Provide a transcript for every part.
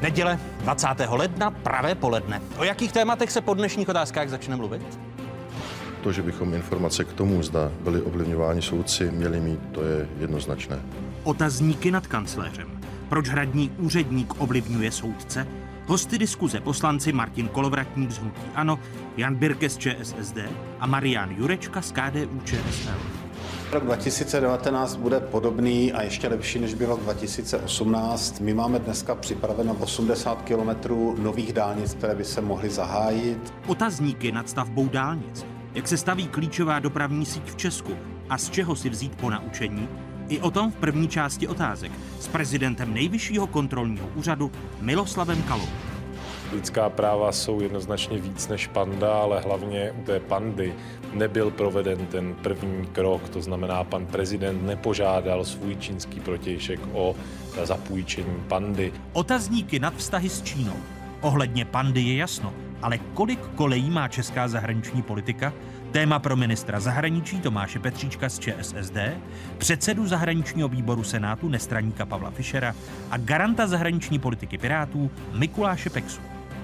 Neděle 20. ledna, pravé poledne. O jakých tématech se po dnešních otázkách začne mluvit? To, že bychom informace k tomu, zda byli ovlivňováni soudci, měli mít, to je jednoznačné. Otazníky nad kancléřem. Proč hradní úředník ovlivňuje soudce? Hosty diskuze poslanci Martin Kolovratník z hnutí ANO, Jan Birke z ČSSD a Marian Jurečka z KDU-ČSL. Rok 2019 bude podobný a ještě lepší, než byl rok 2018. My máme dneska připraveno 80 kilometrů nových dálnic, které by se mohly zahájit. Otazníky nad stavbou dálnic. Jak se staví klíčová dopravní síť v Česku a z čeho si vzít ponaučení? I o tom v první části otázek s prezidentem Nejvyššího kontrolního úřadu Miloslavem Kalou. Lidská práva jsou jednoznačně víc než panda, ale hlavně u té pandy nebyl proveden ten první krok, to znamená, pan prezident nepožádal svůj čínský protějšek o zapůjčení pandy. Otazníky nad vztahy s Čínou. Ohledně pandy je jasno, ale kolik kolejí má česká zahraniční politika? Téma pro ministra zahraničí Tomáše Petříčka z ČSSD, předsedu zahraničního výboru Senátu nestraníka Pavla Fischera a garanta zahraniční politiky Pirátů Mikuláše Peksu.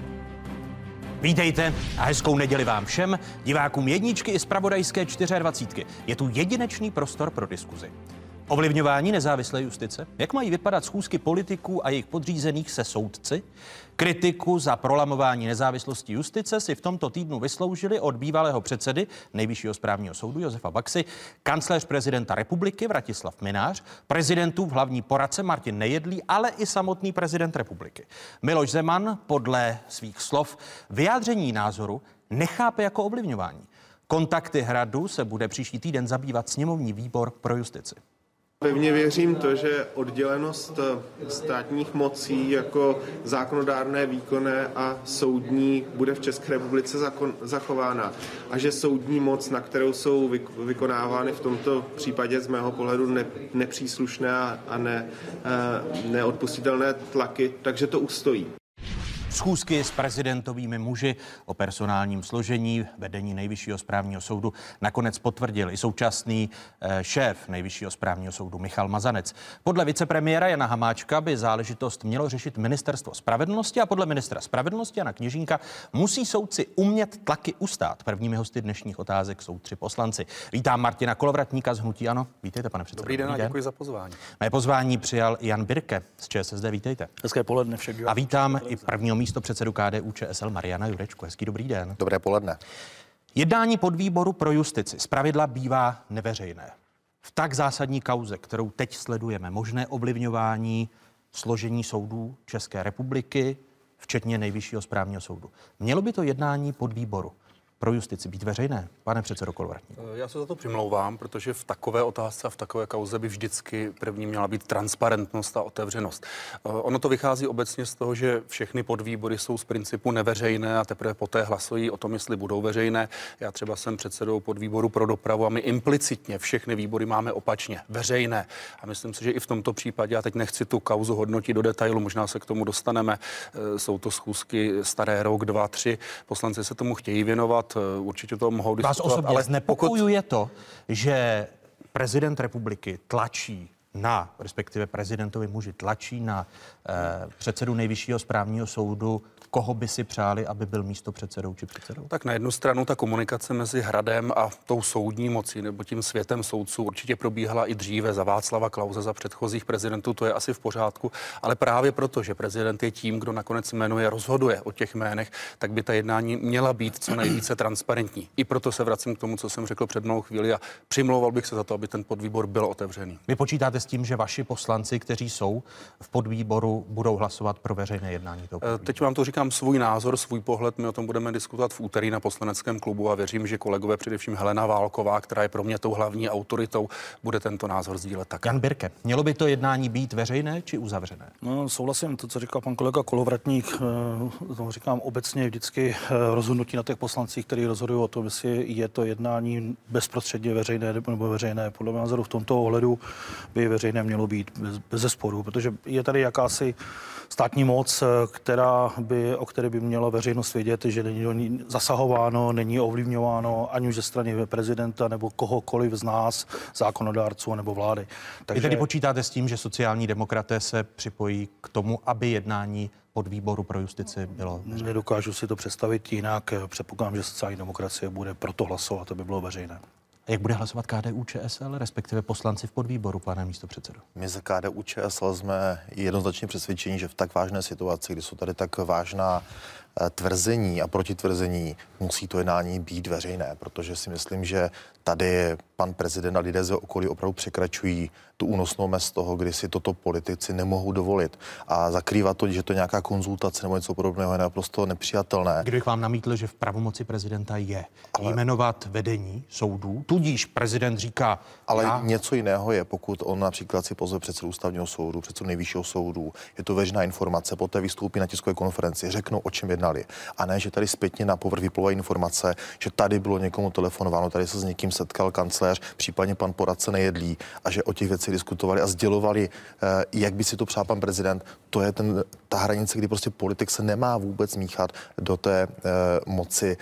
Vítejte a hezkou neděli vám všem, divákům jedničky i zpravodajské 24. Je tu jedinečný prostor pro diskuzi. Ovlivňování nezávislé justice? Jak mají vypadat schůzky politiků a jejich podřízených se soudci? Kritiku za prolamování nezávislosti justice si v tomto týdnu vysloužili od bývalého předsedy Nejvyššího správního soudu Josefa Baxy, kancléř prezidenta republiky Vratislav Mynář, prezidentův hlavní poradce Martin Nejedlý, ale i samotný prezident republiky. Miloš Zeman podle svých slov vyjádření názoru nechápe jako ovlivňování. Kontakty Hradu se bude příští týden zabývat sněmovní výbor pro justici. Pevně věřím to, že oddělenost státních mocí jako zákonodárné, výkonné a soudní bude v České republice zachována a že soudní moc, na kterou jsou vykonávány v tomto případě z mého pohledu nepříslušné a neodpustitelné tlaky, takže to ustojí. Schůzky s prezidentovými muži o personálním složení vedení Nejvyššího správního soudu nakonec potvrdil i současný šéf Nejvyššího správního soudu Michal Mazanec. Podle vicepremiéra Jana Hamáčka by záležitost mělo řešit Ministerstvo spravedlnosti a podle ministra spravedlnosti Jana Kněžínka musí soudci umět tlaky ustát. Prvními hosty dnešních otázek jsou 3 poslanci. Vítám Martina Kolovratníka z hnutí ANO. Vítejte, pane předsedo. Dobrý den a děkuji za pozvání. Mé pozvání přijal Jan Birke z ČSSD. Vítejte. Hezké poledne všem. A vítám i prvního místopředsedu KDU-ČSL Mariana Jurečku. Hezký dobrý den. Dobré poledne. Jednání podvýboru pro justici zpravidla bývá neveřejné. V tak zásadní kauze, kterou teď sledujeme, možné ovlivňování složení soudů České republiky, včetně Nejvyššího správního soudu. Mělo by to jednání podvýboru pro justici být veřejné, pane předsedo Kolovratník? Já se za to přimlouvám, protože v takové otázce a v takové kauze by vždycky první měla být transparentnost a otevřenost. Ono to vychází obecně z toho, že všechny podvýbory jsou z principu neveřejné a teprve poté hlasují o tom, jestli budou veřejné. Já třeba jsem předsedou podvýboru pro dopravu a my implicitně všechny výbory máme opačně veřejné. A myslím si, že i v tomto případě, a teď nechci tu kauzu hodnotit do detailu, možná se k tomu dostaneme, jsou to schůzky staré rok, 2, 3, poslanci se tomu chtějí věnovat. Určitě to mohou diskutovat. Vás osobně ale znepokojuje to, že prezident republiky tlačí na, respektive prezidentovi muži tlačí na předsedu Nejvyššího správního soudu, koho by si přáli, aby byl místopředsedou či předsedou? Tak na jednu stranu ta komunikace mezi Hradem a tou soudní mocí nebo tím světem soudců určitě probíhala i dříve za Václava Klause, za předchozích prezidentů, to je asi v pořádku, ale právě proto, že prezident je tím, kdo nakonec jmenuje, rozhoduje o těch jménech, tak by ta jednání měla být co nejvíce transparentní. I proto se vracím k tomu, co jsem řekl před malou chvíli a přimlouval bych se za to, aby ten podvýbor byl otevřený. Vy počítáte s tím, že vaši poslanci, kteří jsou v podvýboru, budou hlasovat pro veřejné jednání toho podvýboru? Teď vám to říkám svůj názor, svůj pohled. My o tom budeme diskutovat v úterý na poslaneckém klubu a věřím, že kolegové, především Helena Válková, která je pro mě tou hlavní autoritou, bude tento názor sdílet také. Jan Birke, mělo by to jednání být veřejné či uzavřené? No, souhlasím to, co říkal pan kolega Kolovratník. To říkám obecně vždycky rozhodnutí na těch poslancích, kteří rozhodují o tom, jestli je to jednání bezprostředně veřejné nebo veřejné. Podle mého názoru v tomto ohledu by veřejné mělo být bez sporu, protože je tady jakási státní moc, o které by měla veřejnost vědět, že není zasahováno, není ovlivňováno ani už ze strany prezidenta nebo kohokoliv z nás, zákonodárců nebo vlády. Takže... Vy tedy počítáte s tím, že sociální demokraté se připojí k tomu, aby jednání podvýboru pro justici bylo veřejné? Nedokážu si to představit jinak. Předpokládám, že sociální demokracie bude proto hlasovat, aby bylo veřejné. A jak bude hlasovat KDU-ČSL, respektive poslanci v podvýboru, pane místopředsedo? My za KDU-ČSL jsme jednoznačně přesvědčeni, že v tak vážné situaci, kdy jsou tady tak vážná tvrzení a protitvrzení, musí to jednání být veřejné, protože si myslím, že tady pan prezident a lidé ze okolí opravdu překračují tu únosnou mez toho, kdy si toto politici nemohou dovolit. A zakrývat to, že to je nějaká konzultace nebo něco podobného, je naprosto nepřijatelné. Kdybych vám namítl, že v pravomoci prezidenta je jmenovat vedení soudů, tudíž prezident říká... Ale něco jiného je, pokud on například si pozve předsedu ústavního soudu, předsedu nejvyššího soudu, je to veřejná informace, poté vystoupí na tiskové konferenci, řeknou, o čem jednali. A ne, že tady zpětně na povrch vyplouvají informace, že tady bylo někomu telefonováno, tady se s někým setkal kancléř, případně pan poradce Nejedlý, a že o těch věcech diskutovali a sdělovali, jak by si to přál pan prezident. To je ta hranice, kdy prostě politik se nemá vůbec míchat do té moci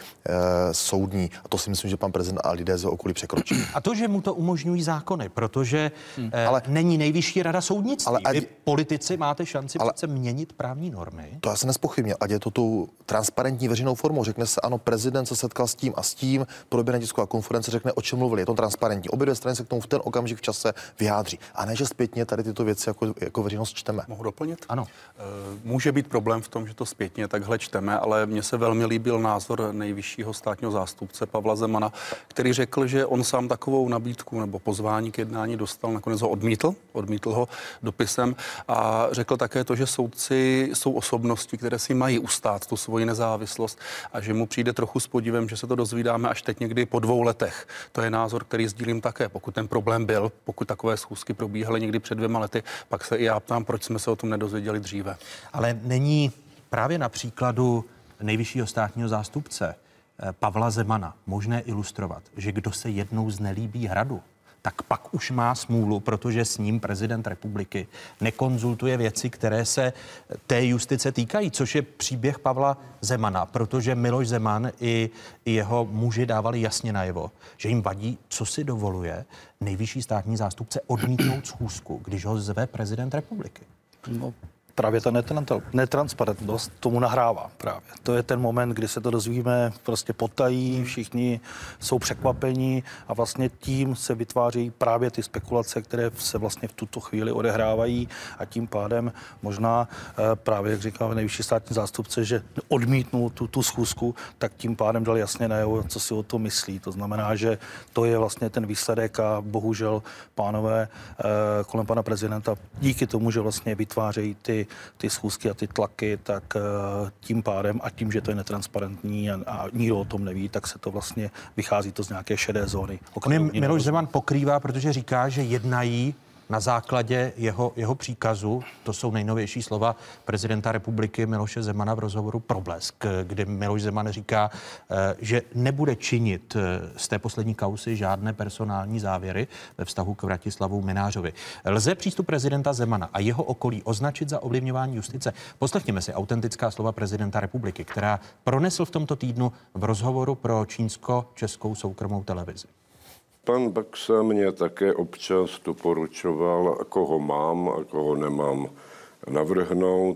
soudní. A to si myslím, že pan prezident a lidé ze okolí překročí. A to, že mu to umožňují zákony, protože není nejvyšší rada soudnictví. Vy politici máte šanci přece měnit právní normy. To já se nezpochybnil. Ať je to tou transparentní veřejnou formou. Řekne se, ano, prezident se setkal s tím, proběhne tisková konference, řekne, o čem mluvili. Je to transparentní. Obě dvě strany se k tomu v ten okamžik v čase vyjádří. A ne, že zpětně tady tyto věci jako veřejnost čteme. Mohu doplnit? Ano. Může být problém v tom, že to zpětně takhle čteme, ale mně se velmi líbil názor nejvyššího státního zástupce Pavla Zemana, který řekl, že on sám takovou nabídku nebo pozvání k jednání dostal, nakonec ho odmítl ho dopisem a řekl také to, že soudci jsou osobnosti, které si mají ustát tu svoji nezávislost a že mu přijde trochu s podivem, že se to dozvídáme až teď někdy po 2 letech. To je názor, který sdílím také. Pokud ten problém byl, pokud takové schůzky probíhaly někdy před 2 lety, pak se i já ptám, proč jsme se o tom nedozvěděli dříve. Ale není právě na příkladu nejvyššího státního zástupce Pavla Zemana možné ilustrovat, že kdo se jednou znelíbí hradu, tak pak už má smůlu, protože s ním prezident republiky nekonzultuje věci, které se té justice týkají, což je příběh Pavla Zemana, protože Miloš Zeman i jeho muži dávali jasně najevo, že jim vadí, co si dovoluje nejvyšší státní zástupce odmítnout schůzku, když ho zve prezident republiky. No. Právě ta netransparentnost tomu nahrává právě. To je ten moment, kdy se to dozvíme prostě potají, všichni jsou překvapení a vlastně tím se vytváří právě ty spekulace, které se vlastně v tuto chvíli odehrávají a tím pádem možná právě, jak říkal nejvyšší státní zástupce, že odmítnul tu schůzku, tak tím pádem dal jasně najevo, co si o to myslí. To znamená, že to je vlastně ten výsledek a bohužel pánové kolem pana prezidenta díky tomu, že vlastně vytvářejí ty schůzky a ty tlaky, tak tím pádem a tím, že to je netransparentní a nikdo o tom neví, tak se to vlastně vychází to z nějaké šedé zóny. Miloš Zeman pokrývá, protože říká, že jednají na základě jeho příkazu, to jsou nejnovější slova prezidenta republiky Miloše Zemana v rozhovoru pro Blesk, kde Miloš Zeman říká, že nebude činit z té poslední kausy žádné personální závěry ve vztahu k Vratislavu Mynářovi. Lze přístup prezidenta Zemana a jeho okolí označit za ovlivňování justice? Poslechněme si autentická slova prezidenta republiky, která pronesl v tomto týdnu v rozhovoru pro čínsko-českou soukromou televizi. Pan Baxa mě také občas doporučoval, koho mám a koho nemám navrhnout.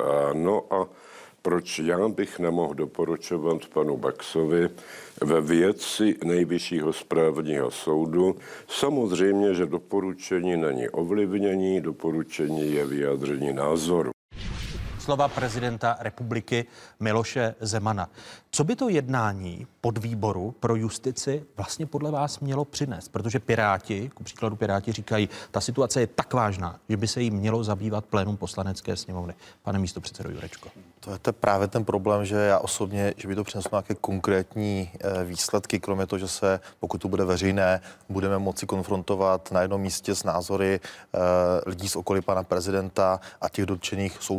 No a proč já bych nemohl doporučovat panu Baxovi ve věci Nejvyššího správního soudu? Samozřejmě, že doporučení není ovlivnění, doporučení je vyjádření názoru. Slova prezidenta republiky Miloše Zemana. Co by to jednání podvýboru pro justici vlastně podle vás mělo přinést? Protože Piráti, ku příkladu Piráti říkají, ta situace je tak vážná, že by se jí mělo zabývat plénum Poslanecké sněmovny. Pane místopředsedo Jurečko. To je právě ten problém, že já osobně, že by to přineslo nějaké konkrétní výsledky, kromě toho, že se, pokud to bude veřejné, budeme moci konfrontovat na jednom místě s názory lidí z okolí pana prezidenta a těch dotčených soudců, kteří tam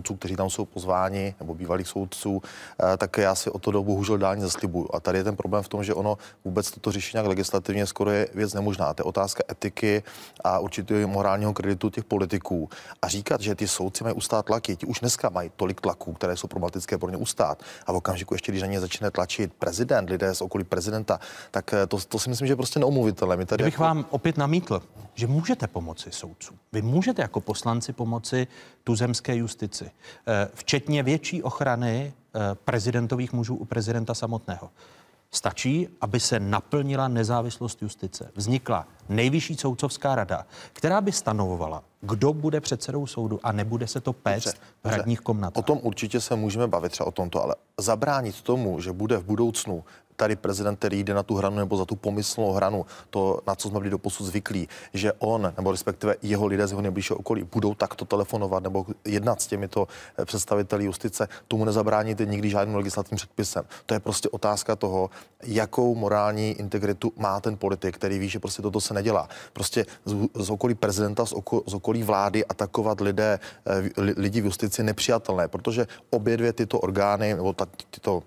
jsou pozváni, nebo bývalých soudců, tak já si o to do bohužel dálně zaslibuju. A tady je ten problém v tom, že ono vůbec toto řešení nějak legislativně skoro je věc nemožná. To je otázka etiky a určitě morálního kreditu těch politiků. A říkat, že ty soudci mají ustát tlaky, ti už dneska mají tolik tlaků, které jsou problematické pro ně ustát. A v okamžiku ještě, když na ně začne tlačit prezident, lidé z okolí prezidenta, tak to si myslím, že je prostě neomluvitelné. Kdybych vám opět namítl, že můžete pomoci soudcům. Vy můžete jako poslanci pomoci tuzemské justici, včetně větší ochrany prezidentových mužů u prezidenta samotného. Stačí, aby se naplnila nezávislost justice. Vznikla Nejvyšší soudcovská rada, která by stanovovala, kdo bude předsedou soudu a nebude se to péct v hradních komnatách. O tom určitě se můžeme bavit třeba o tomto, ale zabránit tomu, že bude v budoucnu tady prezident, který jde na tu hranu nebo za tu pomyslnou hranu, to, na co jsme byli doposud zvyklí, že on, nebo respektive jeho lidé z jeho nejbližšího okolí budou takto telefonovat nebo jednat s těmito představiteli justice, tomu nezabráníte nikdy žádným legislativním předpisem. To je prostě otázka toho, jakou morální integritu má ten politik, který ví, že prostě toto se nedělá. Prostě z okolí prezidenta, z okolí vlády atakovat lidi v justici nepřijatelné, protože obě dvě tyto orgány nebo tyto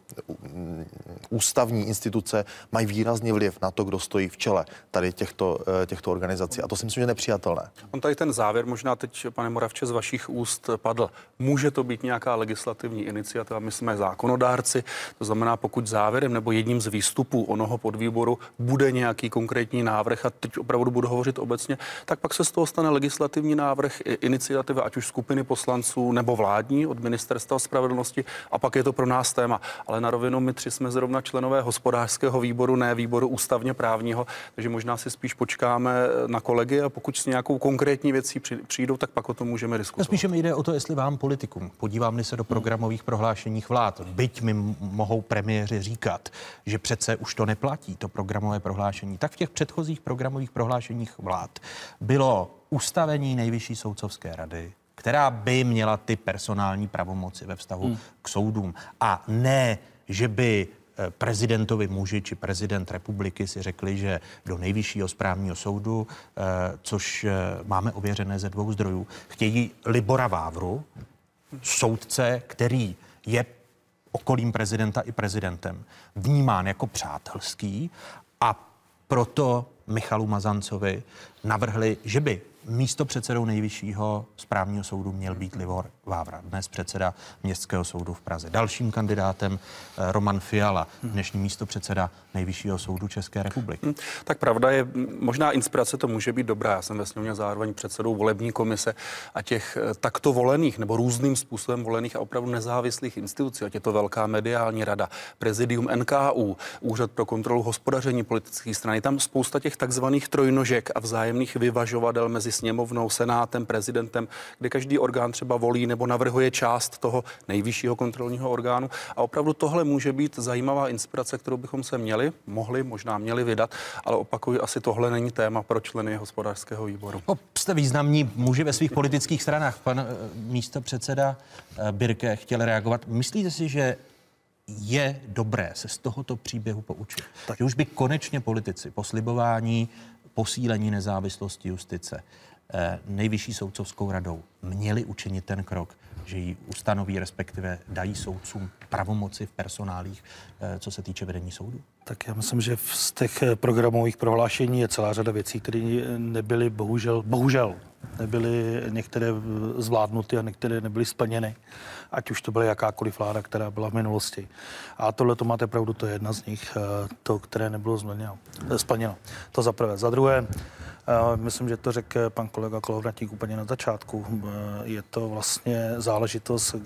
ústavní instituce mají výrazný vliv na to, kdo stojí v čele tady těchto organizací. A to si myslím, že je nepřijatelné. On tady ten závěr možná teď, pane Moravče, z vašich úst padl. Může to být nějaká legislativní iniciativa, my jsme zákonodárci, to znamená, pokud závěrem nebo jedním z výstupů onoho podvýboru bude nějaký konkrétní návrh, a teď opravdu budu hovořit obecně, tak pak se z toho stane legislativní návrh, iniciativa, ať už skupiny poslanců nebo vládní od Ministerstva spravedlnosti, a pak je to pro nás téma. Ale na rovinu my tři jsme zrovna členové hospodářského výboru, ne výboru ústavně právního, takže možná si spíš počkáme na kolegy a pokud s nějakou konkrétní věcí přijdou, tak pak o tom můžeme diskutovat. Spíše mi jde o to, jestli vám politikům, podívám-li se do programových prohlášeních vlád, byť mi mohou premiéři říkat, že přece už to neplatí, to programové prohlášení, tak v těch předchozích programových prohlášeních vlád bylo ustavení Nejvyšší soudcovské rady, která by měla ty personální pravomoci ve vztahu k soudům. A ne, že by prezidentovi muži či prezident republiky si řekli, že do Nejvyššího správního soudu, což máme ověřené ze 2 zdrojů, chtějí Libora Vávru, soudce, který je okolím prezidenta i prezidentem vnímán jako přátelský, a proto Michalu Mazancovi navrhli, že by místo předsedou Nejvyššího správního soudu měl být Libor Vávra, dnes předseda Městského soudu v Praze. Dalším kandidátem Roman Fiala, dnešní místo předseda Nejvyššího soudu České republiky. Tak pravda je, možná inspirace to může být dobrá. Já jsem ve Sněmovně zároveň předsedou volební komise a těch takto volených nebo různým způsobem volených a opravdu nezávislých institucí, ať je to velká mediální rada, prezidium NKÚ, Úřad pro kontrolu hospodaření politických stran. Je tam spousta těch takzvaných trojnožek a vzájemných vyvažovadel mezi sněmovnou, senátem, prezidentem, kde každý orgán třeba volí nebo navrhuje část toho nejvyššího kontrolního orgánu. A opravdu tohle může být zajímavá inspirace, kterou bychom se možná měli vydat, ale opakuju, asi tohle není téma pro členy hospodářského výboru. Jste významní muži ve svých politických stranách. Pan místopředseda Birke chtěl reagovat. Myslíte si, že je dobré se z tohoto příběhu poučit? Tak. Že už by konečně politici po slibování posílení nezávislosti justice Nejvyšší soudcovskou radou měli učinit ten krok, že ji ustanoví, respektive dají soudcům pravomoci v personálích, co se týče vedení soudu? Tak já myslím, že z těch programových prohlášení je celá řada věcí, které nebyly bohužel nebyly některé zvládnuty a některé nebyly splněny. Ať už to byla jakákoliv vláda, která byla v minulosti. A tohle to máte pravdu, to je jedna z nich, to, které nebylo splněno. To za prvé. Za druhé, myslím, že to řekl pan kolega Kolovratník úplně na začátku. Je to vlastně záležitost,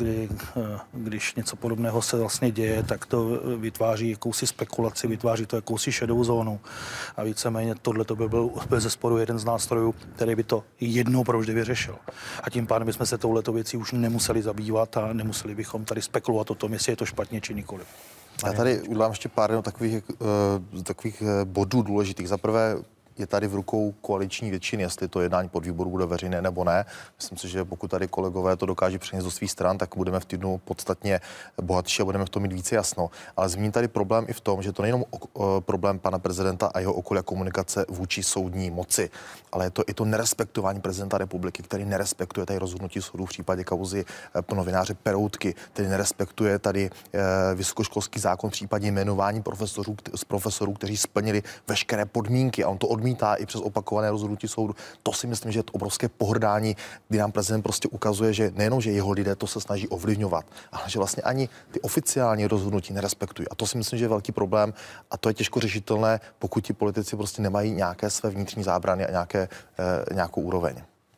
když něco podobného se vlastně děje, tak to vytváří jakousi spekulaci, vytváří to jakousi šedou zónu. A víceméně tohle to by byl bezesporu jeden z nástrojů, který by to jednou provždy vyřešil. A tím pádem bychom se touhleto věcí už nemuseli zabývat a nemuseli bychom tady spekulovat o tom, jestli je to špatně či nikoliv. Já tady udělám ještě pár takových bodů důležitých. Za prvé, je tady v rukou koaliční většiny, jestli to jednání podvýboru bude veřejné nebo ne. Myslím si, že pokud tady kolegové to dokáží přenést do svých stran, tak budeme v týdnu podstatně bohatší a budeme v tom mít více jasno. Ale zmíním tady problém i v tom, že to nejenom problém pana prezidenta a jeho okolí a komunikace vůči soudní moci, ale je to i to nerespektování prezidenta republiky, který nerespektuje tady rozhodnutí soudu v případě kauzy novináře Peroutky, který nerespektuje tady vysokoškolský zákon v případě jmenování profesorů, kteří splnili veškeré podmínky a on to odmítá i přes opakované rozhodnutí soudu. To si myslím, že je to obrovské pohrdání, kdy nám prezident prostě ukazuje, že nejenom, že jeho lidé to se snaží ovlivňovat, ale že vlastně ani ty oficiální rozhodnutí nerespektují. A to si myslím, že je velký problém a to je těžko řešitelné, pokud ti politici prostě nemají nějaké své vnitřní zábrany a nějakou úroveň.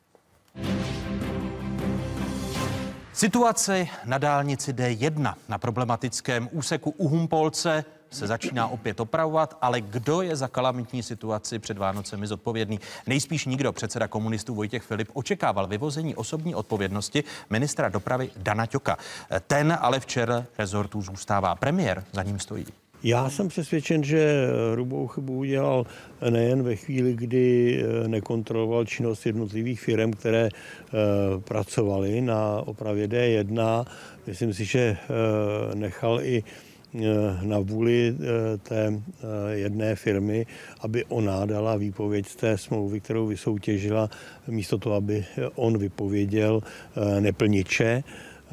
Situace na dálnici D1 na problematickém úseku u Humpolce se začíná opět opravovat, ale kdo je za kalamitní situaci před Vánocemi zodpovědný? Nejspíš nikdo. Předseda komunistů Vojtěch Filip očekával vyvození osobní odpovědnosti ministra dopravy Dana Ťoka. Ten ale v čele rezortu zůstává. Premiér za ním stojí. Já jsem přesvědčen, že hrubou chybu udělal nejen ve chvíli, kdy nekontroloval činnost jednotlivých firm, které pracovaly na opravě D1. Myslím si, že nechal i na vůli té jedné firmy, aby ona dala výpověď z té smlouvy, kterou vysoutěžila, místo toho, aby on vypověděl neplniče.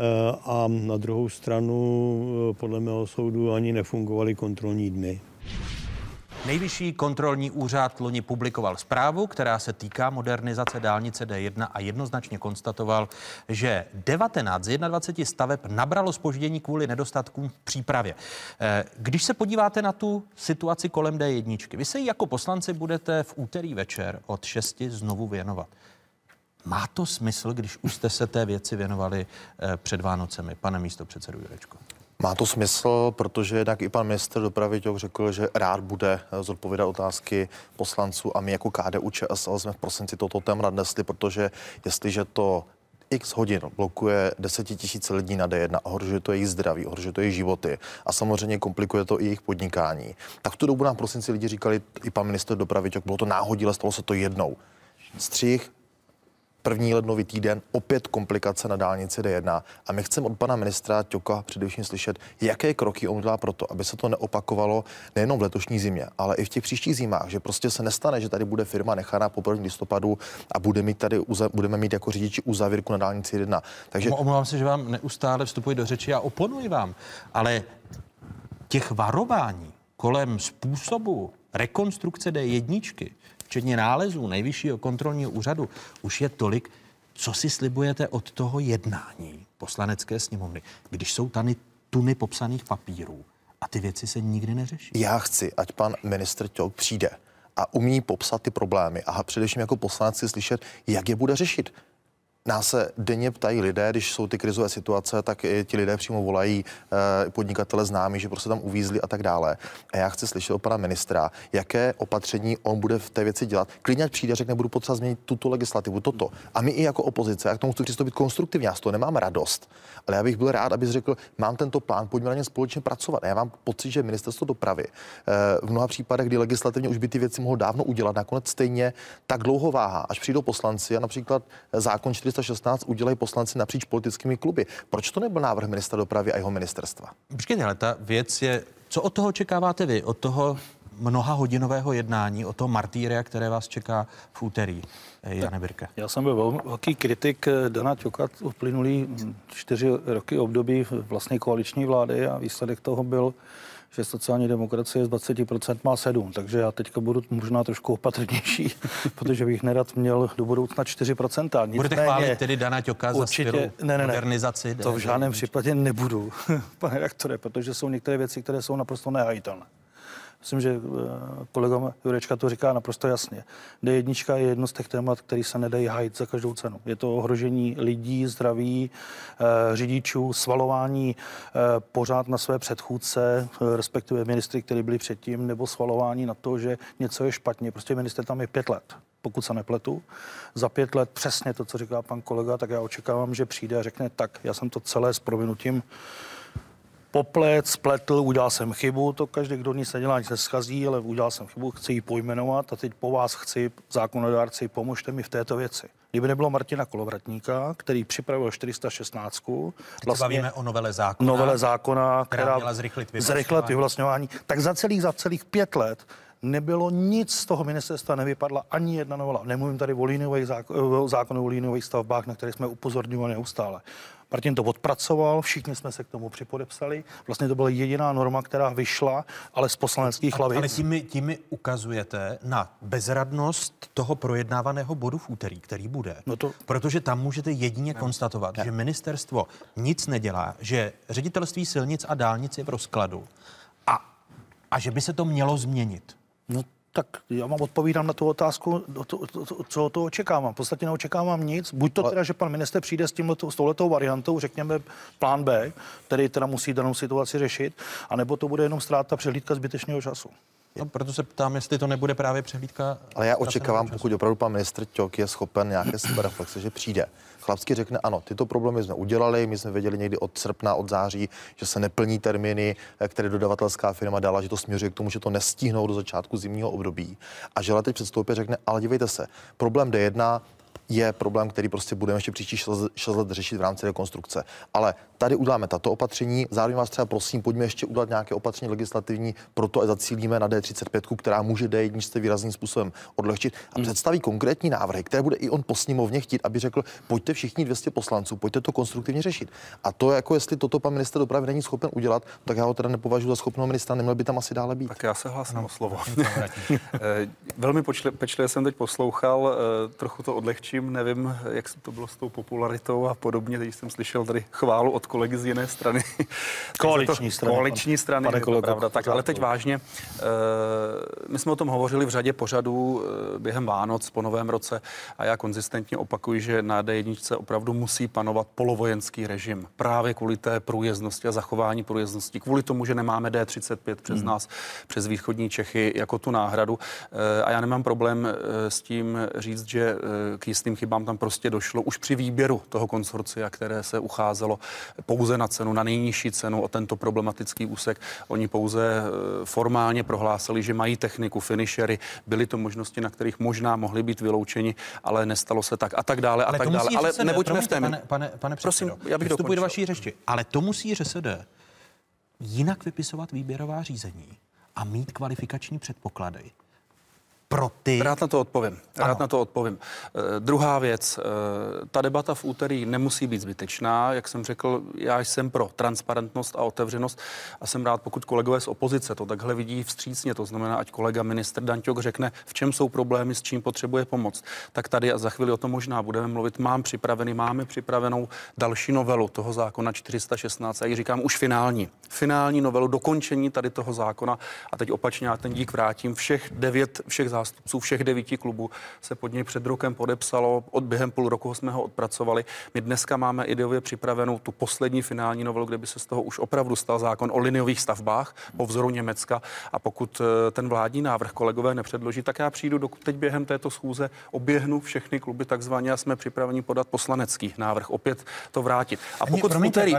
A na druhou stranu podle mého soudu ani nefungovaly kontrolní dny. Nejvyšší kontrolní úřad loni publikoval zprávu, která se týká modernizace dálnice D1 a jednoznačně konstatoval, že 19 z 21 staveb nabralo zpoždění kvůli nedostatkům v přípravě. Když se podíváte na tu situaci kolem D1, vy se jí jako poslanci budete v úterý večer od 6 znovu věnovat. Má to smysl, když už jste se té věci věnovali před Vánocemi, pane místopředsedo Jurečko? Má to smysl, protože jednak i pan ministr dopravy Ťok řekl, že rád bude zodpovídat otázky poslanců a my jako KDU-ČSL jsme v prosinci toto téma nadnesli, protože jestliže to x hodin blokuje 10 000 lidí na D1, ohrožuje to jejich zdraví, ohrožuje to jejich životy a samozřejmě komplikuje to i jejich podnikání. Tak v tu dobu nám v prosinci lidi říkali, i pan ministr dopravy Ťok, bylo to náhodile, stalo se to jednou. Střih, 1. lednový týden, opět komplikace na dálnici D1 a my chceme od pana ministra Ťoka především slyšet, jaké kroky on udělá pro to, aby se to neopakovalo nejenom v letošní zimě, ale i v těch příštích zimách, že prostě se nestane, že tady bude firma nechaná po 1. listopadu a budeme mít jako řidiči uzavírku na dálnici 1. Takže omlouvám se, že vám neustále vstupuji do řeči a oponuji vám, ale těch varování kolem způsobu rekonstrukce D1, včetně nálezů Nejvyššího kontrolního úřadu, už je tolik, co si slibujete od toho jednání Poslanecké sněmovny, když jsou tady tuny popsaných papírů a ty věci se nikdy neřeší. Já chci, ať pan ministr Ťok přijde a umí popsat ty problémy a především jako poslanec si slyšet, jak je bude řešit. Nás se denně ptají lidé, když jsou ty krizové situace, tak i ti lidé přímo volají podnikatele známí, že prostě tam uvízli a tak dále. A já chci slyšet od pana ministra, jaké opatření on bude v té věci dělat. Klidně ať přijde, řekne, budu potřeba změnit tuto legislativu, toto. A my i jako opozice, já k tomu chci přistoupit konstruktivně, já z toho nemám radost, ale já bych byl rád, abys řekl, mám tento plán, pojďme na něm společně pracovat. A já mám pocit, že ministerstvo dopravy v mnoha případech, kdy legislativně už by ty věci mohlo dávno udělat, nakonec stejně tak dlouho váhá, až přijdou poslanci a například zákon 416 udělají poslanci napříč politickými kluby. Proč to nebyl návrh ministra dopravy a jeho ministerstva? Počkejte, ale ta věc je, co od toho očekáváte vy, od toho mnohahodinového jednání, od toho martýria, které vás čeká v úterý, Jane Birke? Já jsem byl velký kritik Dana Ťoka v uplynulý 4 roky období vlastně koaliční vlády a výsledek toho byl, že sociální demokracie z 20% má 7, takže já teďka budu možná trošku opatrnější, protože bych nerad měl do budoucna 4%. Budete chválit tedy Dana Ťoka za skvělou modernizaci? To v žádném případě nebudu, pane redaktore, protože jsou některé věci, které jsou naprosto nehájitelné. Myslím, že kolega Jurečka to říká naprosto jasně. D1 je jedno z těch témat, který se nedají hájit za každou cenu. Je to ohrožení lidí, zdraví, řidičů, svalování pořád na své předchůdce, respektive ministry, kteří byli předtím, nebo svalování na to, že něco je špatně. Prostě minister tam je 5 let, pokud se nepletu. Za 5 let přesně to, co říká pan kolega, tak já očekávám, že přijde a řekne tak, já jsem to celé s prominutím poplet, spletl, udělal jsem chybu, to každý, kdo nic nedělá, nic neschazí, ale udělal jsem chybu, chci ji pojmenovat a teď po vás chci, zákonodárci, pomožte mi v této věci. Kdyby nebylo Martina Kolovratníka, který připravil 416, vlastně bavíme o novele zákona, která měla zrychlit vyvlastňování, tak za celých 5 let nebylo nic z toho ministerstva, nevypadla ani jedna novela. Nemluvím tady o zákonu o liniových stavbách, na které jsme upozorňovali neustále. Martin to odpracoval, všichni jsme se k tomu připodepsali. Vlastně to byla jediná norma, která vyšla, ale z poslaneckých lavic. Ale tím mi ukazujete na bezradnost toho projednávaného bodu v úterý, který bude. Protože tam můžete jedině konstatovat, že ministerstvo nic nedělá, že ředitelství silnic a dálnic je v rozkladu a že by se to mělo změnit. No tak já vám odpovídám na tu otázku, co to očekávám. V podstatě neočekávám nic. Buď to teda, že pan minister přijde s touhletou variantou, řekněme plán B, který teda musí danou situaci řešit, anebo to bude jenom ztráta přehlídka zbytečného času. No, proto se ptám, jestli to nebude právě přehlídka. Ale já očekávám, pokud opravdu pan ministr Ťok je schopen nějaké sebereflexe, že přijde. Chlapsky řekne, ano, tyto problémy jsme udělali, my jsme věděli někdy od srpna, od září, že se neplní termíny, které dodavatelská firma dala, že to směřuje k tomu, že to nestihnou do začátku zimního období. A že teď předstoupí a řekne, ale dívejte se, problém D1 je problém, který prostě budeme ještě příští 6 let řešit v rámci rekonstrukce. Ale tady uděláme tato opatření, zároveň vás třeba prosím, pojďme ještě udělat nějaké opatření legislativní, proto zacílíme na D35, která může D1 výrazným způsobem odlehčit a představí konkrétní návrhy, které bude i on po sněmovně chtít, aby řekl, pojďte všichni 200 poslanců, pojďte to konstruktivně řešit. A to jako jestli toto pan ministr dopravy není schopen udělat, tak já ho teda nepovažuji za schopného ministra, neměl by tam asi dále být. Tak já se hlásím o slovo. Velmi pečlivě jsem teď poslouchal, trochu to odlehčím. Nevím, jak to bylo s tou popularitou a podobně. Teď jsem slyšel tady chválu od kolegy z jiné strany. Koaliční strany, je to pravda. Tak, ale teď vážně. My jsme o tom hovořili v řadě pořadů během Vánoc po Novém roce a já konzistentně opakuji, že na D1 opravdu musí panovat polovojenský režim. Právě kvůli té průjezdnosti a zachování průjezdnosti. Kvůli tomu, že nemáme D35 přes nás, přes východní Čechy jako tu náhradu. A já nemám problém s tím říct, že k jistým chybám tam prostě došlo už při výběru toho konsorcia, které se ucházelo pouze na cenu, na nejnižší cenu o tento problematický úsek. Oni pouze formálně prohlásili, že mají techniku, finishery, byly to možnosti, na kterých možná mohli být vyloučeni, ale nestalo se tak a tak dále a tak dále. Ale nebuďme v témě. Pane prosím, já bych dokončil do vaší řeči. Ale to musí ŘSD jinak vypisovat výběrová řízení a mít kvalifikační předpoklady. Rád na to odpovím. Druhá věc, ta debata v úterý nemusí být zbytečná. Jak jsem řekl, já jsem pro transparentnost a otevřenost a jsem rád, pokud kolegové z opozice to takhle vidí vstřícně, to znamená, ať kolega ministr Dan Ťok řekne, v čem jsou problémy, s čím potřebuje pomoc. Tak tady a za chvíli o tom možná budeme mluvit. Máme připravenou další novelu toho zákona 416, já ji říkám už finální novelu, dokončení tady toho zákona a teď opačně já ten dík vrátím. Všech zástupců všech 9 klubů se pod něj před rokem podepsalo, během půl roku jsme ho odpracovali. My dneska máme ideově připravenou tu poslední finální novelu, kde by se z toho už opravdu stal zákon o liniových stavbách po vzoru Německa a pokud ten vládní návrh kolegové nepředloží, tak já přijdu teď během této schůze, oběhnu všechny kluby takzvaně a jsme připraveni podat poslanecký návrh, opět to vrátit. A pokud v úterý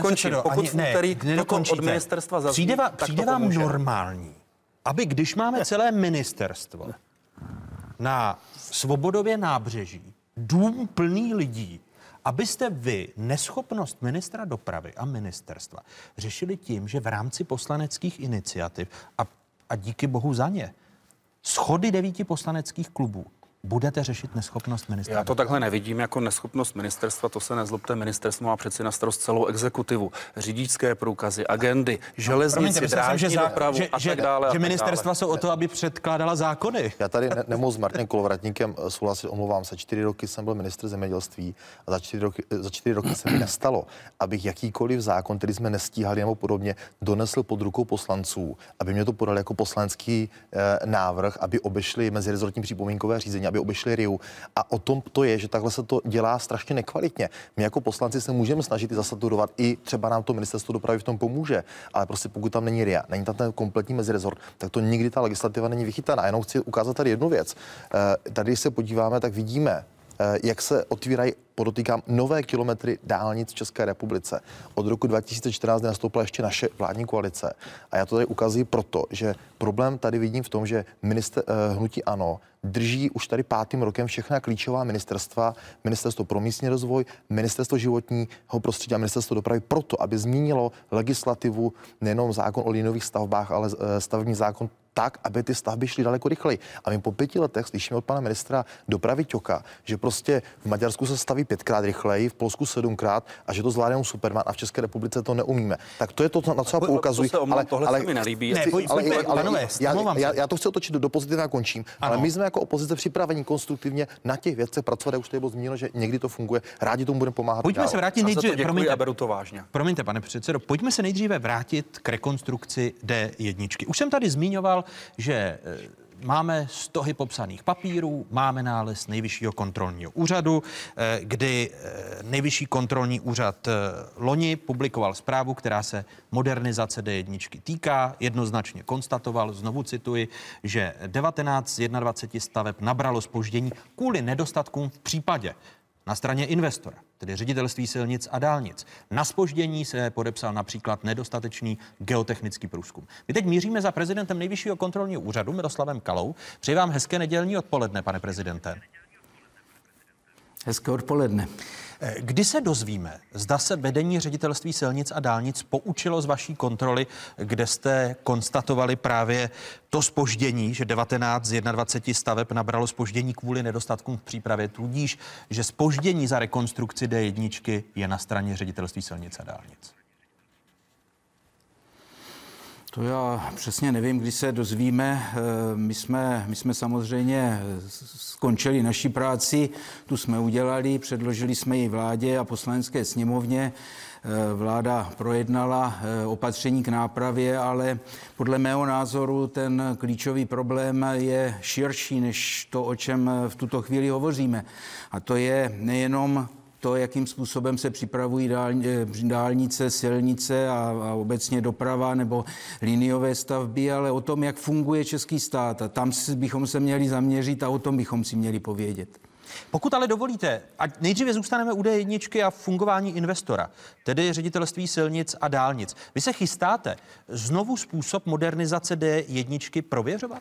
od ministerstva zazní, přijde vám normální, aby když máme celé ministerstvo na Svobodově nábřeží, dům plný lidí, abyste vy neschopnost ministra dopravy a ministerstva řešili tím, že v rámci poslaneckých iniciativ a díky bohu za ně, schody 9 poslaneckých klubů, budete řešit neschopnost ministerstva? Já to takhle nevidím jako neschopnost ministerstva, to se nezlobte, ministerstvo má přeci na starost celou exekutivu, řidičské průkazy, agendy, železnici, drážní dopravu a tak dále. Že ministerstva jsou o to, aby předkládala zákony. Já tady nemohu s Martinem Kolovratníkem souhlasit, omlouvám se, 4 roky jsem byl ministr zemědělství a za 4 roky se mi nestalo, abych jakýkoliv zákon, který jsme nestíhali nebo podobně, donesl pod rukou poslanců, aby mě to podali jako poslanecký návrh, aby obešli mezirezortní připomínkové řízení, aby obešli RIA. A o tom to je, že takhle se to dělá strašně nekvalitně. My jako poslanci se můžeme snažit i zasaturovat, i třeba nám to ministerstvo dopravy v tom pomůže, ale prostě pokud tam není RIA, není tam ten kompletní mezirezort, tak to nikdy ta legislativa není vychytaná. Jenom chci ukázat tady jednu věc. Tady, když se podíváme, tak vidíme jak se otvírají, podotýkám, nové kilometry dálnic v České republice. Od roku 2014 nastoupila ještě naše vládní koalice. A já to tady ukazuji proto, že problém tady vidím v tom, že hnutí ANO drží už tady 5. rokem všechna klíčová ministerstva, ministerstvo pro místní rozvoj, ministerstvo životního prostředí a ministerstvo dopravy proto, aby změnilo legislativu, nejenom zákon o liniových stavbách, ale stavební zákon tak, aby ty stavby šly daleko rychleji. A my po 5 letech slyšíme od pana ministra dopravy Ťoka, že prostě v Maďarsku se staví 5krát rychleji, v Polsku 7krát a že to zvládnou Superman a v České republice to neumíme. Tak to je to, na co já poukazuji. Tohle se mi nelíbí. Já to chci otočit do pozitiva a končím. Ano. Ale my jsme jako opozice připraveni konstruktivně na těch věcech pracovat, už tady bylo zmíněno, že někdy to funguje. Rádi tomu budeme pomáhat. Pojďme se vrátit nejdříve, beru to vážně. Promiňte, pane předsedo, pojďme se nejdříve vrátit k rekonstrukci D1. Už jsem tady zmiňoval, že máme stohy popsaných papírů, máme nález Nejvyššího kontrolního úřadu, kdy Nejvyšší kontrolní úřad loni publikoval zprávu, která se modernizace D1 týká, jednoznačně konstatoval, znovu cituji, že 19 z 21 staveb nabralo zpoždění kvůli nedostatkům v případě na straně investora, tedy Ředitelství silnic a dálnic. Na zpoždění se podepsal například nedostatečný geotechnický průzkum. My teď míříme za prezidentem Nejvyššího kontrolního úřadu Miroslavem Kalou. Přeji vám hezké nedělní odpoledne, pane prezidente. Hezké odpoledne. Kdy se dozvíme, zda se vedení Ředitelství silnic a dálnic poučilo z vaší kontroly, kde jste konstatovali právě to zpoždění, že 19 z 21 staveb nabralo zpoždění kvůli nedostatkům v přípravě, tudíž, že zpoždění za rekonstrukci D1 je na straně Ředitelství silnic a dálnic? To já přesně nevím, kdy se dozvíme. My jsme samozřejmě skončili naši práci, tu jsme udělali, předložili jsme ji vládě a poslanecké sněmovně. Vláda projednala opatření k nápravě, ale podle mého názoru ten klíčový problém je širší než to, o čem v tuto chvíli hovoříme. A to je nejenom to, jakým způsobem se připravují dálnice, silnice a obecně doprava nebo liniové stavby, ale o tom, jak funguje český stát. A tam bychom se měli zaměřit a o tom bychom si měli povědět. Pokud ale dovolíte, ať nejdříve zůstaneme u D1 a fungování investora, tedy Ředitelství silnic a dálnic. Vy se chystáte znovu způsob modernizace D1 prověřovat?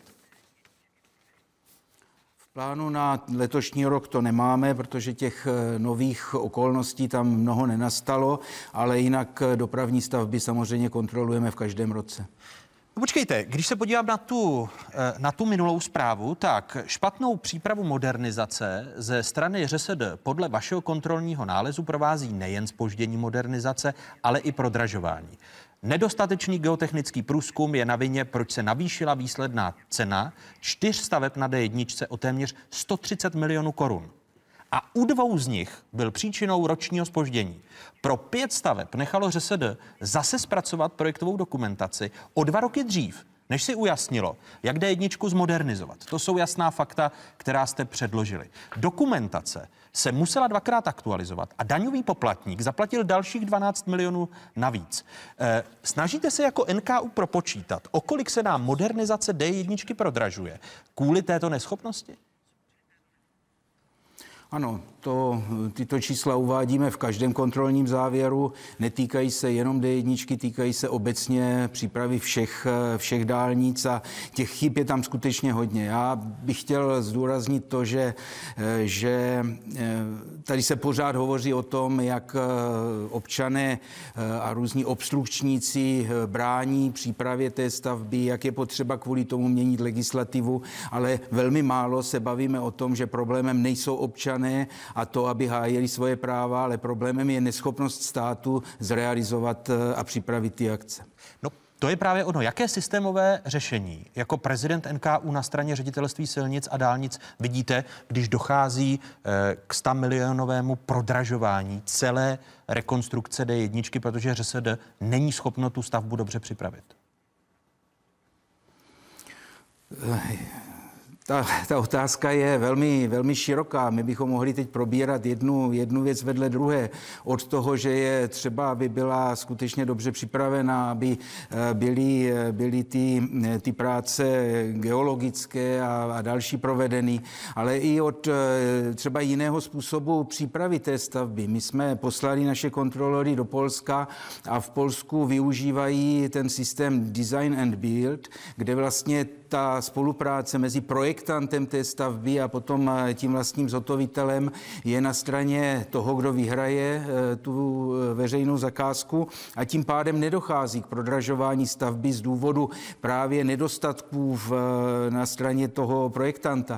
Plánu na letošní rok to nemáme, protože těch nových okolností tam mnoho nenastalo, ale jinak dopravní stavby samozřejmě kontrolujeme v každém roce. No počkejte, když se podívám na tu minulou zprávu, tak špatnou přípravu modernizace ze strany ŘSD podle vašeho kontrolního nálezu provází nejen zpoždění modernizace, ale i prodražování. Nedostatečný geotechnický průzkum je na vině, proč se navýšila výsledná cena 4 staveb na D1 o téměř 130 milionů korun. A u 2 z nich byl příčinou ročního zpoždění. Pro 5 staveb nechalo ŘSD zase zpracovat projektovou dokumentaci o 2 roky dřív, než si ujasnilo, jak D1 zmodernizovat. To jsou jasná fakta, která jste předložili. Dokumentace se musela 2krát aktualizovat a daňový poplatník zaplatil dalších 12 milionů navíc. Snažíte se jako NKÚ propočítat, o kolik se nám modernizace D1 prodražuje kvůli této neschopnosti? Ano, tyto čísla uvádíme v každém kontrolním závěru. Netýkají se jenom D1, týkají se obecně přípravy všech dálnic a těch chyb je tam skutečně hodně. Já bych chtěl zdůraznit to, že tady se pořád hovoří o tom, jak občané a různí obstrukčníci brání přípravě té stavby, jak je potřeba kvůli tomu měnit legislativu, ale velmi málo se bavíme o tom, že problémem nejsou občané a to, aby hájili svoje práva, ale problémem je neschopnost státu zrealizovat a připravit ty akce. No, to je právě ono. Jaké systémové řešení jako prezident NKÚ na straně Ředitelství silnic a dálnic vidíte, když dochází k 100 milionovému prodražování celé rekonstrukce D1, protože ŘSD není schopno tu stavbu dobře připravit? Ta otázka je velmi, velmi široká. My bychom mohli teď probírat jednu věc vedle druhé. Od toho, že je třeba, aby byla skutečně dobře připravena, aby byly ty práce geologické a další provedeny, ale i od třeba jiného způsobu přípravy té stavby. My jsme poslali naše kontrolory do Polska a v Polsku využívají ten systém Design and Build, kde vlastně ta spolupráce mezi projektantem té stavby a potom tím vlastním zhotovitelem je na straně toho, kdo vyhraje tu veřejnou zakázku a tím pádem nedochází k prodražování stavby z důvodu právě nedostatků na straně toho projektanta.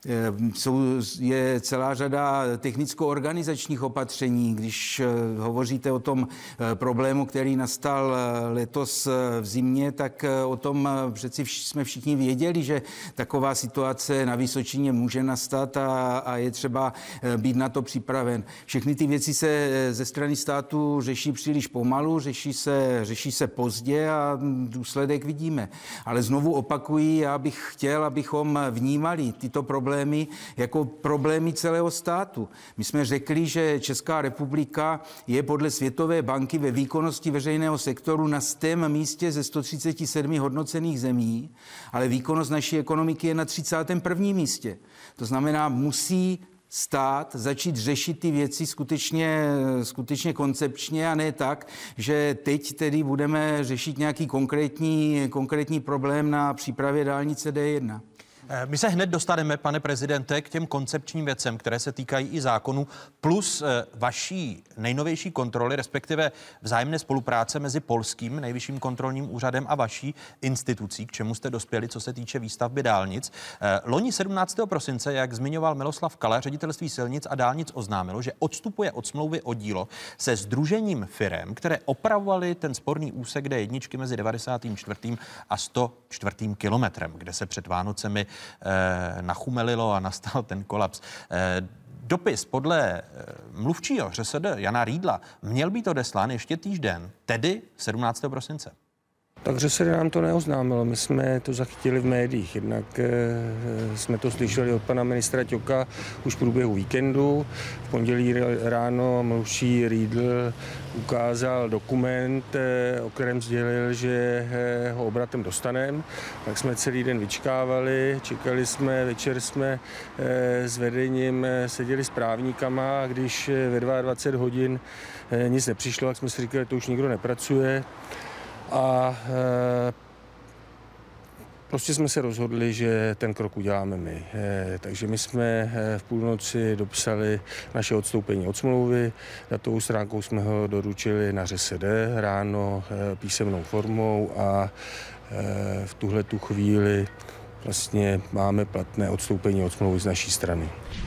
Je celá řada technicko-organizačních opatření. Když hovoříte o tom problému, který nastal letos v zimě, tak o tom přeci jsme všichni věděli, že taková situace na Vysočině může nastat a je třeba být na to připraven. Všechny ty věci se ze strany státu řeší příliš pomalu, řeší se pozdě a důsledek vidíme. Ale znovu opakuji, já bych chtěl, abychom vnímali tyto problémy jako problémy celého státu. My jsme řekli, že Česká republika je podle Světové banky ve výkonnosti veřejného sektoru na 100. místě ze 137 hodnocených zemí, ale výkonnost naší ekonomiky je na 31. místě. To znamená, musí stát začít řešit ty věci skutečně koncepčně a ne tak, že teď tedy budeme řešit nějaký konkrétní problém na přípravě dálnice D1. My se hned dostaneme, pane prezidente, k těm koncepčním věcem, které se týkají i zákonu, plus vaší nejnovější kontroly, respektive vzájemné spolupráce mezi polským nejvyšším kontrolním úřadem a vaší institucí, k čemu jste dospěli, co se týče výstavby dálnic. Loni 17. prosince, jak zmiňoval Miloslav Kala, Ředitelství silnic a dálnic oznámilo, že odstupuje od smlouvy o dílo se sdružením firem, které opravovaly ten sporný úsek D1 mezi 94. a 104. kilometrem, kde se před Vánocemi nachumelilo a nastal ten kolaps. Dopis podle mluvčího ŘSD Jana Riedla měl být odeslán ještě týžden, tedy 17. prosince. Tak ŘSD nám to neoznámilo, my jsme to zachytili v médiích, jednak jsme to slyšeli od pana ministra Ťoka už v průběhu víkendu. V pondělí ráno mluvčí Riedl ukázal dokument, o kterém sdělil, že ho obratem dostaneme. Tak jsme celý den vyčkávali, čekali jsme, večer jsme s vedením seděli s právníkama a když ve 22 hodin nic nepřišlo, tak jsme si říkali, že to už nikdo nepracuje. A prostě jsme se rozhodli, že ten krok uděláme my. Takže my jsme v půlnoci dopsali naše odstoupení od smlouvy. Datovou stránkou jsme ho doručili na ŘSD ráno písemnou formou a v tuhletu chvíli vlastně máme platné odstoupení od smlouvy z naší strany.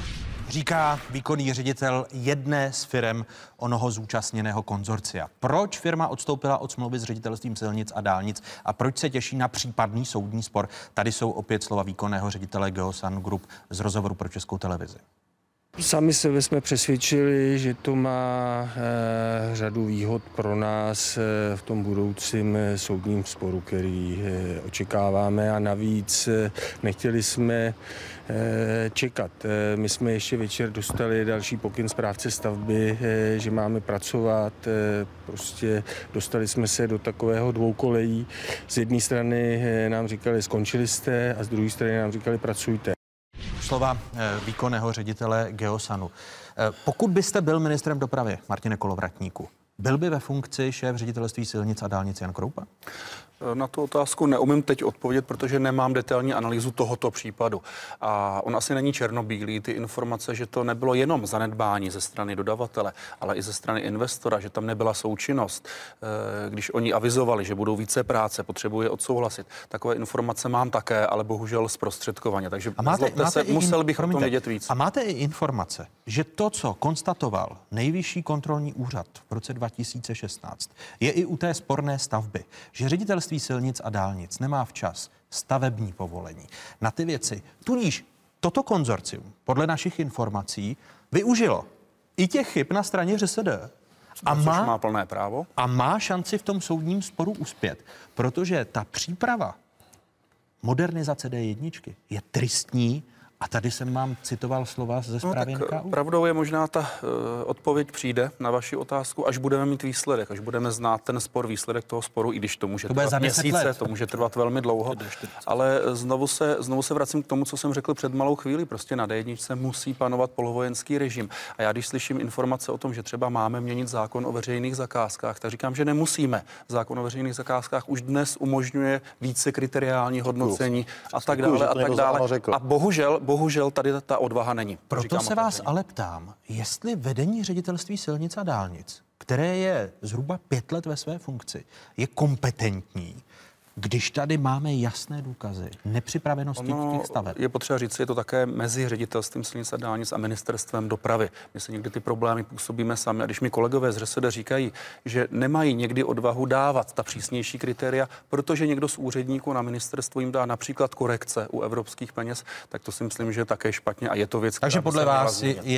Říká výkonný ředitel jedné z firem onoho zúčastněného konzorcia. Proč firma odstoupila od smlouvy s Ředitelstvím silnic a dálnic a proč se těší na případný soudní spor? Tady jsou opět slova výkonného ředitele Geosan Group z rozhovoru pro Českou televizi. Sami sebe jsme přesvědčili, že to má řadu výhod pro nás v tom budoucím soudním sporu, který očekáváme a navíc nechtěli jsme čekat. My jsme ještě večer dostali další pokyn správce stavby, že máme pracovat. Prostě dostali jsme se do takového dvoukolejí. Z jedné strany nám říkali, skončili jste a z druhé strany nám říkali, pracujte. Slova výkonného ředitele Geosanu. Pokud byste byl ministrem dopravy, Martine Kolovratníku, byl by ve funkci šéf Ředitelství silnic a dálnic Jan Kroupa? Na tu otázku neumím teď odpovědět, protože nemám detailní analýzu tohoto případu. A on asi není černobílý. Ty informace, že to nebylo jenom zanedbání ze strany dodavatele, ale i ze strany investora, že tam nebyla součinnost. Když oni avizovali, že budou více práce, potřebuje odsouhlasit. Takové informace mám také, ale bohužel zprostředkovaně. Takže musel bych o tom vědět víc. A máte i informace, že to, co konstatoval Nejvyšší kontrolní úřad v roce 2016, je i u té sporné stavby, že Ředitelství silnic a dálnic nemá včas stavební povolení na ty věci. Tudíž toto konzorcium podle našich informací využilo i těch chyb na straně ŘSD a má plné právo. A má šanci v tom soudním sporu uspět, protože ta příprava modernizace D1 je tristní. A tady jsem vám citoval slova ze zprávy NKÚ. Pravdou je možná ta odpověď přijde na vaši otázku, až budeme mít výsledek, až budeme znát ten spor, výsledek toho sporu, i když to může trvat měsíce, to může trvat velmi dlouho. Ale znovu se vracím k tomu, co jsem řekl před malou chvíli. Prostě na D1 musí panovat polovojenský režim. A já když slyším informace o tom, že třeba máme měnit zákon o veřejných zakázkách, tak říkám, že nemusíme. Zákon o veřejných zakázkách už dnes umožňuje více kriteriální hodnocení a tak dále a tak dále. A bohužel tady ta odvaha není. Proto se vás ale ptám, jestli vedení Ředitelství silnic a dálnic, které je zhruba 5 let ve své funkci, je kompetentní, když tady máme jasné důkazy nepřipravenosti těch staveb. Je potřeba říct, je to také mezi Ředitelstvím silnic a dálnic a Ministerstvem dopravy. My si někdy ty problémy působíme sami. A když mi kolegové z ŘSD říkají, že nemají někdy odvahu dávat ta přísnější kritéria, protože někdo z úředníků na ministerstvu jim dá například korekce u evropských peněz, tak to si myslím, že je také špatně a je to věc, takže podle vás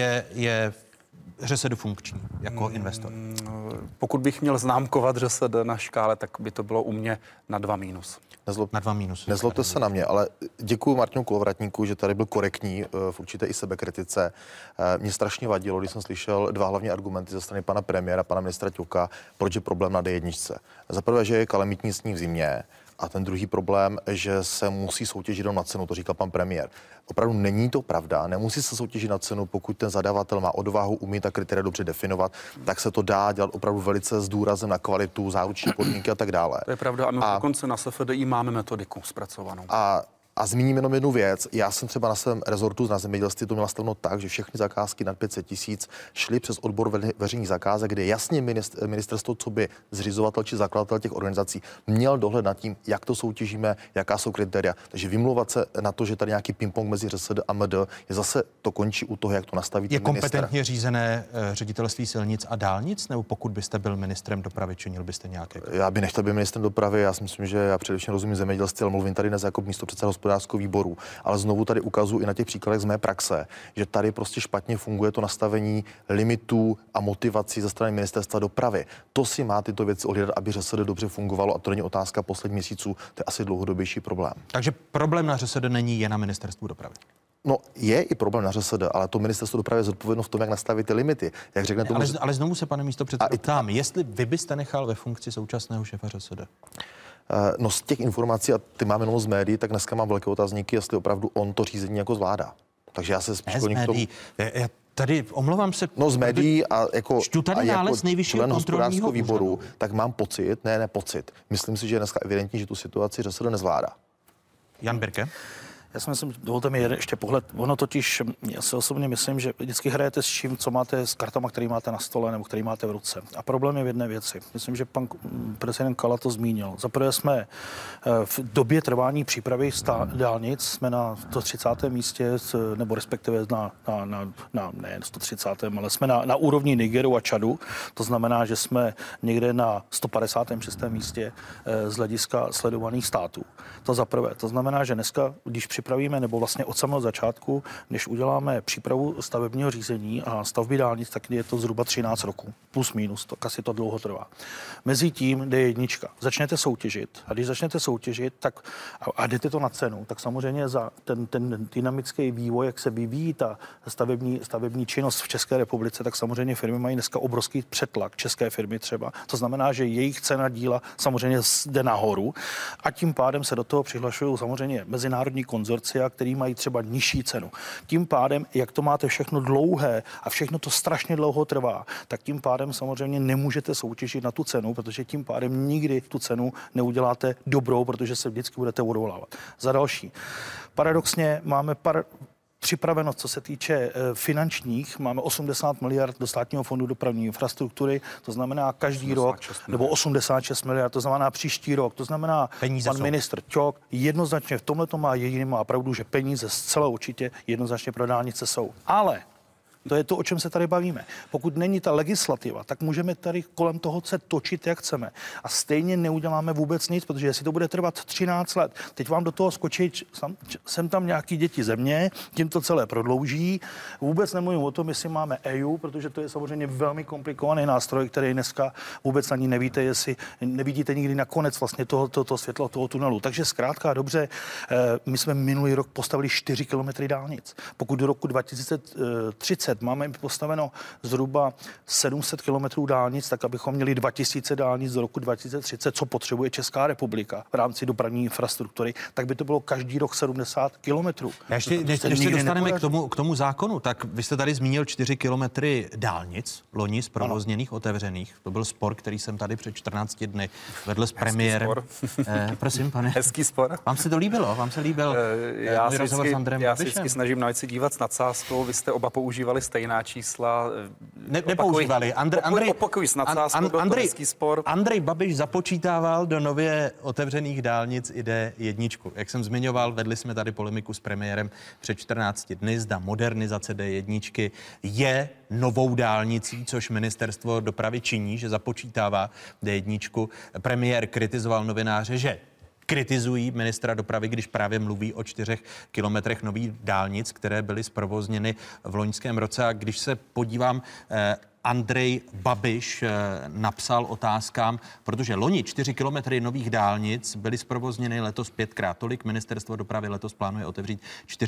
je ředSED funkční jako investor? Pokud bych měl známkovat ŘSD na škále, tak by to bylo u mě na 2-. Na 2-. Nezlobte se na mě, ale děkuji Martinu Kolovratníku, že tady byl korektní v určité i sebekritice. Mě strašně vadilo, když jsem slyšel 2 hlavní argumenty ze strany pana premiéra, pana ministra Ťoka, proč je problém na D1. Za prvé, že je kalamitní sníh v zimě, a ten druhý problém, že se musí soutěžit jenom na cenu, to říkal pan premiér. Opravdu není to pravda, nemusí se soutěžit na cenu, pokud ten zadavatel má odvahu, umí ta kritéria dobře definovat, tak se to dá dělat opravdu velice s důrazem na kvalitu, záruční podmínky a tak dále. To je pravda a my dokonce na SFDI máme metodiku zpracovanou. A zmíním jenom jednu věc. Já jsem třeba na svém rezortu na zemědělství to měl nastaveno tak, že všechny zakázky nad 500 000 šly přes odbor veřejných zakázek, kde jasně ministerstvo, co by zřizovatel či zakladatel těch organizací, měl dohled nad tím, jak to soutěžíme, jaká jsou kritéria. Takže vymlouvat se na to, že tady nějaký ping-pong mezi ŘSD a MD, je zase to končí u toho, jak to nastaví ten ministr. Je kompetentně řízené Ředitelství silnic a dálnic, nebo pokud byste byl ministrem dopravy, činil byste nějaké? Já bych nechtěl být ministrem dopravy, já si myslím, že já především rozumím zemědělství, ale mluvím tady dnes jako místopředseda hospodářského výboru, ale znovu tady ukazuju i na těch příkladech z mé praxe, že tady prostě špatně funguje to nastavení limitů a motivací ze strany ministerstva dopravy. To si má tyto věci ohlídat, aby ŘSD dobře fungovalo a to není otázka posledních měsíců, to je asi dlouhodobější problém. Takže problém na ŘSD není jen na ministerstvu dopravy. No, je i problém na ŘSD, ale to ministerstvo dopravy je zodpovědno v tom, jak nastavit ty limity. Jak řekne tomu, ale znovu se, pane místopředsedo, ptám, jestli vy byste nechal ve funkci současného šéfa ŘSD? No z těch informací, a ty máme jenom z médií, tak dneska mám velké otazníky, jestli opravdu on to řízení jako zvládá. Takže já se spíš kloním k tomu. Tady omlouvám se. No z médií a jako člen hospodářského výboru, tak mám pocit, ne pocit. Myslím si, že je dneska evidentní, že tu situaci ŘSD nezvládá. Jan Birke? Já si myslím, dovolte mi ještě pohled. Ono totiž, já si osobně myslím, že vždycky hrajete s čím, co máte, s kartama, který máte na stole nebo který máte v ruce. A problém je v jedné věci. Myslím, že pan prezident Kala to zmínil. Zaprvé jsme v době trvání přípravy dálnic jsme na 130. místě, nebo respektive ne 130. ale jsme na úrovni Nigeru a Čadu. To znamená, že jsme někde na 156. místě z hlediska sledovaných států. To zaprvé. To znamená, že dneska, když připravíme, nebo vlastně od samého začátku, než uděláme přípravu stavebního řízení a stavby dálnic, tak je to zhruba 13 roků. Plus minus, to asi to dlouho trvá. Mezitím D1. Začnete soutěžit. A když začnete soutěžit, tak a jdete to na cenu, tak samozřejmě za ten dynamický vývoj, jak se vyvíjí ta stavební činnost v České republice, tak samozřejmě firmy mají dneska obrovský přetlak, české firmy třeba. To znamená, že jejich cena díla samozřejmě jde nahoru a tím pádem se do toho přihlašují samozřejmě mezinárodní konzorcia, který mají třeba nižší cenu. Tím pádem, jak to máte všechno dlouhé a všechno to strašně dlouho trvá, tak tím pádem samozřejmě nemůžete soutěžit na tu cenu, protože tím pádem nikdy tu cenu neuděláte dobrou, protože se vždycky budete odvolávat. Za další. Paradoxně máme připraveno, co se týče finančních, máme 80 miliard do Státního fondu dopravní infrastruktury, to znamená každý rok, nebo 86 miliard, to znamená příští rok, to znamená pan ministr Ťok jednoznačně v tomhle to má pravdu, že peníze zcela určitě jednoznačně pro dálnice jsou. Ale To je to, o čem se tady bavíme. Pokud není ta legislativa, tak můžeme tady kolem toho se točit, jak chceme. A stejně neuděláme vůbec nic, protože jestli to bude trvat 13 let, teď vám do toho skočí, sem tam nějaký děti země, tím to celé prodlouží. Vůbec nemluvím o tom, jestli máme EU, protože to je samozřejmě velmi komplikovaný nástroj, který dneska vůbec ani nevíte, jestli nevidíte nikdy na konec vlastně toho světla, toho tunelu. Takže zkrátka dobře, my jsme minulý rok postavili 4 kilometry dálnic. Pokud do roku 2030 máme postaveno zhruba 700 kilometrů dálnic, tak abychom měli 2000 dálnic do roku 2030, co potřebuje Česká republika v rámci dopravní infrastruktury, tak by to bylo každý rok 70 kilometrů. Ještě než se dostaneme k tomu zákonu, tak vy jste tady zmínil 4 kilometry dálnic, loni zprovozněných, otevřených. To byl spor, který jsem tady před 14 dny vedl s premiérem. Prosím, pane. Hezký spor. Vám se to líbilo? Vám se líbil já můj rozhovor s Andrejem já se Babišem? vždycky snažím na věci dívat s nadsázkou. Vy jste oba používali stejná čísla. Nepoužívali. Opakuji s nadsázkou, byl to hezký spor. Andrej Babiš započítával do nově otevřených dálnic i D1. Jak jsem zmiňoval, vedli jsme tady polemiku s premiérem před 14 dny, zda modernizace D1 je novou dálnicí, což ministerstvo dopravy činí, že započítává D1. Premiér kritizoval novináře, že kritizují ministra dopravy, když právě mluví o 4 kilometrech nových dálnic, které byly zprovozněny v loňském roce. A když se podívám, Andrej Babiš napsal otázkám, protože loni 4 kilometry nových dálnic byly zprovozněny letos 5krát tolik. Ministerstvo dopravy letos plánuje otevřít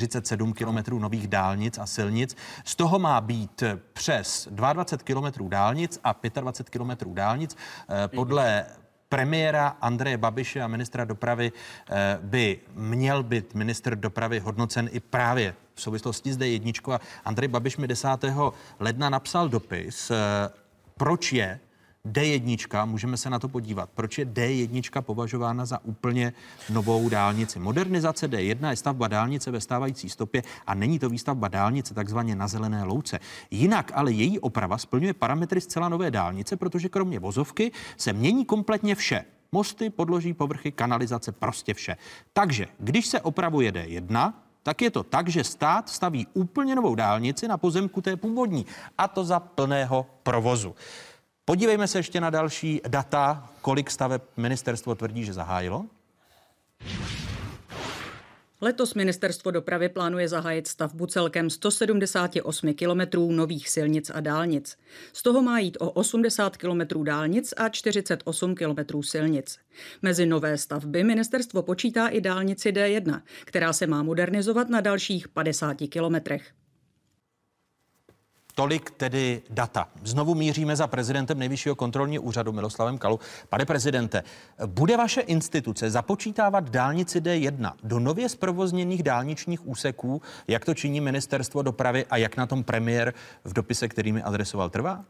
47 kilometrů nových dálnic a silnic. Z toho má být přes 22 kilometrů dálnic a 25 kilometrů dálnic. Podle premiéra Andreje Babiše a ministra dopravy by měl být ministr dopravy hodnocen i právě v souvislosti s D1. A Andrej Babiš mi 10. ledna napsal dopis, proč je D1, můžeme se na to podívat, proč je D1 považována za úplně novou dálnici. Modernizace D1 je stavba dálnice ve stávající stopě a není to výstavba dálnice takzvaně na zelené louce. Jinak ale její oprava splňuje parametry zcela nové dálnice, protože kromě vozovky se mění kompletně vše. Mosty, podloží, povrchy, kanalizace, prostě vše. Takže když se opravuje D1, tak je to tak, že stát staví úplně novou dálnici na pozemku té původní, a to za plného provozu. Podívejme se ještě na další data, kolik staveb ministerstvo tvrdí, že zahájilo. Letos ministerstvo dopravy plánuje zahájit stavbu celkem 178 kilometrů nových silnic a dálnic. Z toho má jít o 80 kilometrů dálnic a 48 kilometrů silnic. Mezi nové stavby ministerstvo počítá i dálnici D1, která se má modernizovat na dalších 50 kilometrech. Tolik tedy data. Znovu míříme za prezidentem Nejvyššího kontrolního úřadu Miloslavem Kalou. Pane prezidente, bude vaše instituce započítávat dálnici D1 do nově zprovozněných dálničních úseků, jak to činí ministerstvo dopravy a jak na tom premiér v dopise, který mi adresoval, trvá?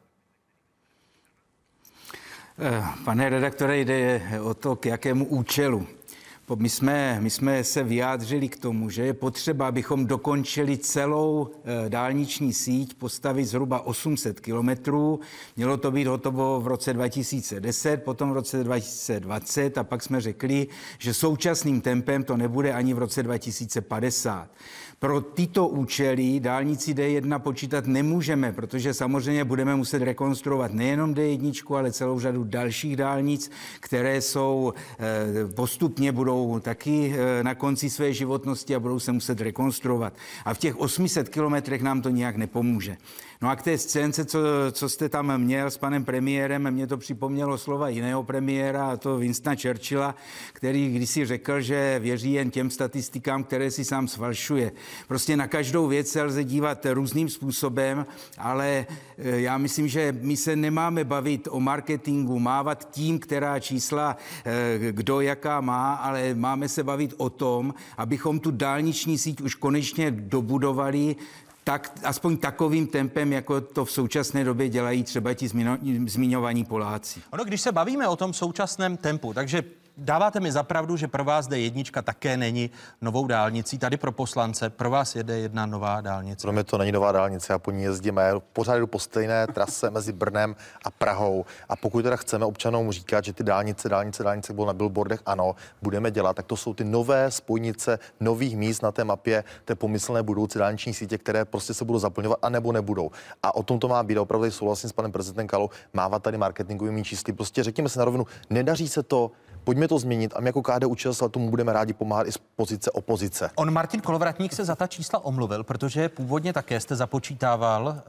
Pane redaktore, jde o to, k jakému účelu. My jsme se vyjádřili k tomu, že je potřeba, abychom dokončili celou dálniční síť, postavit zhruba 800 kilometrů. Mělo to být hotovo v roce 2010, potom v roce 2020 a pak jsme řekli, že současným tempem to nebude ani v roce 2050. Pro tyto účely dálnici D1 počítat nemůžeme, protože samozřejmě budeme muset rekonstruovat nejenom D1, ale celou řadu dalších dálnic, které jsou postupně budou taky na konci své životnosti a budou se muset rekonstruovat. A v těch 800 kilometrech nám to nijak nepomůže. No a k té scénce, co jste tam měl s panem premiérem, mě to připomnělo slova jiného premiéra, a to Winstona Churchilla, který kdysi řekl, že věří jen těm statistikám, které si sám sfalšuje. Prostě na každou věc se lze dívat různým způsobem, ale já myslím, že my se nemáme bavit o marketingu, mávat tím, která čísla kdo jaká má, ale máme se bavit o tom, abychom tu dálniční síť už konečně dobudovali tak aspoň takovým tempem, jako to v současné době dělají třeba ti zmiňovaní Poláci. Ono, když se bavíme o tom současném tempu, takže dáváte mi za pravdu, že pro vás D1 také není novou dálnicí. Tady pro poslance, pro vás je D1 nová dálnice. Pro mě to není nová dálnice, já po ní jezdím, já pořád jdu po stejné trase mezi Brnem a Prahou. A pokud teda chceme občanům říkat, že ty dálnice budou na billboardech, ano, budeme dělat, tak to jsou ty nové spojnice nových míst na té mapě té pomyslné budoucí dálniční sítě, které prostě se budou zaplňovat a nebo nebudou. A o tom to má být. Opravdu souhlasím s panem prezidentem Kalou, mávat tady marketingovými čísly. Prostě řekněme si na rovinu, nedaří se to, pojďme to změnit a my jako KDU-ČSL tomu budeme rádi pomáhat i z pozice opozice. On Martin Kolovratník se za ta čísla omluvil, protože původně také jste započítával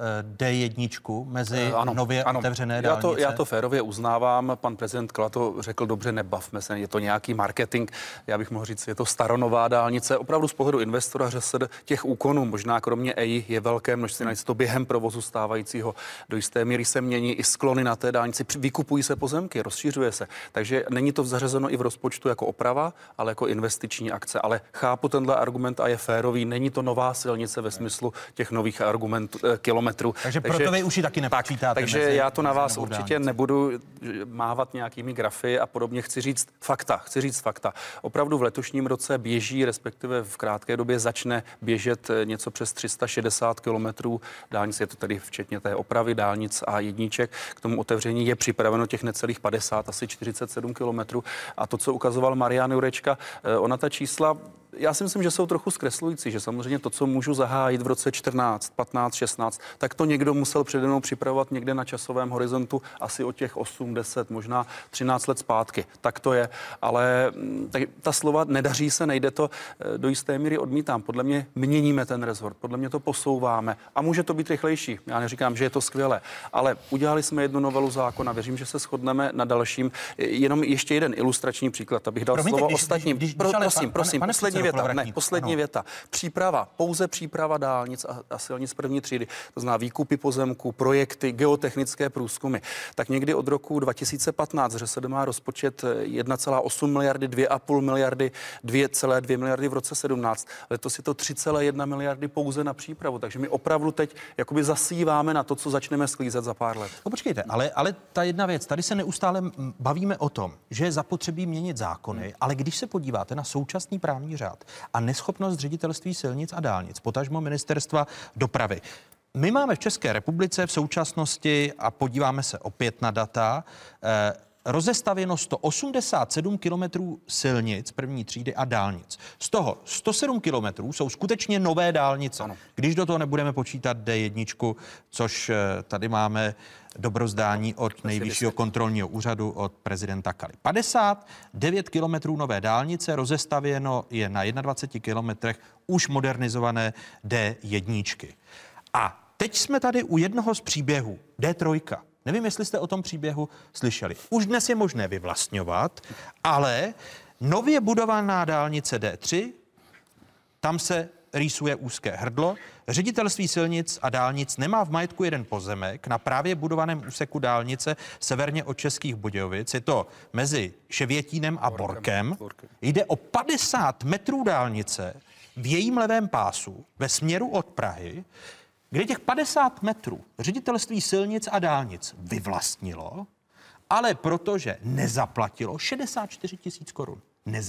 D1 mezi nově otevřené dálnice. Já to férově uznávám. Pan prezident Kala to řekl dobře, nebavme se, je to nějaký marketing. Já bych mohl říct, je to staronová dálnice. Opravdu z pohledu investora ŘSD těch úkonů, možná kromě EI, je velké množství. Na to během provozu stávajícího do jisté míry se mění i sklony na té dálnici, vykupují se pozemky, rozšiřuje se. Takže není to zařazeno i v rozpočtu jako oprava, ale jako investiční akce. Ale chápu tenhle argument a je férový. Není to nová silnice ve smyslu těch nových kilometrů. Takže proto vy už ji taky nepočítáte. Takže já to na vás určitě nebudu mávat nějakými grafy a podobně. Chci říct fakta. Opravdu v letošním roce běží, respektive v krátké době začne běžet něco přes 360 kilometrů dálnic. Je to tedy včetně té opravy dálnic a jedniček. K tomu otevření je připraveno těch necelých 50, asi 47 kilometrů. A to, co ukazoval Marian Jurečka, ona ta čísla, já si myslím, že jsou trochu zkreslující, že samozřejmě to, co můžu zahájit v roce 14, 15, 16, tak to někdo musel přede mnou připravovat někde na časovém horizontu asi o těch 8, 10, možná 13 let zpátky. Tak to je, ale tak ta slova nedaří se, nejde to, do jisté míry odmítám. Podle mě měníme ten rezort, podle mě to posouváme a může to být rychlejší. Já neříkám, že je to skvělé, ale udělali jsme jednu novelu zákona, věřím, že se shodneme na dalším. Jenom ještě jeden ilustrační příklad, abych dal slovo ostatním. Prosím, poslední věta. Pouze příprava dálnic a silnic první třídy, to znamená výkupy pozemků, projekty, geotechnické průzkumy. Tak někdy od roku 2015 ŘSD má rozpočet 1,8 miliardy, 2,5 miliardy, 2,2 miliardy v roce 17. Letos je to 3,1 miliardy pouze na přípravu, takže my opravdu teď jakoby zasíváme na to, co začneme sklízet za pár let. No počkejte, ale ta jedna věc, tady se neustále bavíme o tom, že je zapotřebí měnit zákony, ale když se podíváte na současný právní řád a neschopnost Ředitelství silnic a dálnic, potažmo Ministerstva dopravy. My máme v České republice v současnosti, a podíváme se opět na data, rozestavěno 187 kilometrů silnic první třídy a dálnic. Z toho 107 kilometrů jsou skutečně nové dálnice. Ano. Když do toho nebudeme počítat D1, což tady máme dobrozdání od Nejvyššího kontrolního úřadu od prezidenta Kaly. 59 kilometrů nové dálnice, rozestavěno je na 21 kilometrech už modernizované D1. A teď jsme tady u jednoho z příběhů, D3. Nevím, jestli jste o tom příběhu slyšeli. Už dnes je možné vyvlastňovat, ale nově budovaná dálnice D3, tam se rýsuje úzké hrdlo. Ředitelství silnic a dálnic nemá v majetku jeden pozemek na právě budovaném úseku dálnice severně od Českých Budějovic. Je to mezi Ševětínem a Borkem. Jde o 50 metrů dálnice v jejím levém pásu ve směru od Prahy, kde těch 50 metrů Ředitelství silnic a dálnic vyvlastnilo, ale protože nezaplatilo 64 000 korun,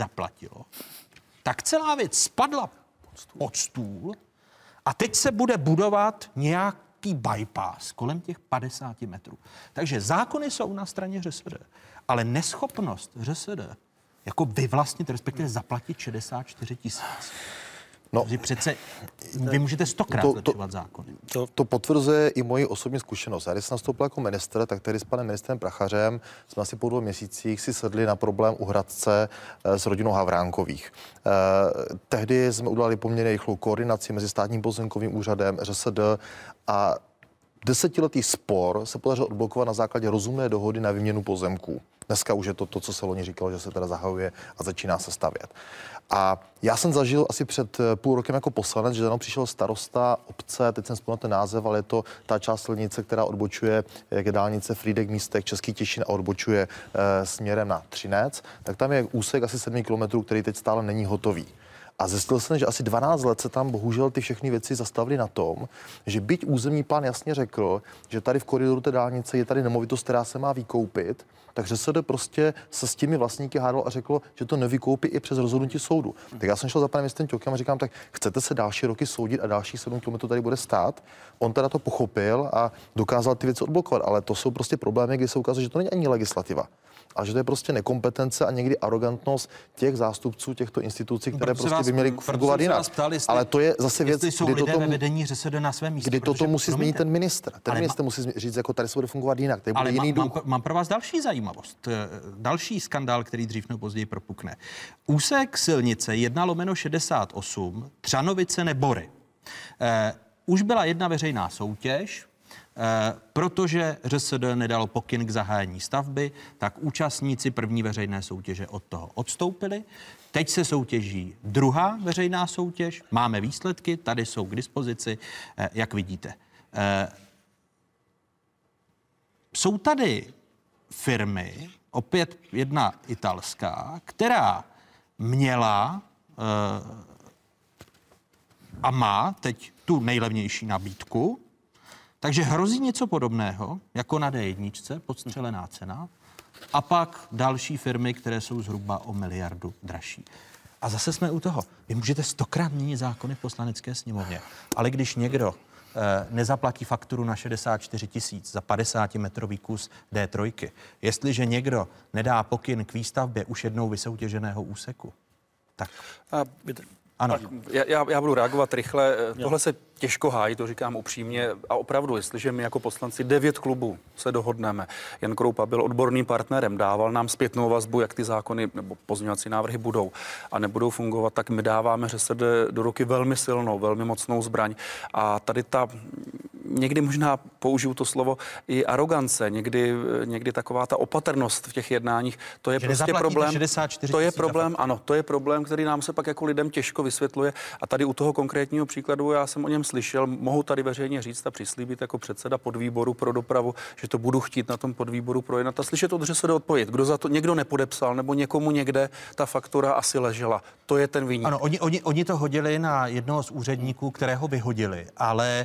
tak celá věc spadla pod stůl a teď se bude budovat nějaký bypass kolem těch 50 metrů. Takže zákony jsou na straně ŘSD, ale neschopnost ŘSD jako vyvlastnit, respektive zaplatit 64 000. No, přece vy můžete 100krát zlepšovat zákony. To potvrzuje i moji osobní zkušenost. Já když jsem nastoupil jako ministr, tak tady s panem ministrem Prachařem jsme asi po 2 měsících si sedli na problém u Hradce s rodinou Havránkových. Tehdy jsme udělali poměrně rychlou koordinaci mezi státním pozemkovým úřadem, ŘSD a 10letý spor se podařilo odblokovat na základě rozumné dohody na výměnu pozemků. Dneska už je to, co se loni říkalo, že se teda zahajuje a začíná se stavět. A já jsem zažil asi před půl rokem jako poslanec, že za mnou přišel starosta obce, teď jsem vzpomněl ten název, ale je to ta část silnice, která odbočuje, jak je dálnice Frýdek Místek, Český Těšín a odbočuje směrem na Třinec, tak tam je úsek asi 7 kilometrů, který teď stále není hotový. A zjistil jsem, že asi 12 let se tam bohužel ty všechny věci zastavily na tom, že byť územní plán jasně řekl, že tady v koridoru té dálnice je tady nemovitost, která se má vykoupit, takže se prostě se s těmi vlastníky hádal a řeklo, že to nevykoupí i přes rozhodnutí soudu. Tak já jsem šel za panem ministrem Ťokem a říkám, tak chcete se další roky soudit a dalších 7 kilometrů tady bude stát? On teda to pochopil a dokázal ty věci odblokovat, ale to jsou prostě problémy, kdy se ukazuje, že to není ani legislativa, a že to je prostě nekompetence a někdy arrogantnost těch zástupců těchto institucí, které prostě by měly fungovat jinak. Ale to je zase věc, kdy toto ve vedení ŘSD na svém místě. Kdy toto musí změnit ten ministr. Ten ministr musí říct, jako tady se bude fungovat jinak. Tady bude jiný duch. Mám pro vás další zajímavost. Další skandál, který dřív nebo později propukne. Úsek silnice 1/68 Třanovice-Nebory. Už byla jedna veřejná soutěž. Protože ŘSD nedalo pokyn k zahájení stavby, tak účastníci první veřejné soutěže od toho odstoupili. Teď se soutěží druhá veřejná soutěž, máme výsledky, tady jsou k dispozici, jak vidíte. Jsou tady firmy, opět jedna italská, která měla a má teď tu nejlevnější nabídku. Takže hrozí něco podobného, jako na D1, podstřelená cena, a pak další firmy, které jsou zhruba o miliardu dražší. A zase jsme u toho. Vy můžete 100krát měnit zákony v Poslanecké sněmovně, ale když někdo nezaplatí fakturu na 64 000 za 50-metrový kus D3, jestliže někdo nedá pokyn k výstavbě už jednou vysoutěženého úseku, tak... Ano. Já budu reagovat rychle. Tohle se těžko hájí, to říkám upřímně. A opravdu, jestliže my jako poslanci 9 klubů se dohodneme, Jan Kroupa byl odborným partnerem, dával nám zpětnou vazbu, jak ty zákony nebo pozměňovací návrhy budou a nebudou fungovat, tak my dáváme ŘSD do ruky velmi silnou, velmi mocnou zbraň. A tady ta, někdy možná použiju to slovo, i arogance, někdy taková ta opatrnost v těch jednáních, to je prostě problém. To je problém, ano, to je problém, který nám se pak jako lidem těžko vysvětluje. A tady u toho konkrétního příkladu, já jsem o něm slyšel, mohu tady veřejně říct a přislíbit jako předseda podvýboru pro dopravu, že to budu chtít na tom podvýboru projednat a slyšet od ŘSD odpověď. Kdo za to někdo nepodepsal nebo někomu někde ta faktura asi ležela. To je ten viník. Ano, oni to hodili na jednoho z úředníků, kterého vyhodili, ale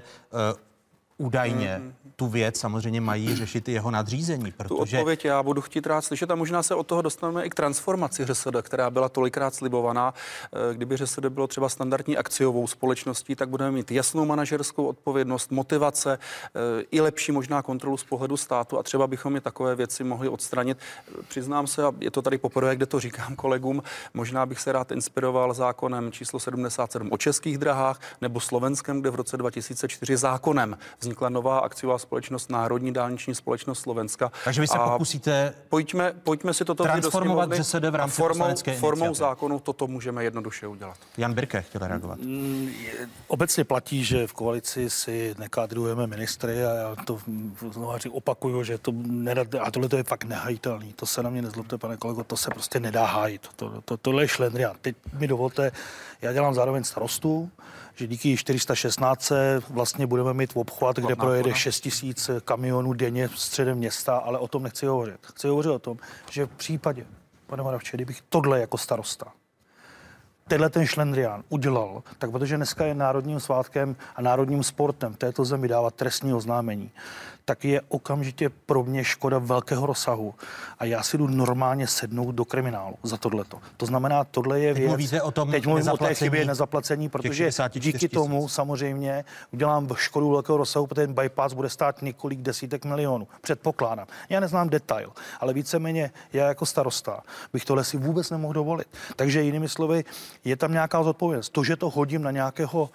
údajně tu věc samozřejmě mají řešit i jeho nadřízení, protože... Tu odpověď já budu chtít rád slyšet a možná se od toho dostaneme i k transformaci ŘSD, která byla tolikrát slibovaná. Kdyby ŘSD bylo třeba standardní akciovou společností, tak budeme mít jasnou manažerskou odpovědnost, motivace, i lepší možná kontrolu z pohledu státu a třeba bychom i takové věci mohli odstranit. Přiznám se, a je to tady poprvé, kde to říkám kolegům, možná bych se rád inspiroval zákonem číslo 77 o Českých drahách nebo slovenském, kde v roce 2004 zákonem vznikla nová akciová společnost Národní dálniční společnost Slovenska. Takže vy se pokusíte pojďme si toto transformovat ŘSD v rámci poslanecké formou zákonu toto můžeme jednoduše udělat. Jan Birke chtěl reagovat. Obecně platí, že v koalici si nekádrujeme ministry a já to znovu opakuju, že to a tohle to je fakt nehajitelný. To se na mě nezlobte, pane kolego, to se prostě nedá hájit. Tohle je šlendrián. Teď mi dovolte, já dělám zároveň starostu, že díky 416 vlastně budeme mít obchvat, kde projede 6 000 kamionů denně středem města, ale o tom nechci hovořit. Chci hovořit o tom, že v případě, pane Moravče, kdybych tohle jako starosta, tenhle ten šlendrián udělal, tak protože dneska je národním svátkem a národním sportem v této zemi dávat trestní oznámení, tak je okamžitě pro mě škoda velkého rozsahu. A já si jdu normálně sednout do kriminálu za tohleto. To znamená, tohle je věc. Teď mluvím o té chybě nezaplacení, protože díky tomu samozřejmě udělám škodu velkého rozsahu, protože ten bypass bude stát několik desítek milionů. Předpokládám. Já neznám detail, ale víceméně já jako starosta bych tohle si vůbec nemohl dovolit. Takže jinými slovy, je tam nějaká zodpovědnost. To, že to hodím na nějakého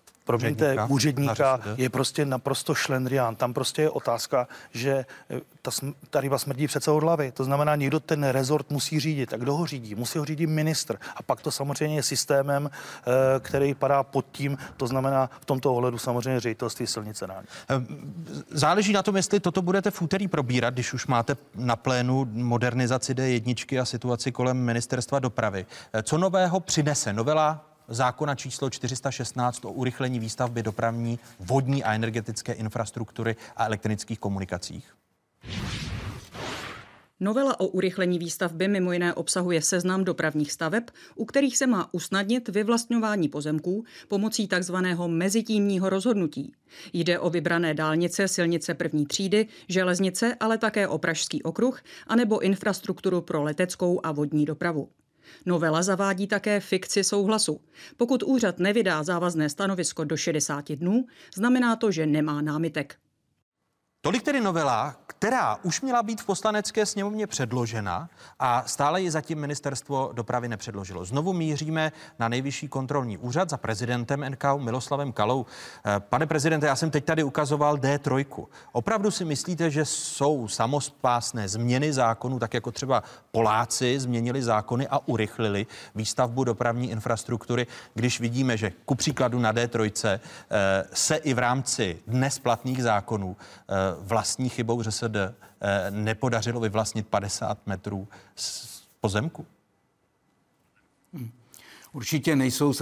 úředníka je prostě naprosto šlendrián. Tam prostě je otázka, že ta ryba smrdí přece od hlavy. To znamená, někdo ten rezort musí řídit. A kdo ho řídí? Musí ho řídit ministr. A pak to samozřejmě je systémem, který padá pod tím, to znamená v tomto ohledu samozřejmě Ředitelství silnice dálnic. Záleží na tom, jestli toto budete v úterý probírat, když už máte na plénu modernizaci D1 a situaci kolem ministerstva dopravy. Co nového přinese novela zákona číslo 416 o urychlení výstavby dopravní, vodní a energetické infrastruktury a elektronických komunikacích? Novela o urychlení výstavby mimo jiné obsahuje seznam dopravních staveb, u kterých se má usnadnit vyvlastňování pozemků pomocí takzvaného mezitímního rozhodnutí. Jde o vybrané dálnice, silnice první třídy, železnice, ale také o Pražský okruh anebo infrastrukturu pro leteckou a vodní dopravu. Novela zavádí také fikci souhlasu. Pokud úřad nevydá závazné stanovisko do 60 dnů, znamená to, že nemá námitek. Tolik tedy novela, která už měla být v Poslanecké sněmovně předložena a stále ji zatím Ministerstvo dopravy nepředložilo. Znovu míříme na Nejvyšší kontrolní úřad za prezidentem NKÚ Miloslavem Kalou. Pane prezidente, já jsem teď tady ukazoval D3. Opravdu si myslíte, že jsou samospásné změny zákonů, tak jako třeba Poláci změnili zákony a urychlili výstavbu dopravní infrastruktury, když vidíme, že ku příkladu na D3 se i v rámci dnes platných zákonů vlastní chybou ŘSD nepodařilo vyvlastnit 50 metrů z pozemku? Určitě nejsou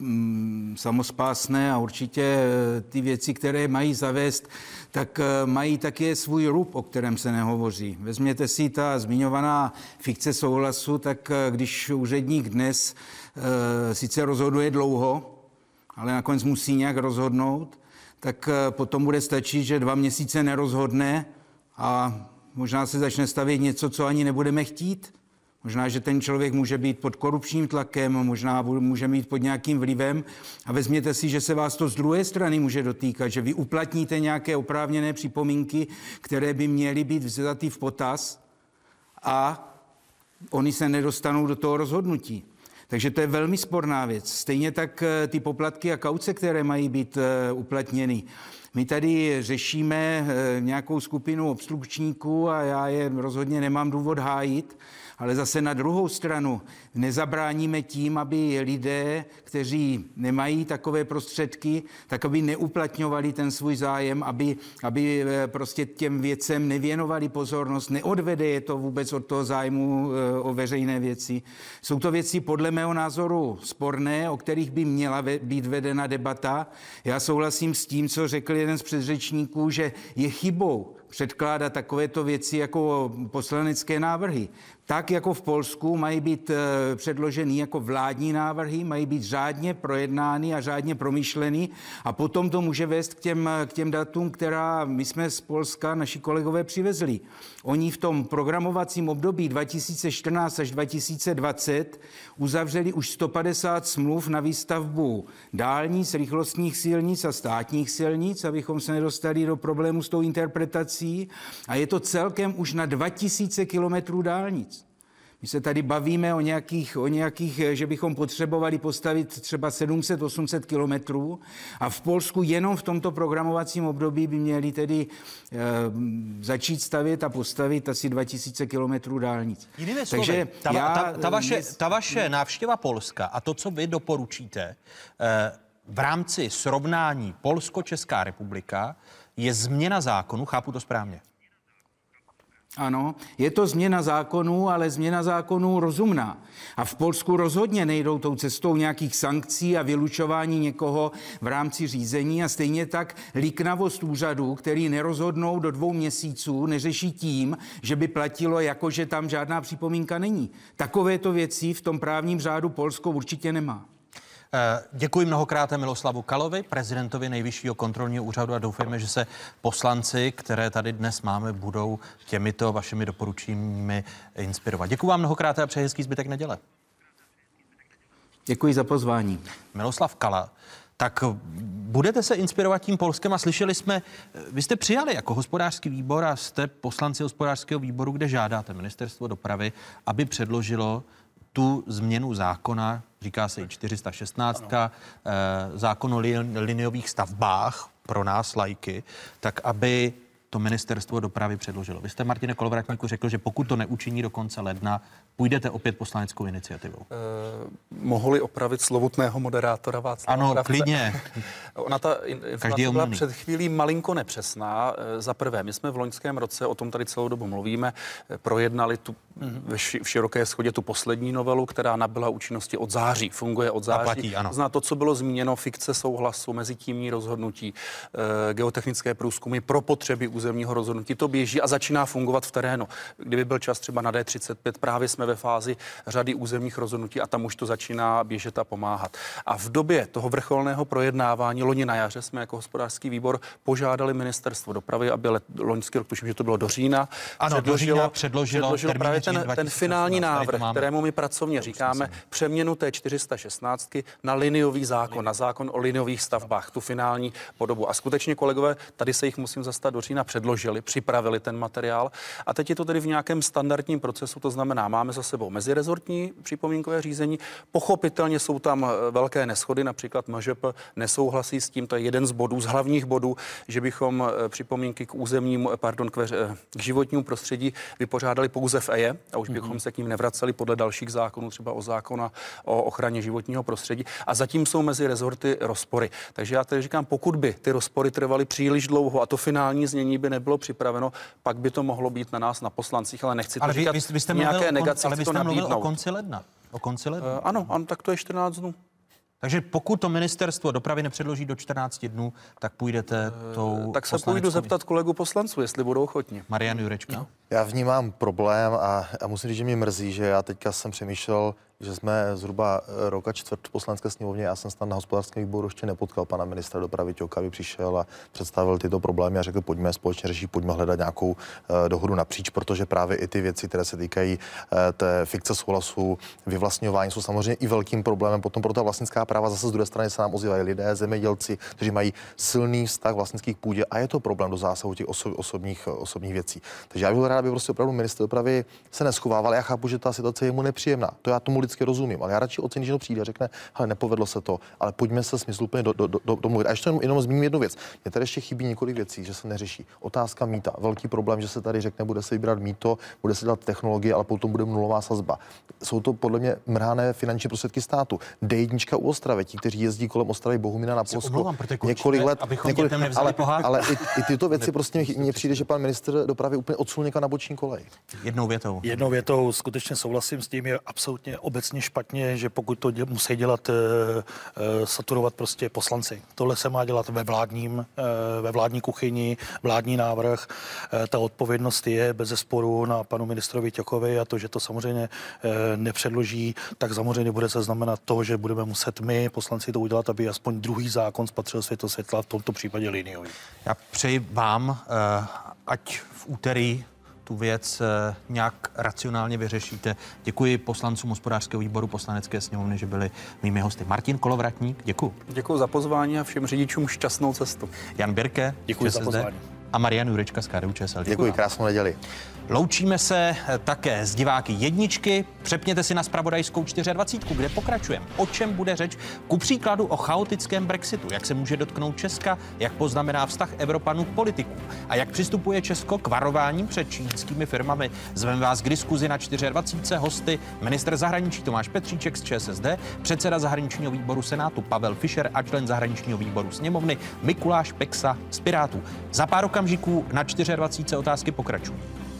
samospásné a určitě ty věci, které mají zavést, tak mají také svůj rub, o kterém se nehovoří. Vezměte si ta zmiňovaná fikce souhlasu, tak když úředník dnes sice rozhoduje dlouho, ale nakonec musí nějak rozhodnout, tak potom bude stačit, že 2 měsíce nerozhodne a možná se začne stavět něco, co ani nebudeme chtít. Možná, že ten člověk může být pod korupčním tlakem, možná může mít pod nějakým vlivem a vezměte si, že se vás to z druhé strany může dotýkat, že vy uplatníte nějaké oprávněné připomínky, které by měly být vzaty v potaz a oni se nedostanou do toho rozhodnutí. Takže to je velmi sporná věc. Stejně tak ty poplatky a kauce, které mají být uplatněny. My tady řešíme nějakou skupinu obstrukčníků a já je rozhodně nemám důvod hájit, ale zase na druhou stranu nezabráníme tím, aby lidé, kteří nemají takové prostředky, tak aby neuplatňovali ten svůj zájem, aby prostě těm věcem nevěnovali pozornost, neodvede je to vůbec od toho zájmu o veřejné věci. Jsou to věci podle mého názoru sporné, o kterých by měla být vedena debata. Já souhlasím s tím, co řekl jeden z předřečníků, že je chybou předkládat takovéto věci jako poslanecké návrhy. Tak jako v Polsku mají být předloženy jako vládní návrhy, mají být řádně projednány a řádně promyšleny a potom to může vést k těm datům, která my jsme z Polska, naši kolegové, přivezli. Oni v tom programovacím období 2014 až 2020 uzavřeli už 150 smluv na výstavbu dálnic, rychlostních silnic a státních silnic, abychom se nedostali do problému s tou interpretací. A je to celkem už na 2000 kilometrů dálnic. My se tady bavíme o nějakých, že bychom potřebovali postavit třeba 700-800 kilometrů a v Polsku jenom v tomto programovacím období by měli tedy začít stavět a postavit asi 2000 kilometrů dálnic. Jinými slovy, ta vaše návštěva Polska a to, co vy doporučíte v rámci srovnání Polsko-Česká republika, je změna zákonu, chápu to správně? Ano, je to změna zákonů, ale změna zákonů rozumná. A v Polsku rozhodně nejdou tou cestou nějakých sankcí a vylučování někoho v rámci řízení a stejně tak liknavost úřadů, který nerozhodnou do 2 měsíců, neřeší tím, že by platilo jako, že tam žádná připomínka není. Takovéto věci v tom právním řádu Polsko určitě nemá. Děkuji mnohokrát Miloslavu Kalovi, prezidentovi Nejvyššího kontrolního úřadu a doufejme, že se poslanci, které tady dnes máme, budou těmito vašimi doporučeními inspirovat. Děkuji vám mnohokrát a přeji hezký zbytek neděle. Děkuji za pozvání. Miloslav Kala. Tak budete se inspirovat tím Polskem a slyšeli jsme, vy jste přijali jako hospodářský výbor a jste poslanci hospodářského výboru, kde žádáte Ministerstvo dopravy, aby předložilo tu změnu zákona, říká se i 416, zákon o liniových stavbách pro nás laiky, tak aby to Ministerstvo dopravy předložilo. Vy jste, Martine Kolovratníku, řekl, že pokud to neučiní do konce ledna, půjdete opět poslaneckou iniciativou. Mohli opravit slovutného moderátora Václava Ano, Moravce. klidně. Ona ta informace byla před chvílí malinko nepřesná. Za prvé, my jsme v loňském roce, o tom tady celou dobu mluvíme, projednali v široké shodě tu poslední novelu, která nabyla účinnosti od září, funguje od září. Platí, ano. Zná to, co bylo zmíněno, fikce souhlasu, mezitímní rozhodnutí, geotechnické průzkumy pro potřeby územního rozhodnutí. To běží a začíná fungovat v terénu. Kdyby byl čas třeba na D35, právě jsme ve fázi řady územních rozhodnutí a tam už to začíná běžet a pomáhat. A v době toho vrcholného projednávání loni na jaře jsme jako hospodářský výbor požádali ministerstvo dopravy, aby loňský rok, tuším, že to bylo do října, předložilo právě ten finální návrh, kterému my pracovně říkáme přeměnu té 416 na liniový zákon, na zákon o liniových stavbách, tu finální podobu. A skutečně, kolegové, tady se jich musím zastat, do října předložili, připravili ten materiál a teď je to tedy v nějakém standardním procesu, to znamená, máme za sebou mezirezortní připomínkové řízení, pochopitelně jsou tam velké neshody, například MŽP nesouhlasí s tím, to je jeden z bodů, z hlavních bodů, že bychom připomínky k k životnímu prostředí vypořádali pouze v EIA a už bychom se k ním nevraceli podle dalších zákonů, třeba o zákona o ochraně životního prostředí. A zatím jsou mezi rezorty rozpory. Takže já tedy říkám, pokud by ty rozpory trvaly příliš dlouho a to finální znění by nebylo připraveno, pak by to mohlo být na nás, na poslancích, ale nechci to říkat nějaké negace, ale vy jste mluvil o konci ledna. Ano, tak to je 14 dnů. Takže pokud to ministerstvo dopravy nepředloží do 14 dnů, tak půjdete tou tak se půjdu zeptat kolegu poslanců, jestli budou ochotni. Marian Jurečka. No. Já vnímám problém a musím říct, že mě mrzí, že já teďka jsem přemýšlel, že jsme zhruba rok a čtvrt v poslanecké sněmovně, já jsem snad na hospodářském výboru ještě nepotkal pana ministra dopravy Ťoka, aby přišel a představil tyto problémy a řekl, pojďme společně řešit, pojďme hledat nějakou dohodu napříč, protože právě i ty věci, které se týkají té fikce souhlasu, vyvlastňování, jsou samozřejmě i velkým problémem. Potom pro ta vlastnická práva zase z druhé strany se nám ozývají lidé, zemědělci, kteří mají silný vztah vlastnických k půdě a je to problém do zásahu těch osobních věcí. Takže já bych rád, aby prostě opravdu ministr dopravy se neschovával. Já chápu, že ta situace je mu nepříjemná. To já tomu lidsky rozumím, ale já radši ocením, že to přijde a řekne, hele, nepovedlo se to, ale pojďme se smysluplně domluvit. A ještě jenom zmíním jednu věc. Mně tady ještě chybí několik věcí, že se neřeší. Otázka mýta. Velký problém, že se tady řekne, bude se vybírat mýto, bude se dělat technologie, ale potom bude nulová sazba. Jsou to podle mě mrhané finanční prostředky státu. D1 u Ostravy, ti, kteří jezdí kolem Ostravy Bohumína na Polsko několik let, ale i tyto věci prostě mně přijde, že pan ministr dopravy úplně odsunul někam na boční kolej. Jednou větou skutečně souhlasím s tím, je absolutně obecně špatně, že pokud to musí dělat, saturovat prostě poslanci. Tohle se má dělat ve vládní kuchyni, vládní návrh. Ta odpovědnost je bezesporu na panu ministrovi Ťokovi a to, že to samozřejmě nepředloží, tak samozřejmě bude se znamenat to, že budeme muset my, poslanci, to udělat, aby aspoň druhý zákon spatřil světla, v tomto případě liniový. Já přeji vám, ať v úterý tu věc nějak racionálně vyřešíte. Děkuji poslancům hospodářského výboru Poslanecké sněmovny, že byli mými hosty. Martin Kolovratník, děkuji. Děkuji za pozvání a všem řidičům šťastnou cestu. Jan Birke, děkuji za pozvání. A Marian Jurečka z KDU-ČSL. Děkuji, krásnou neděli. Loučíme se také s diváky jedničky. Přepněte si na zpravodajskou 24, kde pokračujeme. O čem bude řeč? Ku příkladu o chaotickém Brexitu. Jak se může dotknout Česka, jak poznamená vztah Evropanů k politikům a jak přistupuje Česko k varováním před čínskými firmami. Zveme vás k diskuzi na 24. Hosty ministr zahraničí Tomáš Petříček z ČSSD, předseda zahraničního výboru Senátu Pavel Fischer a člen zahraničního výboru sněmovny Mikuláš Peksa z Pirátů. Za pár okamžiků na 24. otázky pokračují.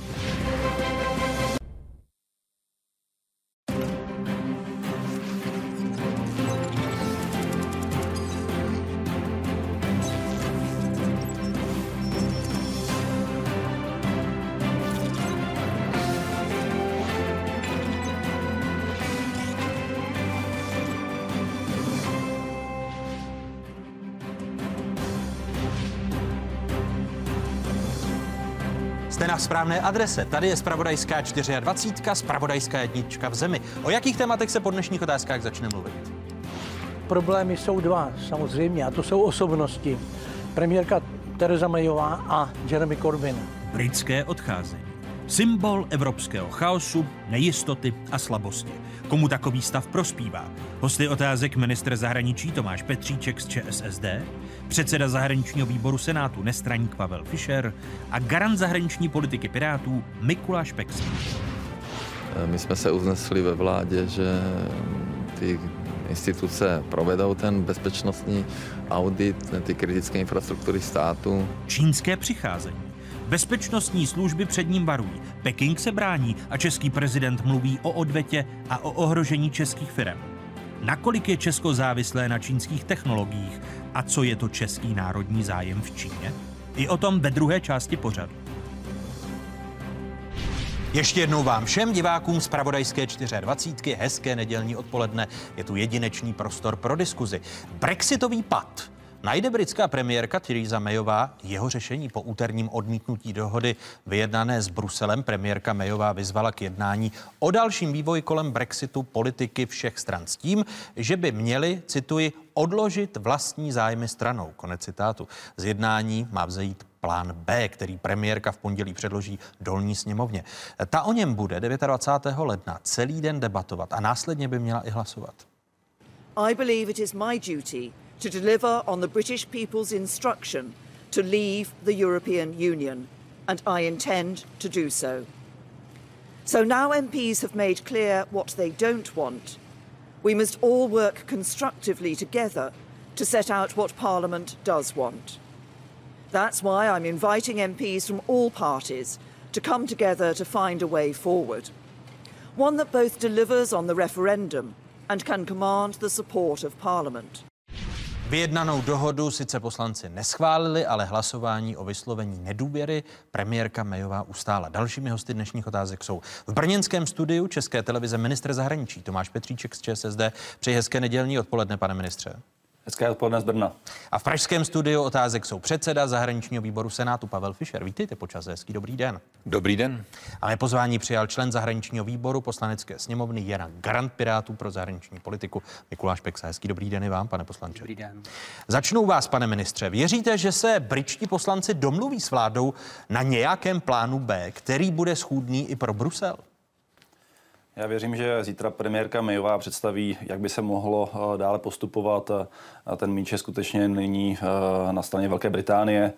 Jste na správné adrese. Tady je zpravodajská 24, zpravodajská jednička v zemi. O jakých tématech se po dnešních otázkách začne mluvit? Problémy jsou dva, samozřejmě, a to jsou osobnosti. Premiérka Theresa Mayová a Jeremy Corbyn. Britské odcházení. Symbol evropského chaosu, nejistoty a slabosti. Komu takový stav prospívá? Hosty otázek ministr zahraničí Tomáš Petříček z ČSSD, předseda zahraničního výboru Senátu nestraník Pavel Fischer a garant zahraniční politiky Pirátů Mikuláš Peksa. My jsme se uznesli ve vládě, že ty instituce provedou ten bezpečnostní audit, ty kritické infrastruktury státu. Čínské přicházení. Bezpečnostní služby před ním varují. Peking se brání a český prezident mluví o odvetě a o ohrožení českých firem. Nakolik je Česko závislé na čínských technologiích a co je to český národní zájem v Číně? I o tom ve druhé části pořadu. Ještě jednou vám všem divákům z Zpravodajské 24 hezké nedělní odpoledne. Je tu jedinečný prostor pro diskuzi. Brexitový pad. Najde britská premiérka Theresa Mayová jeho řešení po úterním odmítnutí dohody vyjednané s Bruselem? Premiérka Mayová vyzvala k jednání o dalším vývoji kolem Brexitu politiky všech stran s tím, že by měli, cituji, odložit vlastní zájmy stranou. Konec citátu. Z jednání má vzejít plán B, který premiérka v pondělí předloží dolní sněmovně. Ta o něm bude 29. ledna celý den debatovat a následně by měla i hlasovat. I believe it is my duty to deliver on the British people's instruction to leave the European Union, and I intend to do so. So now MPs have made clear what they don't want. We must all work constructively together to set out what Parliament does want. That's why I'm inviting MPs from all parties to come together to find a way forward. One that both delivers on the referendum and can command the support of Parliament. Vyjednanou dohodu sice poslanci neschválili, ale hlasování o vyslovení nedůvěry premiérka Mayová ustála. Dalšími hosty dnešních otázek jsou v brněnském studiu České televize ministr zahraničí Tomáš Petříček z ČSSD. Přeji hezké nedělní odpoledne, pane ministře. Hezké odpoledne z Brna. A v pražském studiu otázek jsou předseda zahraničního výboru Senátu Pavel Fischer. Vítejte po čase, hezký dobrý den. Dobrý den. A mé pozvání přijal člen zahraničního výboru Poslanecké sněmovny Jana Garant Pirátů pro zahraniční politiku Mikuláš Peksa. Hezký dobrý den i vám, pane poslanče. Dobrý den. Začnu vás, pane ministře. Věříte, že se britští poslanci domluví s vládou na nějakém plánu B, který bude schůdný i pro Brusel? Já věřím, že zítra premiérka Mayová představí, jak by se mohlo dále postupovat. Ten míč je skutečně nyní na straně Velké Británie.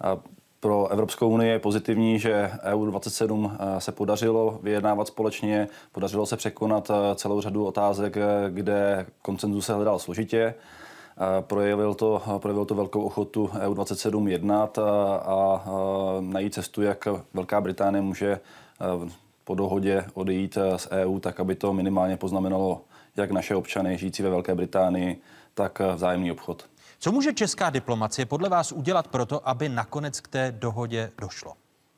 Pro Evropskou unii je pozitivní, že EU27 se podařilo vyjednávat společně, podařilo se překonat celou řadu otázek, kde konsenzus se hledal složitě. Projevil to velkou ochotu EU27 jednat a najít cestu, jak Velká Británie může po dohodě odejít z EU, tak aby to minimálně poznamenalo jak naše občany žijící ve Velké Británii, tak vzájemný obchod. Co může česká diplomacie podle vás udělat pro to, aby nakonec k té dohodě došlo?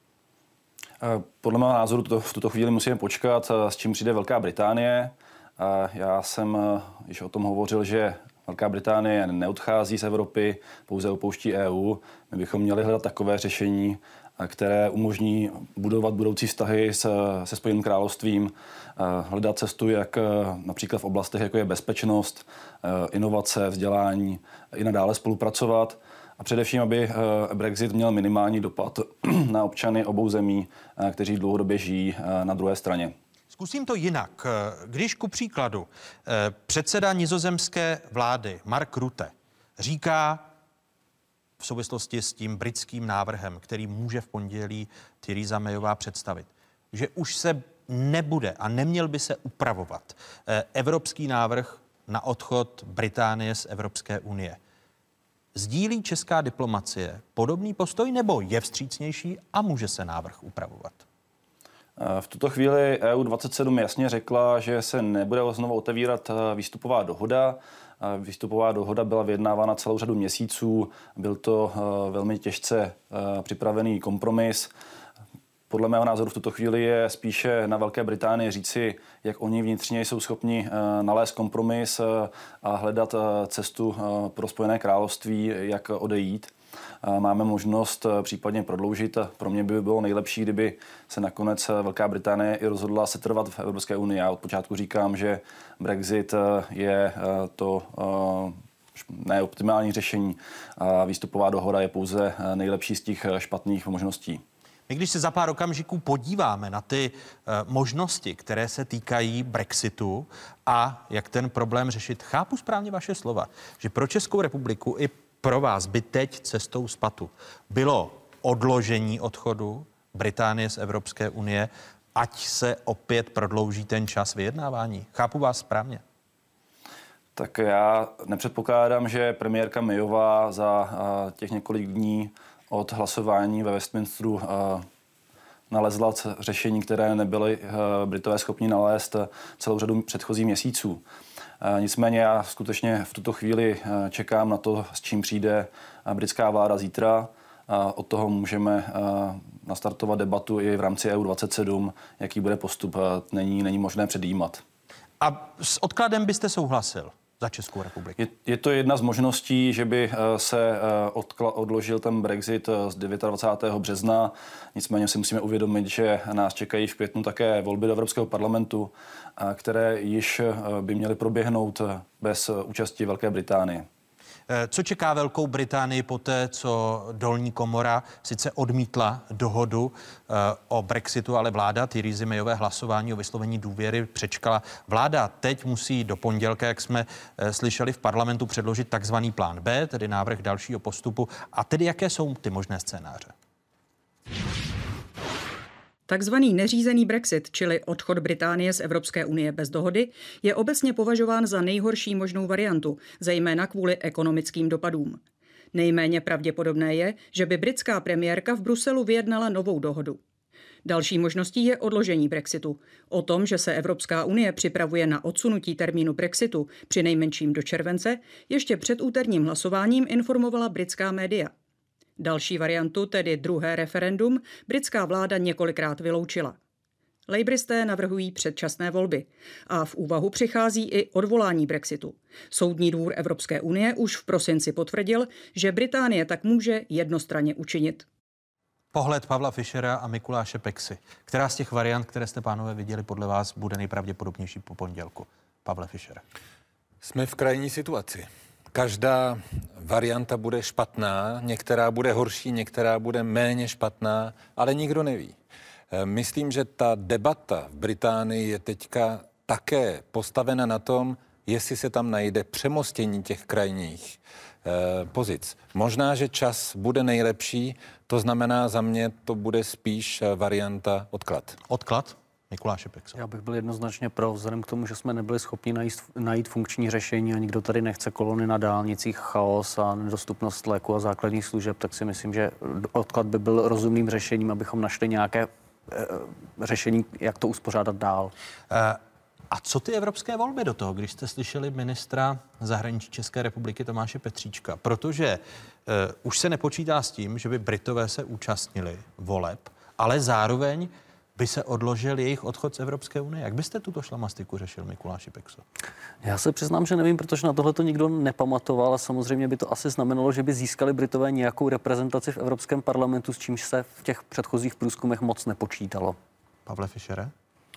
Podle mého názoru v tuto chvíli musíme počkat, s čím přijde Velká Británie. Já jsem již o tom hovořil, že Velká Británie neodchází z Evropy, pouze opouští EU. My bychom měli hledat takové řešení, které umožní budovat budoucí vztahy se Spojeným královstvím, hledat cestu, jak například v oblastech, jako je bezpečnost, inovace, vzdělání, i nadále spolupracovat. A především, aby Brexit měl minimální dopad na občany obou zemí, kteří dlouhodobě žijí na druhé straně. Zkusím to jinak. Když ku příkladu předseda nizozemské vlády Mark Rutte říká v souvislosti s tím britským návrhem, který může v pondělí Theresa Mayová představit, že už se nebude a neměl by se upravovat evropský návrh na odchod Británie z Evropské unie. Sdílí česká diplomacie podobný postoj nebo je vstřícnější a může se návrh upravovat? V tuto chvíli EU27 jasně řekla, že se nebude znovu otevírat výstupová dohoda. Výstupová dohoda byla vyjednávána celou řadu měsíců. Byl to velmi těžce připravený kompromis. Podle mého názoru v tuto chvíli je spíše na Velké Británii říci, jak oni vnitřně jsou schopni nalézt kompromis a hledat cestu pro Spojené království, jak odejít. Máme možnost případně prodloužit. Pro mě by bylo nejlepší, kdyby se nakonec Velká Británie i rozhodla setrvat v Evropské unii. Já od počátku říkám, že Brexit je to neoptimální řešení a výstupová dohoda je pouze nejlepší z těch špatných možností. My když se za pár okamžiků podíváme na ty možnosti, které se týkají Brexitu a jak ten problém řešit, chápu správně vaše slova, že pro Českou republiku i pro vás by teď cestou z patu bylo odložení odchodu Británie z Evropské unie, ať se opět prodlouží ten čas vyjednávání. Chápu vás správně? Tak já nepředpokládám, že premiérka Mayová za těch několik dní od hlasování ve Westminsteru nalezla řešení, které nebyly Britové schopni nalézt celou řadu předchozích měsíců. Nicméně já skutečně v tuto chvíli čekám na to, s čím přijde britská vláda zítra. od toho můžeme nastartovat debatu i v rámci EU27, jaký bude postup, není možné předjímat. A s odkladem byste souhlasil za Českou republiku? Je to jedna z možností, že by se odložil ten Brexit z 29. března. Nicméně si musíme uvědomit, že nás čekají v květnu také volby do Evropského parlamentu, které již by měly proběhnout bez účasti Velké Británie. Co čeká Velkou Británii poté, co dolní komora sice odmítla dohodu o Brexitu, ale vláda Theresa Mayové hlasování o vyslovení důvěry přečkala. Vláda teď musí do pondělka, jak jsme slyšeli v parlamentu, předložit takzvaný plán B, tedy návrh dalšího postupu. A tedy jaké jsou ty možné scénáře? Takzvaný neřízený Brexit, čili odchod Británie z Evropské unie bez dohody, je obecně považován za nejhorší možnou variantu, zejména kvůli ekonomickým dopadům. Nejméně pravděpodobné je, že by britská premiérka v Bruselu vyjednala novou dohodu. Další možností je odložení Brexitu. O tom, že se Evropská unie připravuje na odsunutí termínu Brexitu přinejmenším do července, ještě před úterním hlasováním informovala britská média. Další variantu, tedy druhé referendum, britská vláda několikrát vyloučila. Labouristé navrhují předčasné volby a v úvahu přichází i odvolání Brexitu. Soudní dvůr Evropské unie už v prosinci potvrdil, že Británie tak může jednostranně učinit. Pohled Pavla Fischera a Mikuláše Peksy. Která z těch variant, které jste, pánové, viděli, podle vás bude nejpravděpodobnější po pondělku? Pavle Fischer. Jsme v krajní situaci. Každá varianta bude špatná, některá bude horší, některá bude méně špatná, ale nikdo neví. Myslím, že ta debata v Británii je teďka také postavena na tom, jestli se tam najde přemostění těch krajních pozic. Možná, že čas bude nejlepší, to znamená za mě to bude spíš varianta odklad. Odklad? Mikuláše Peksa. Já bych byl jednoznačně pro, vzhledem k tomu, že jsme nebyli schopni najít funkční řešení a nikdo tady nechce kolony na dálnicích, chaos a nedostupnost léku a základních služeb, tak si myslím, že odklad by byl rozumným řešením, abychom našli nějaké řešení, jak to uspořádat dál. A co ty evropské volby do toho, když jste slyšeli ministra zahraničí České republiky Tomáše Petříčka? Protože už se nepočítá s tím, že by Britové se účastnili voleb, ale zároveň by se odložil jejich odchod z Evropské unie. Jak byste tuto šlamastiku řešil, Mikuláši Pekso? Já se přiznám, že nevím, protože na tohle to nikdo nepamatoval a samozřejmě by to asi znamenalo, že by získali Britové nějakou reprezentaci v Evropském parlamentu, s čímž se v těch předchozích průzkumech moc nepočítalo. Pavle Fischere?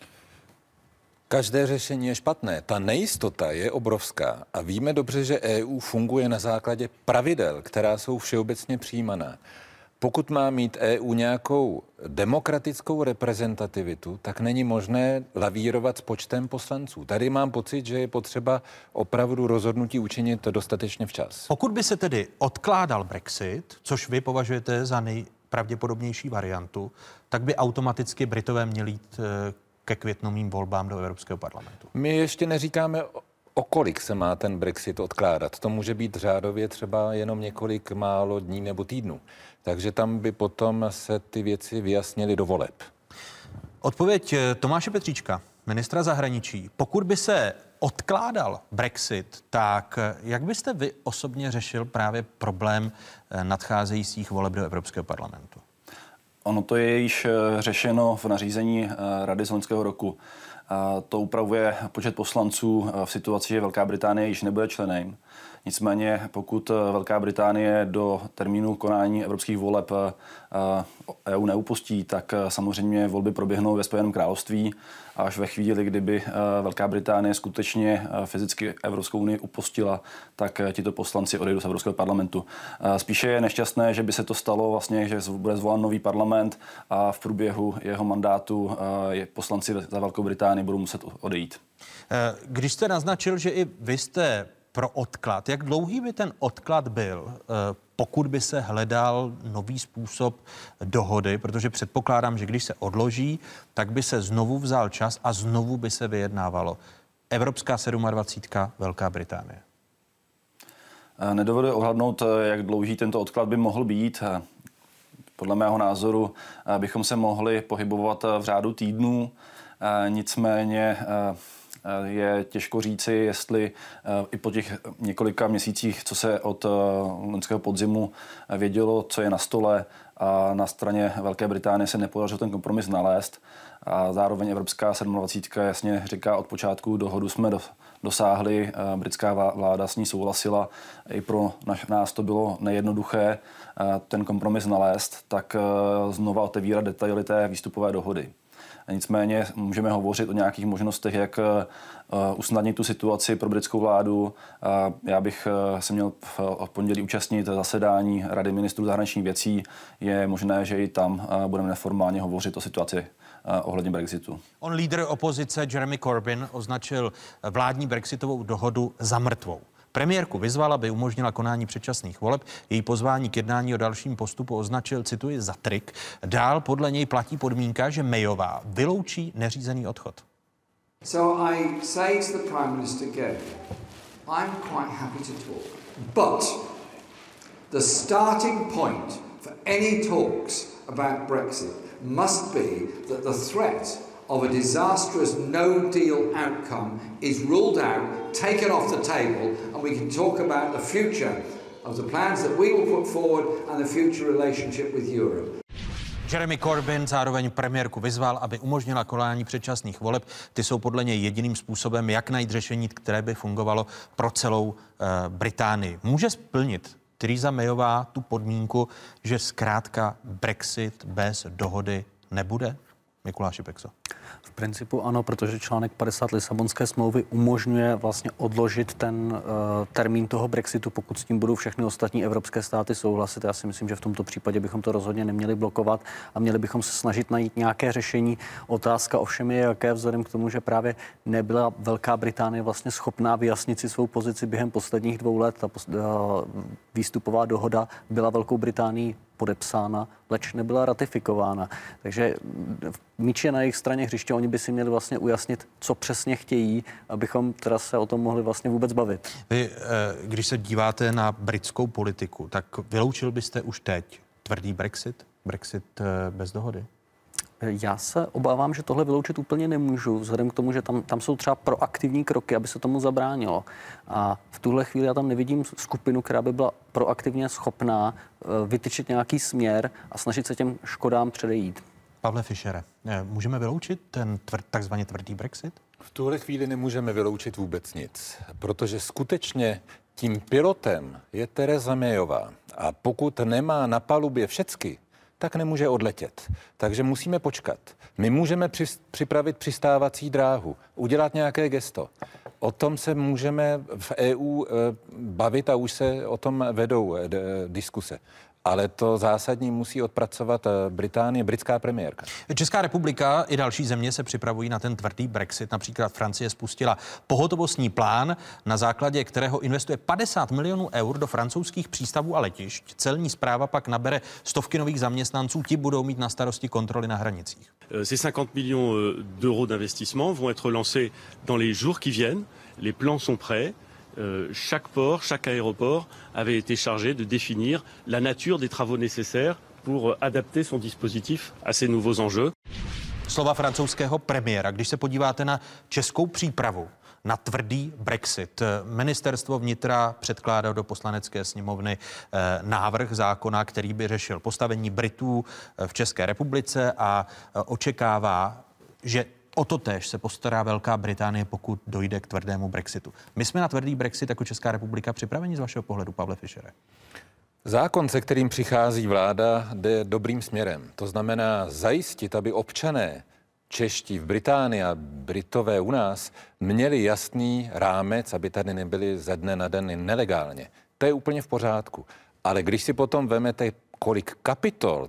Každé řešení je špatné. Ta nejistota je obrovská a víme dobře, že EU funguje na základě pravidel, která jsou všeobecně přijímaná. Pokud má mít EU nějakou demokratickou reprezentativitu, tak není možné lavírovat s počtem poslanců. Tady mám pocit, že je potřeba opravdu rozhodnutí učinit dostatečně včas. Pokud by se tedy odkládal Brexit, což vy považujete za nejpravděpodobnější variantu, tak by automaticky Britové měli jít ke květnovým volbám do Evropského parlamentu. My ještě neříkáme, o kolik se má ten Brexit odkládat. To může být řádově třeba jenom několik málo dní nebo týdnů. Takže tam by potom se ty věci vyjasnily do voleb. Odpověď Tomáše Petříčka, ministra zahraničí. Pokud by se odkládal Brexit, tak jak byste vy osobně řešil právě problém nadcházejících voleb do Evropského parlamentu? Ono to je již řešeno v nařízení Rady z loňského roku. To upravuje počet poslanců v situaci, že Velká Británie již nebude členem. Nicméně, pokud Velká Británie do termínu konání evropských voleb EU neupustí, tak samozřejmě volby proběhnou ve Spojeném království. A až ve chvíli, kdyby Velká Británie skutečně fyzicky Evropskou unii upustila, tak tito poslanci odejdou z Evropského parlamentu. Spíše je nešťastné, že by se to stalo vlastně, že bude zvolán nový parlament a v průběhu jeho mandátu poslanci za Velkou Británii budou muset odejít. Když jste naznačil, že i vy jste pro odklad, jak dlouhý by ten odklad byl, pokud by se hledal nový způsob dohody, protože předpokládám, že když se odloží, tak by se znovu vzal čas a znovu by se vyjednávalo. Evropská 27. Velká Británie. Nedovedu odhadnout, jak dlouhý tento odklad by mohl být. Podle mého názoru bychom se mohli pohybovat v řádu týdnů, nicméně Je těžko říci, jestli i po těch několika měsících, co se od loňského podzimu vědělo, co je na stole, a na straně Velké Británie se nepodařilo ten kompromis nalézt. A zároveň Evropská 27 jasně říká, od počátku dohodu jsme dosáhli, britská vláda s ní souhlasila. I pro nás to bylo nejednoduché ten kompromis nalézt, tak znova otevírat detaily té výstupové dohody. Nicméně můžeme hovořit o nějakých možnostech, jak usnadnit tu situaci pro britskou vládu. Já bych se měl v pondělí účastnit zasedání Rady ministrů zahraničních věcí. Je možné, že i tam budeme neformálně hovořit o situaci ohledně Brexitu. On lídr opozice Jeremy Corbyn označil vládní brexitovou dohodu za mrtvou. Premiérku vyzval, aby umožnila konání předčasných voleb. Její pozvání k jednání o dalším postupu označil, cituji, za trik. Dál podle něj platí podmínka, že Mayová vyloučí neřízený odchod. So I say to the Prime Minister again, I'm quite happy to talk, but the starting point for any talks about Brexit must be that the threat of a disastrous no-deal outcome is ruled out, taken off the table, and we can talk about the future of the plans that we will put forward and the future relationship with Europe. Jeremy Corbyn zároveň premiérku vyzval, aby umožnila konání předčasných voleb. Ty jsou podle něj jediným způsobem, jak najít řešení, které by fungovalo pro celou Británii. Může splnit Theresa Mayová tu podmínku, že zkrátka Brexit bez dohody nebude? Mikuláši Pekso. V principu ano, protože článek 50 Lisabonské smlouvy umožňuje vlastně odložit ten termín toho Brexitu, pokud s tím budou všechny ostatní evropské státy souhlasit. Já si myslím, že v tomto případě bychom to rozhodně neměli blokovat a měli bychom se snažit najít nějaké řešení. Otázka ovšem je, jaké vzhledem k tomu, že právě nebyla Velká Británie vlastně schopná vyjasnit si svou pozici během posledních 2 let. Ta výstupová dohoda byla Velkou Británií podepsána, leč nebyla ratifikována. Takže míč je na jejich straně hřiště, oni by si měli vlastně ujasnit, co přesně chtějí, abychom teda se o tom mohli vlastně vůbec bavit. Vy, když se díváte na britskou politiku, tak vyloučil byste už teď tvrdý Brexit? Brexit bez dohody? Já se obávám, že tohle vyloučit úplně nemůžu, vzhledem k tomu, že tam jsou třeba proaktivní kroky, aby se tomu zabránilo. A v tuhle chvíli já tam nevidím skupinu, která by byla proaktivně schopná vytyčit nějaký směr a snažit se těm škodám předejít. Pavle Fischere, můžeme vyloučit ten takzvaně tvrdý Brexit? V tuhle chvíli nemůžeme vyloučit vůbec nic, protože skutečně tím pilotem je Theresa Mayová. A pokud nemá na palubě všecky, tak nemůže odletět. Takže musíme počkat. My můžeme připravit přistávací dráhu, udělat nějaké gesto. O tom se můžeme v EU bavit a už se o tom vedou diskuse. Ale to zásadní musí odpracovat Británie, britská premiérka. Česká republika i další země se připravují na ten tvrdý Brexit. Například Francie spustila pohotovostní plán, na základě kterého investuje 50 milionů eur do francouzských přístavů a letišť. Celní správa pak nabere stovky nových zaměstnanců, ti budou mít na starosti kontroly na hranicích. Ces 50 millions d'euros d'investissement vont être lancés dans les jours qui viennent. Les plans sont prêts. Chaque port, chaque aéroport avait été chargé de définir la nature des travaux nécessaires pour adapter son dispositif à ces nouveaux enjeux. Slova francouzského premiéra. Když se podíváte na českou přípravu na tvrdý Brexit, ministerstvo vnitra předkládá do poslanecké sněmovny návrh zákona, který by řešil postavení Britů v České republice a očekává, že o to též se postará Velká Británie, pokud dojde k tvrdému Brexitu. My jsme na tvrdý Brexit jako Česká republika připraveni z vašeho pohledu, Pavle Fischere? Zákon, se kterým přichází vláda, jde dobrým směrem. To znamená zajistit, aby občané čeští v Británii a Britové u nás měli jasný rámec, aby tady nebyli ze dne na den nelegálně. To je úplně v pořádku. Ale když si potom vemete, kolik kapitol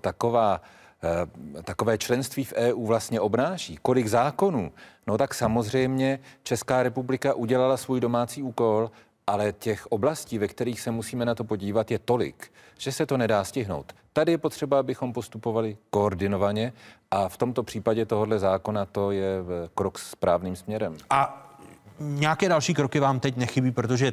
takové členství v EU vlastně obnáší, kolik zákonů, no tak samozřejmě Česká republika udělala svůj domácí úkol, ale těch oblastí, ve kterých se musíme na to podívat, je tolik, že se to nedá stihnout. Tady je potřeba, abychom postupovali koordinovaně a v tomto případě tohohle zákona to je krok správným směrem. A nějaké další kroky vám teď nechybí, protože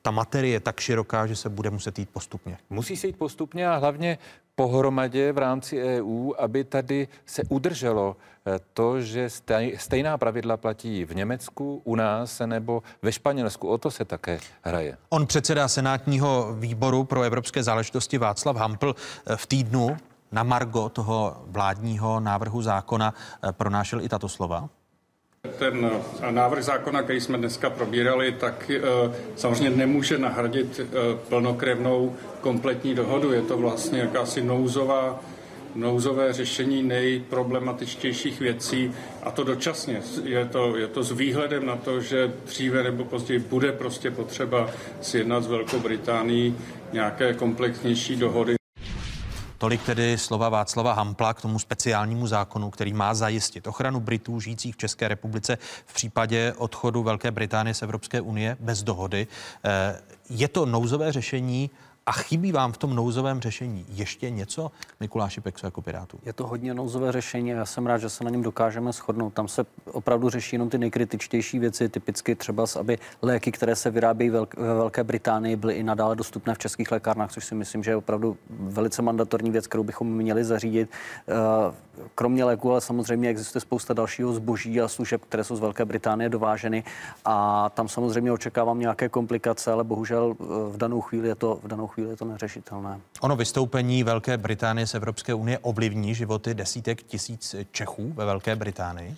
ta materie je tak široká, že se bude muset jít postupně. Musí se jít postupně a hlavně pohromadě v rámci EU, aby tady se udrželo to, že stejná pravidla platí v Německu, u nás nebo ve Španělsku. O to se také hraje. On předseda senátního výboru pro evropské záležitosti Václav Hampl v týdnu na margo toho vládního návrhu zákona pronášel i tato slova. Ten návrh zákona, který jsme dneska probírali, tak samozřejmě nemůže nahradit plnokrevnou kompletní dohodu. Je to vlastně jakási nouzové řešení nejproblematičtějších věcí, a to dočasně. Je to s výhledem na to, že dříve nebo později bude prostě potřeba sjednat s Velkou Británií nějaké komplexnější dohody. Tolik tedy slova Václava Hampla k tomu speciálnímu zákonu, který má zajistit ochranu Britů žijících v České republice v případě odchodu Velké Británie z Evropské unie bez dohody. Je to nouzové řešení a chybí vám v tom nouzovém řešení ještě něco, Mikuláši Pekso jako Pirátů? Je to hodně nouzové řešení a já jsem rád, že se na něm dokážeme shodnout. Tam se opravdu řeší jenom ty nejkritičtější věci, typicky třeba, aby léky, které se vyrábějí ve Velké Británii, byly i nadále dostupné v českých lékárnách, což si myslím, že je opravdu velice mandatorní věc, kterou bychom měli zařídit. Kromě léků, ale samozřejmě existuje spousta dalšího zboží a služeb, které jsou z Velké Británie dováženy, a tam samozřejmě očekávám nějaké komplikace, ale bohužel v danou chvíli je to neřešitelné. Ono vystoupení Velké Británie z Evropské unie ovlivní životy desítek tisíc Čechů ve Velké Británii?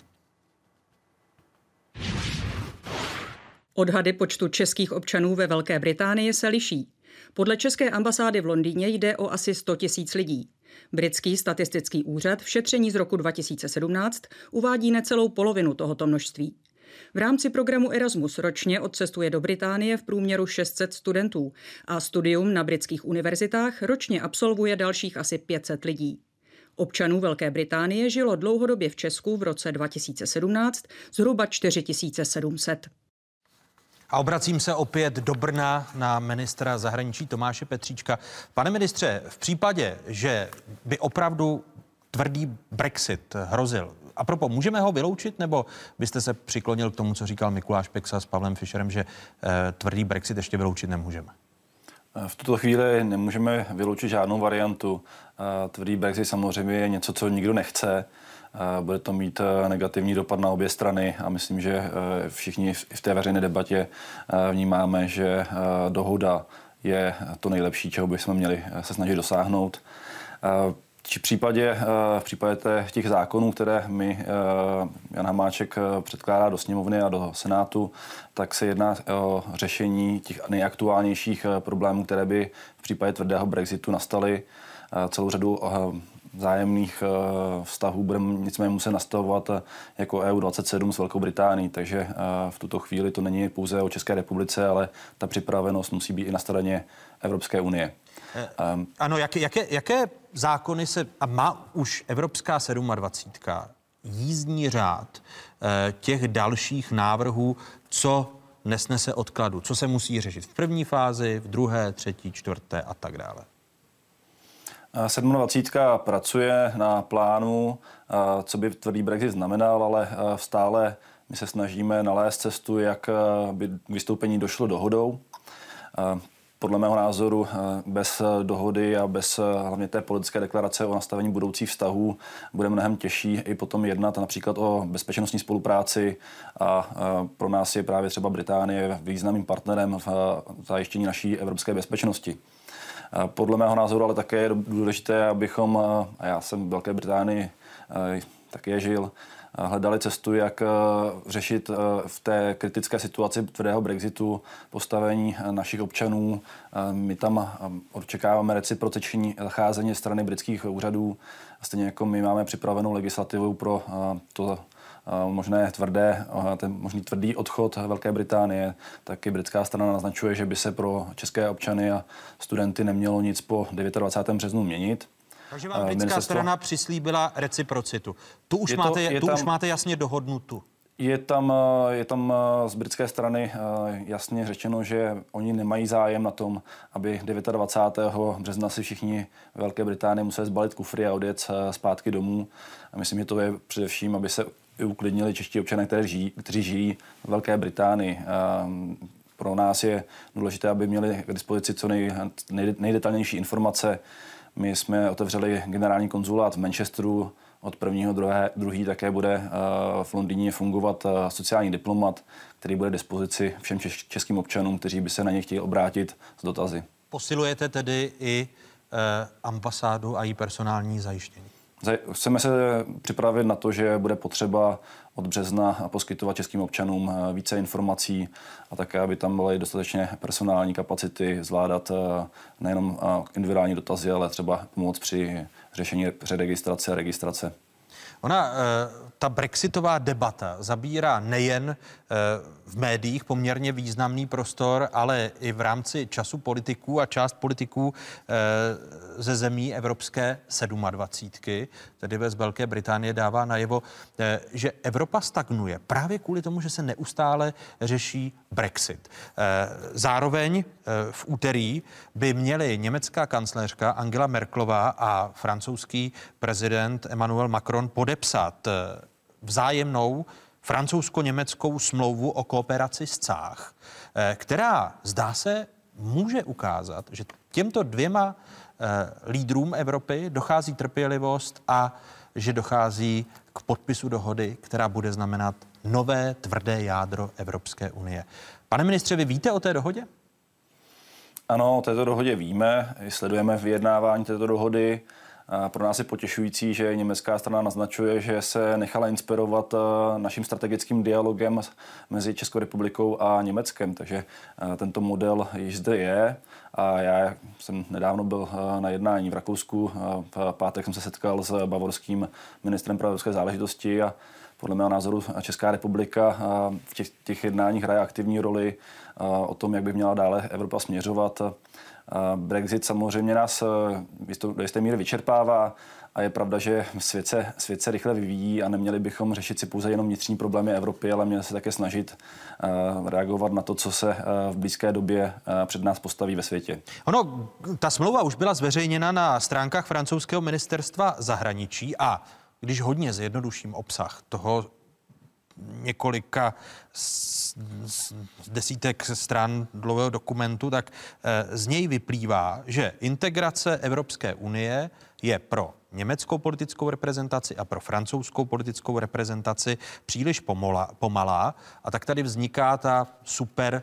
Odhady počtu českých občanů ve Velké Británii se liší. Podle české ambasády v Londýně jde o asi 100 000 lidí. Britský statistický úřad v šetření z roku 2017 uvádí necelou polovinu tohoto množství. V rámci programu Erasmus ročně odcestuje do Británie v průměru 600 studentů a studium na britských univerzitách ročně absolvuje dalších asi 500 lidí. Občanů Velké Británie žilo dlouhodobě v Česku v roce 2017 zhruba 4700. A obracím se opět do Brna na ministra zahraničí Tomáše Petříčka. Pane ministře, v případě, že by opravdu tvrdý Brexit hrozil, a propos, můžeme ho vyloučit, nebo byste se přiklonil k tomu, co říkal Mikuláš Peksa s Pavlem Fischerem, že tvrdý Brexit ještě vyloučit nemůžeme? V tuto chvíli nemůžeme vyloučit žádnou variantu. Tvrdý Brexit samozřejmě je něco, co nikdo nechce. Bude to mít negativní dopad na obě strany a myslím, že všichni v té veřejné debatě vnímáme, že dohoda je to nejlepší, čeho bychom měli se snažit dosáhnout. V případě těch zákonů, které Jan Hamáček předkládá do sněmovny a do Senátu, tak se jedná o řešení těch nejaktuálnějších problémů, které by v případě tvrdého Brexitu nastaly. Celou řadu vzájemných vztahů budeme nicméně muset nastavovat jako EU27 s Velkou Británií, takže v tuto chvíli to není pouze o České republice, ale ta připravenost musí být i na straně Evropské unie. Ano, jaké zákony a má už Evropská 27 jízdní řád těch dalších návrhů, co nesnese odkladu, co se musí řešit v první fázi, v druhé, třetí, čtvrté a tak dále? 27 pracuje na plánu, co by tvrdý Brexit znamenal, ale stále my se snažíme nalézt cestu, jak by k vystoupení došlo dohodou. Podle mého názoru bez dohody a bez hlavně té politické deklarace o nastavení budoucích vztahů bude mnohem těžší i potom jednat například o bezpečnostní spolupráci a pro nás je právě třeba Británie významným partnerem v zajištění naší evropské bezpečnosti. Podle mého názoru ale také je důležité, abychom, a já jsem v Velké Británii také žil, hledali cestu, jak řešit v té kritické situaci tvrdého Brexitu postavení našich občanů. My tam očekáváme reciproční zacházení strany britských úřadů. Stejně jako my máme připravenou legislativu pro to ten možný tvrdý odchod Velké Británie, tak i britská strana naznačuje, že by se pro české občany a studenty nemělo nic po 29. březnu měnit. Takže vám britská strana přislíbila reciprocitu. Tu už máte jasně dohodnutu. Je tam z britské strany jasně řečeno, že oni nemají zájem na tom, aby 29. března si všichni v Velké Británii museli zbalit kufry a odjet zpátky domů. A myslím, že to je především, aby se uklidnili čeští občané, kteří žijí v Velké Británii. pro nás je důležité, aby měli k dispozici co nejdetailnější informace. My jsme otevřeli generální konzulát v Manchesteru, od 1.2. také bude v Londýně fungovat sociální diplomat, který bude k dispozici všem českým občanům, kteří by se na něj chtěli obrátit s dotazy. Posilujete tedy i ambasádu a její personální zajištění? Chceme se připravit na to, že bude potřeba od března poskytovat českým občanům více informací a také, aby tam byly dostatečně personální kapacity zvládat nejenom individuální dotazy, ale třeba pomoc při řešení přeregistrace a registrace. Ta brexitová debata zabírá nejen v médiích poměrně významný prostor, ale i v rámci času politiků a část politiků ze zemí Evropské 27, tedy bez Velké Británie, dává najevo, že Evropa stagnuje právě kvůli tomu, že se neustále řeší Brexit. Zároveň v úterý by měli německá kancléřka Angela Merkelová a francouzský prezident Emmanuel Macron podepsat vzájemnou francouzsko-německou smlouvu o kooperaci s CAH, která, zdá se, může ukázat, že těmto dvěma lídrům Evropy dochází trpělivost a že dochází k podpisu dohody, která bude znamenat nové tvrdé jádro Evropské unie. Pane ministře, vy víte o té dohodě? Ano, o této dohodě víme, sledujeme vyjednávání této dohody. Pro nás je potěšující, že německá strana naznačuje, že se nechala inspirovat naším strategickým dialogem mezi Českou republikou a Německem, takže tento model již zde je. A já jsem nedávno byl na jednání v Rakousku, v pátek jsem se setkal s bavorským ministrem pro evropské záležitosti a podle mého názoru Česká republika v těch jednáních hraje aktivní roli o tom, jak by měla dále Evropa směřovat. Brexit samozřejmě nás do jisté míry vyčerpává a je pravda, že svět se rychle vyvíjí a neměli bychom řešit si pouze jenom vnitřní problémy Evropy, ale měli se také snažit reagovat na to, co se v blízké době před nás postaví ve světě. Ta smlouva už byla zveřejněna na stránkách francouzského ministerstva zahraničí a když hodně zjednoduším obsah toho několika desítek stran dlouhého dokumentu, tak z něj vyplývá, že integrace Evropské unie je pro německou politickou reprezentaci a pro francouzskou politickou reprezentaci příliš pomalá a tak tady vzniká ta super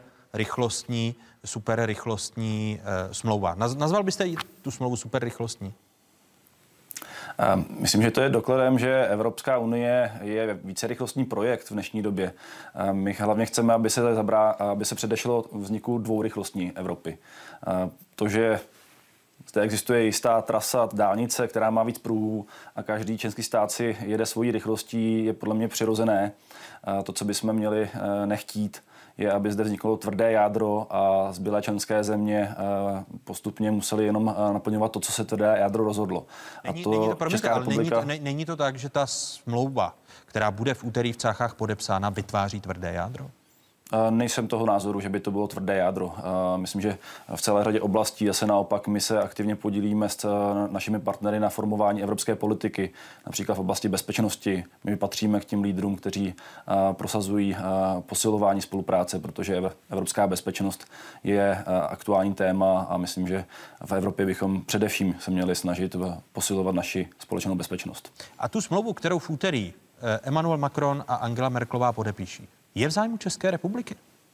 rychlostní smlouva. Nazval byste tu smlouvu super rychlostní? Myslím, že to je dokladem, že Evropská unie je vícerychlostní projekt v dnešní době. My hlavně chceme, aby se předešlo vzniku dvourychlostní Evropy. To, že zde existuje jistá trasa dálnice, která má víc pruhů a každý členský stát si jede svojí rychlostí, je podle mě přirozené. To, co bychom měli nechtít, je, aby zde vzniklo tvrdé jádro a zbylé členské země postupně museli jenom naplňovat to, co se tvrdé jádro rozhodlo. Není to tak, že ta smlouva, která bude v úterý v Cáchách podepsána, vytváří tvrdé jádro? Nejsem toho názoru, že by to bylo tvrdé jádro. Myslím, že v celé řadě oblastí zase naopak my se aktivně podílíme s našimi partnery na formování evropské politiky, například v oblasti bezpečnosti. My patříme k těm lídrům, kteří prosazují posilování spolupráce, protože evropská bezpečnost je aktuální téma a myslím, že v Evropě bychom především se měli snažit posilovat naši společnou bezpečnost. A tu smlouvu, kterou v úterý Emmanuel Macron a Angela Merkelová podepíší, je v zájmu České republiky?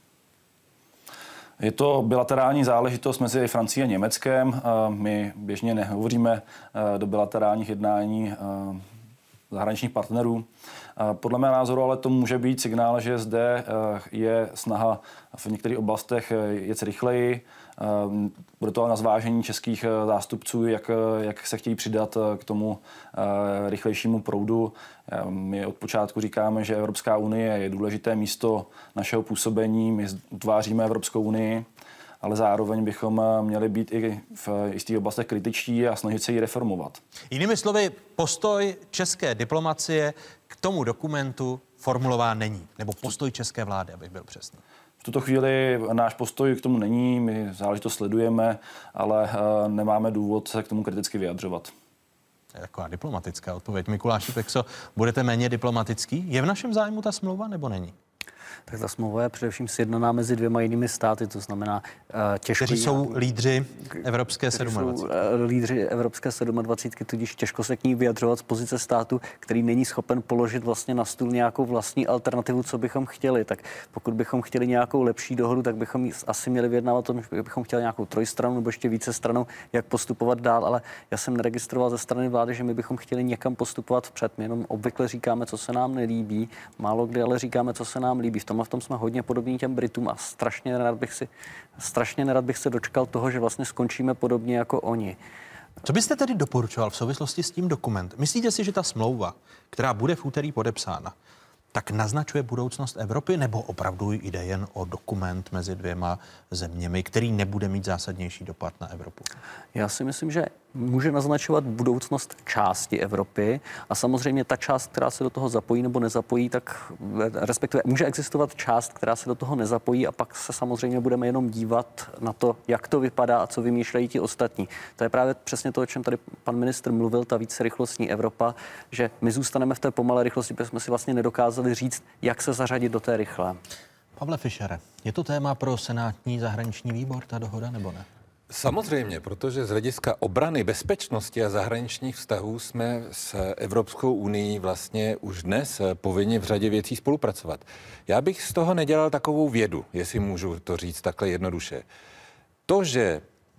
Je to bilaterální záležitost mezi Francií a Německem. My běžně nehovoříme do bilaterálních jednání zahraničních partnerů. Podle mého názoru ale to může být signál, že zde je snaha v některých oblastech jet rychleji. Bude to na zvážení českých zástupců, jak se chtějí přidat k tomu rychlejšímu proudu. My od počátku říkáme, že Evropská unie je důležité místo našeho působení. My utváříme Evropskou unii, ale zároveň bychom měli být i v jistých oblastech kritičtí a snažit se ji reformovat. Jinými slovy, postoj české diplomacie k tomu dokumentu formulován není, nebo postoj české vlády, abych byl přesný. V tuto chvíli náš postoj k tomu není, my záležitost sledujeme, ale nemáme důvod se k tomu kriticky vyjadřovat. Taková diplomatická odpověď. Mikuláši Pekso, budete méně diplomatický? Je v našem zájmu ta smlouva, nebo není? Tak ta smlouva je především sjednaná mezi dvěma jinými státy, to znamená těžko... Kteří jsou lídři Evropské 27. Lídři Evropské 27, tudíž těžko se k ní vyjadřovat z pozice státu, který není schopen položit vlastně na stůl nějakou vlastní alternativu, co bychom chtěli. Tak pokud bychom chtěli nějakou lepší dohodu, tak bychom asi měli vyjednávat o tom, že bychom chtěli nějakou trojstranu nebo ještě více stranou, jak postupovat dál, ale já jsem neregistroval ze strany vlády, že my bychom chtěli někam postupovat vpřed. My jenom obvykle říkáme, co se nám nelíbí, málo kdy ale říkáme, co se nám líbí. V tom jsme hodně podobní těm Britům a strašně nerad bych se dočkal toho, že vlastně skončíme podobně jako oni. Co byste tedy doporučoval v souvislosti s tím dokumentem? Myslíte si, že ta smlouva, která bude v úterý podepsána, tak naznačuje budoucnost Evropy, nebo opravdu jde jen o dokument mezi dvěma zeměmi, který nebude mít zásadnější dopad na Evropu? Já si myslím, že může naznačovat budoucnost části Evropy a samozřejmě ta část, která se do toho zapojí nebo nezapojí, tak respektive může existovat část, která se do toho nezapojí a pak se samozřejmě budeme jenom dívat na to, jak to vypadá a co vymýšlejí ti ostatní. To je právě přesně to, o čem tady pan ministr mluvil, ta vícerychlostní Evropa, že my zůstaneme v té pomalé rychlosti, protože jsme si vlastně nedokázali říct, jak se zařadit do té rychlé. Pavle Fischere, je to téma pro senátní zahraniční výbor, ta dohoda, nebo ne? Samozřejmě, protože z hlediska obrany, bezpečnosti a zahraničních vztahů jsme s Evropskou unií vlastně už dnes povinni v řadě věcí spolupracovat. Já bych z toho nedělal takovou vědu, jestli můžu to říct takhle jednoduše. To, že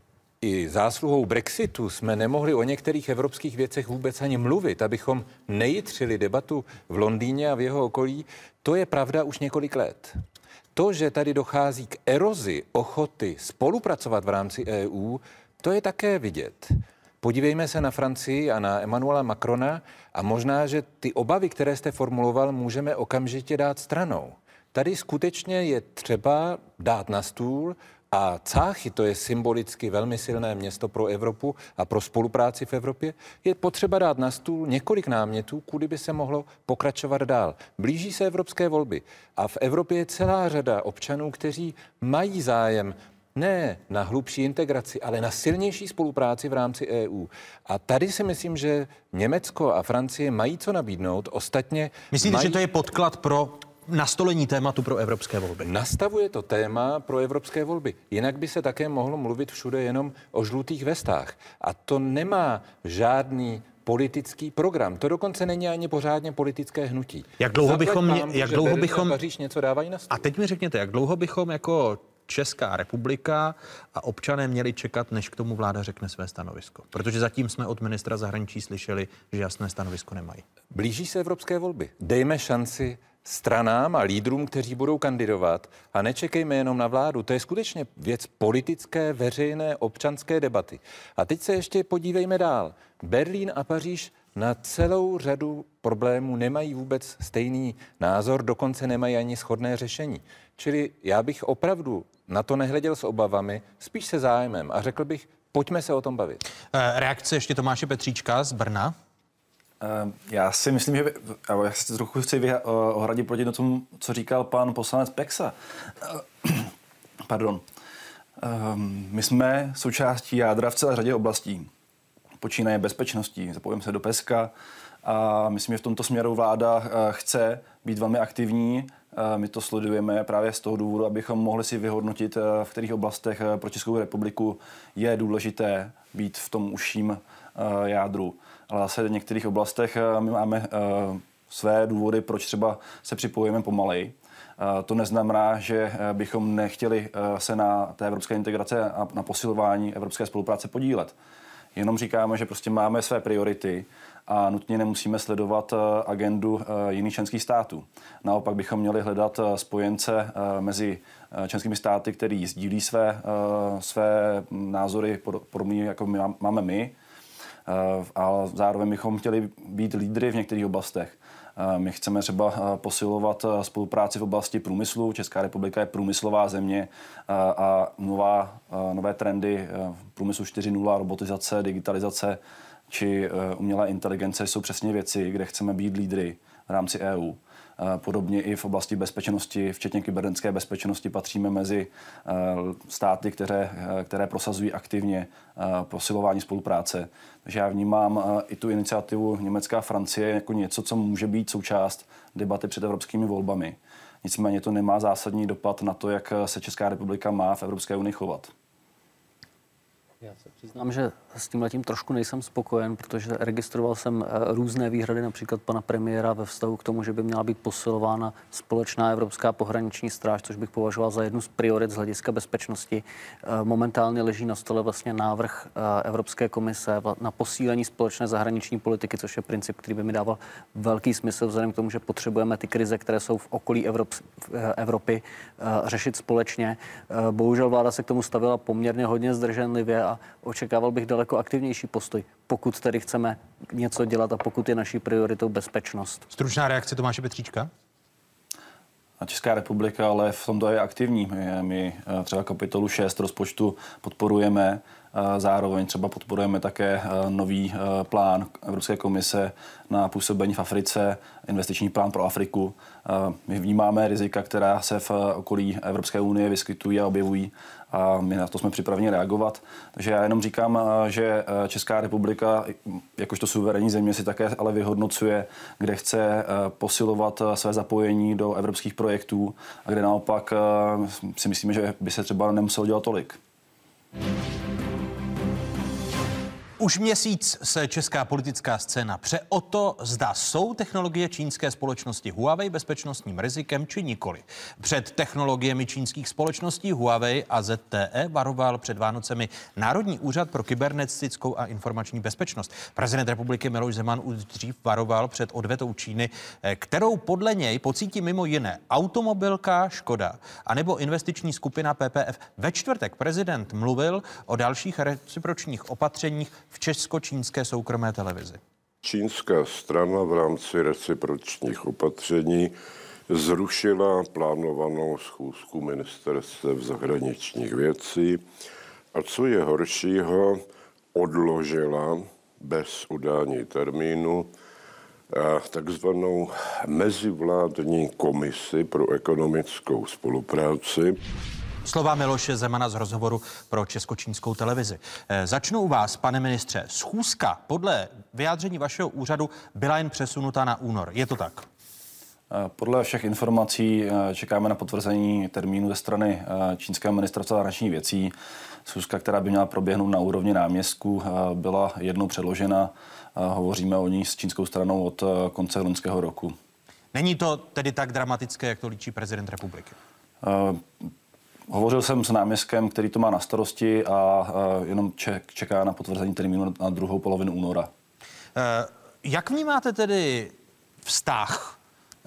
i zásluhou Brexitu jsme nemohli o některých evropských věcech vůbec ani mluvit, abychom nejitřili debatu v Londýně a v jeho okolí, to je pravda už několik let. To, že tady dochází k erozi ochoty spolupracovat v rámci EU, to je také vidět. Podívejme se na Francii a na Emmanuela Macrona a možná, že ty obavy, které jste formuloval, můžeme okamžitě dát stranou. Tady skutečně je třeba dát na stůl a Cáchy, to je symbolicky velmi silné město pro Evropu a pro spolupráci v Evropě, je potřeba dát na stůl několik námětů, kudy by se mohlo pokračovat dál. Blíží se evropské volby a v Evropě je celá řada občanů, kteří mají zájem ne na hlubší integraci, ale na silnější spolupráci v rámci EU. A tady si myslím, že Německo a Francie mají co nabídnout. Ostatně myslíte, že to je podklad pro nastolení tématu pro evropské volby? Nastavuje to téma pro evropské volby. Jinak by se také mohlo mluvit všude jenom o žlutých vestách. A to nemá žádný politický program. To dokonce není ani pořádně politické hnutí. Jak dlouho bychom Paříž něco dávají na stůl. A teď mi řekněte, jak dlouho bychom jako Česká republika a občané měli čekat, než k tomu vláda řekne své stanovisko? Protože zatím jsme od ministra zahraničí slyšeli, že jasné stanovisko nemají. Blíží se evropské volby. Dejme šanci stranám a lídrům, kteří budou kandidovat a nečekejme jenom na vládu. To je skutečně věc politické, veřejné, občanské debaty. A teď se ještě podívejme dál. Berlín a Paříž na celou řadu problémů nemají vůbec stejný názor, dokonce nemají ani shodné řešení. Čili já bych opravdu na to nehleděl s obavami, spíš se zájmem a řekl bych, pojďme se o tom bavit. Reakce ještě Tomáše Petříčka z Brna. Já si myslím, že já se trochu chci ohradit proti tomu, co říkal pan poslanec Peksa. Pardon. My jsme součástí jádra v celé řadě oblastí. Počínaje bezpečností, zapojíme se do PESCA a myslím, že v tomto směru vláda chce být velmi aktivní. My to sledujeme právě z toho důvodu, abychom mohli si vyhodnotit, v kterých oblastech pro Českou republiku je důležité být v tom užším jádru. Ale zase v některých oblastech my máme své důvody, proč třeba se připojujeme pomalej. To neznamená, že bychom nechtěli se na té evropské integrace a na posilování evropské spolupráce podílet. Jenom říkáme, že prostě máme své priority a nutně nemusíme sledovat agendu jiných členských států. Naopak bychom měli hledat spojence mezi členskými státy, který sdílí své názory podobně, jako máme my, ale zároveň bychom chtěli být lídry v některých oblastech. My chceme třeba posilovat spolupráci v oblasti průmyslu. Česká republika je průmyslová země a nové trendy průmyslu 4.0, robotizace, digitalizace či umělé inteligence jsou přesně věci, kde chceme být lídry v rámci EU. Podobně i v oblasti bezpečnosti, včetně kybernetické bezpečnosti, patříme mezi státy, které prosazují aktivně posilování spolupráce. Takže já vnímám i tu iniciativu Německa a Francie jako něco, co může být součást debaty před evropskými volbami. Nicméně to nemá zásadní dopad na to, jak se Česká republika má v Evropské unii chovat. Já se přiznám, že s tímhletím trošku nejsem spokojen, protože registroval jsem různé výhrady, například pana premiéra ve vztahu k tomu, že by měla být posilována společná evropská pohraniční stráž, což bych považoval za jednu z priorit z hlediska bezpečnosti. Momentálně leží na stole vlastně návrh Evropské komise na posílení společné zahraniční politiky, což je princip, který by mi dával velký smysl vzhledem k tomu, že potřebujeme ty krize, které jsou v okolí Evropy, řešit společně. Bohužel vláda se k tomu stavila poměrně hodně zdrženlivě a očekával bych daleko aktivnější postoj, pokud tedy chceme něco dělat a pokud je naší prioritou bezpečnost. Stručná reakce Tomáše Petříčka? A Česká republika ale v tomto je aktivní. My třeba kapitolu 6 rozpočtu podporujeme, zároveň třeba podporujeme také nový plán Evropské komise na působení v Africe, investiční plán pro Afriku. My vnímáme rizika, která se v okolí Evropské unie vyskytují a objevují a my na to jsme připraveni reagovat. Takže já jenom říkám, že Česká republika, jakožto suverénní země, si také ale vyhodnocuje, kde chce posilovat své zapojení do evropských projektů a kde naopak si myslíme, že by se třeba nemuselo dělat tolik. Už měsíc se česká politická scéna pře o to, zda jsou technologie čínské společnosti Huawei bezpečnostním rizikem či nikoli. Před technologiemi čínských společností Huawei a ZTE varoval před Vánocemi Národní úřad pro kybernetickou a informační bezpečnost. Prezident republiky Miloš Zeman už dřív varoval před odvetou Číny, kterou podle něj pocítí mimo jiné automobilka Škoda anebo investiční skupina PPF. Ve čtvrtek prezident mluvil o dalších recipročních opatřeních v česko-čínské soukromé televizi. Čínská strana v rámci recipročních opatření zrušila plánovanou schůzku ministerstev zahraničních věcí a co je horšího, odložila bez udání termínu takzvanou mezivládní komisi pro ekonomickou spolupráci. Slova Miloše Zemana z rozhovoru pro česko-čínskou televizi. Začnu u vás, pane ministře. Schůzka podle vyjádření vašeho úřadu byla jen přesunuta na únor. Je to tak? Podle všech informací čekáme na potvrzení termínu ze strany čínského ministerstva zahraničních věcí. Schůzka, která by měla proběhnout na úrovni náměstků, byla jednou předložena. Hovoříme o ní s čínskou stranou od konce loňského roku. Není to tedy tak dramatické, jak to líčí prezident republiky? Hovořil jsem s náměstkem, který to má na starosti a jenom čeká na potvrzení termínu na druhou polovinu února. Jak vnímáte tedy vztah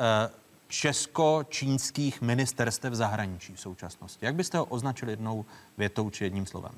česko-čínských ministerstev zahraničí v současnosti? Jak byste ho označili jednou větou či jedním slovem?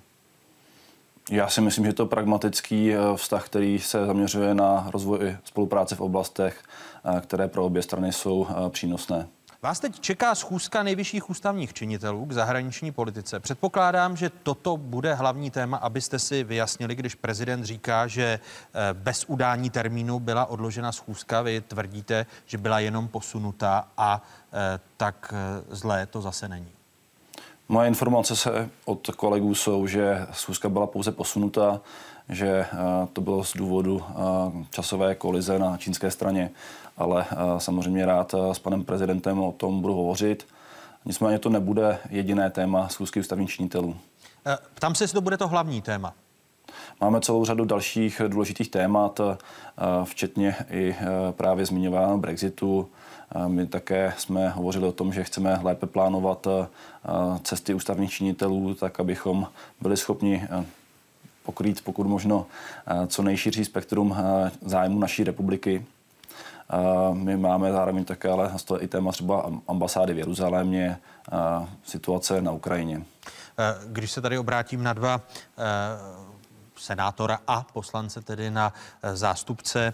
Já si myslím, že to je pragmatický vztah, který se zaměřuje na rozvoj spolupráce v oblastech, které pro obě strany jsou přínosné. Vás teď čeká schůzka nejvyšších ústavních činitelů k zahraniční politice. Předpokládám, že toto bude hlavní téma, abyste si vyjasnili, když prezident říká, že bez udání termínu byla odložena schůzka. Vy tvrdíte, že byla jenom posunuta a tak zlé to zase není. Moje informace od kolegů jsou, že schůzka byla pouze posunuta, že to bylo z důvodu časové kolize na čínské straně, ale samozřejmě rád s panem prezidentem o tom budu hovořit. Nicméně to nebude jediné téma schůzky ústavních činitelů. Ptám se, jestli to bude to hlavní téma. Máme celou řadu dalších důležitých témat, včetně i právě zmiňovaného Brexitu. My také jsme hovořili o tom, že chceme lépe plánovat cesty ústavních činitelů, tak abychom byli schopni pokrýt pokud možno co nejširší spektrum zájmu naší republiky. My máme zároveň také ale i téma třeba ambasády v Jeruzalémě, situace na Ukrajině. Když se tady obrátím na dva senátora a poslance, tedy na zástupce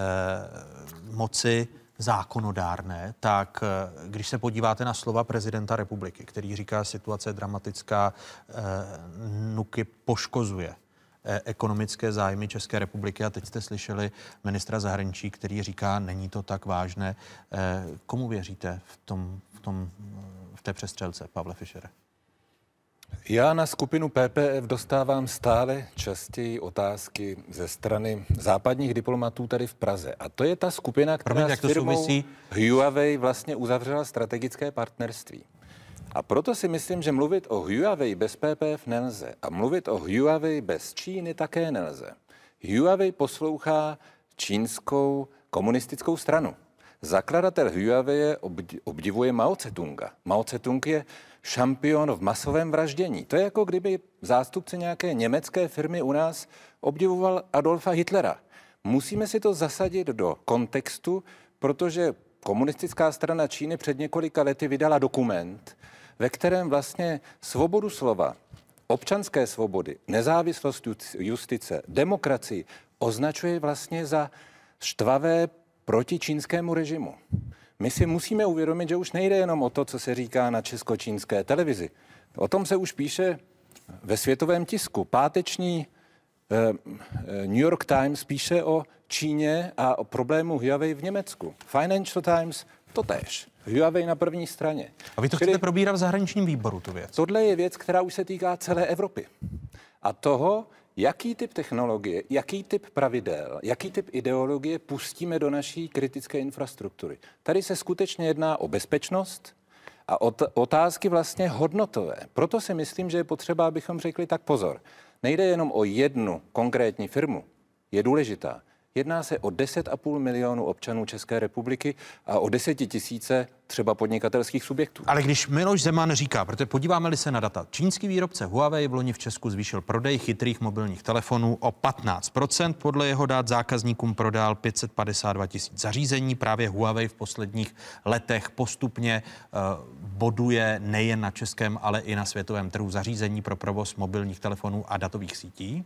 moci zákonodárné, tak když se podíváte na slova prezidenta republiky, který říká, situace je dramatická, NÚKIB poškozuje ekonomické zájmy České republiky a teď jste slyšeli ministra zahraničí, který říká, není to tak vážné. Komu věříte v té přestřelce, Pavle Fischere? Já na skupinu PPF dostávám stále častěji otázky ze strany západních diplomatů tady v Praze. A to je ta skupina, která s firmou Huawei vlastně uzavřela strategické partnerství. A proto si myslím, že mluvit o Huawei bez PPF nelze. A mluvit o Huawei bez Číny také nelze. Huawei poslouchá čínskou komunistickou stranu. Zakladatel Huawei obdivuje Mao Tse-tunga. Mao Tse-tung je šampion v masovém vraždění. To je jako kdyby zástupce nějaké německé firmy u nás obdivoval Adolfa Hitlera. Musíme si to zasadit do kontextu, protože komunistická strana Číny před několika lety vydala dokument, ve kterém vlastně svobodu slova, občanské svobody, nezávislost justice, demokracii označuje vlastně za štvavé proti čínskému režimu. My si musíme uvědomit, že už nejde jenom o to, co se říká na česko-čínské televizi. O tom se už píše ve světovém tisku. Páteční New York Times píše o Číně a o problému Huawei v Německu. Financial Times totéž. Huawei na první straně. A vy to chcete probírat v zahraničním výboru, tu věc? Tohle je věc, která už se týká celé Evropy. A toho, jaký typ technologie, jaký typ pravidel, jaký typ ideologie pustíme do naší kritické infrastruktury. Tady se skutečně jedná o bezpečnost a otázky vlastně hodnotové. Proto si myslím, že je potřeba, abychom řekli tak pozor. Nejde jenom o jednu konkrétní firmu, je důležitá. Jedná se o 10,5 milionu občanů České republiky a o 10 000 třeba podnikatelských subjektů. Ale když Miloš Zeman říká, protože podíváme-li se na data, čínský výrobce Huawei v loni v Česku zvýšil prodej chytrých mobilních telefonů o 15%. Podle jeho dat zákazníkům prodal 552 000 zařízení. Právě Huawei v posledních letech postupně boduje nejen na českém, ale i na světovém trhu zařízení pro provoz mobilních telefonů a datových sítí.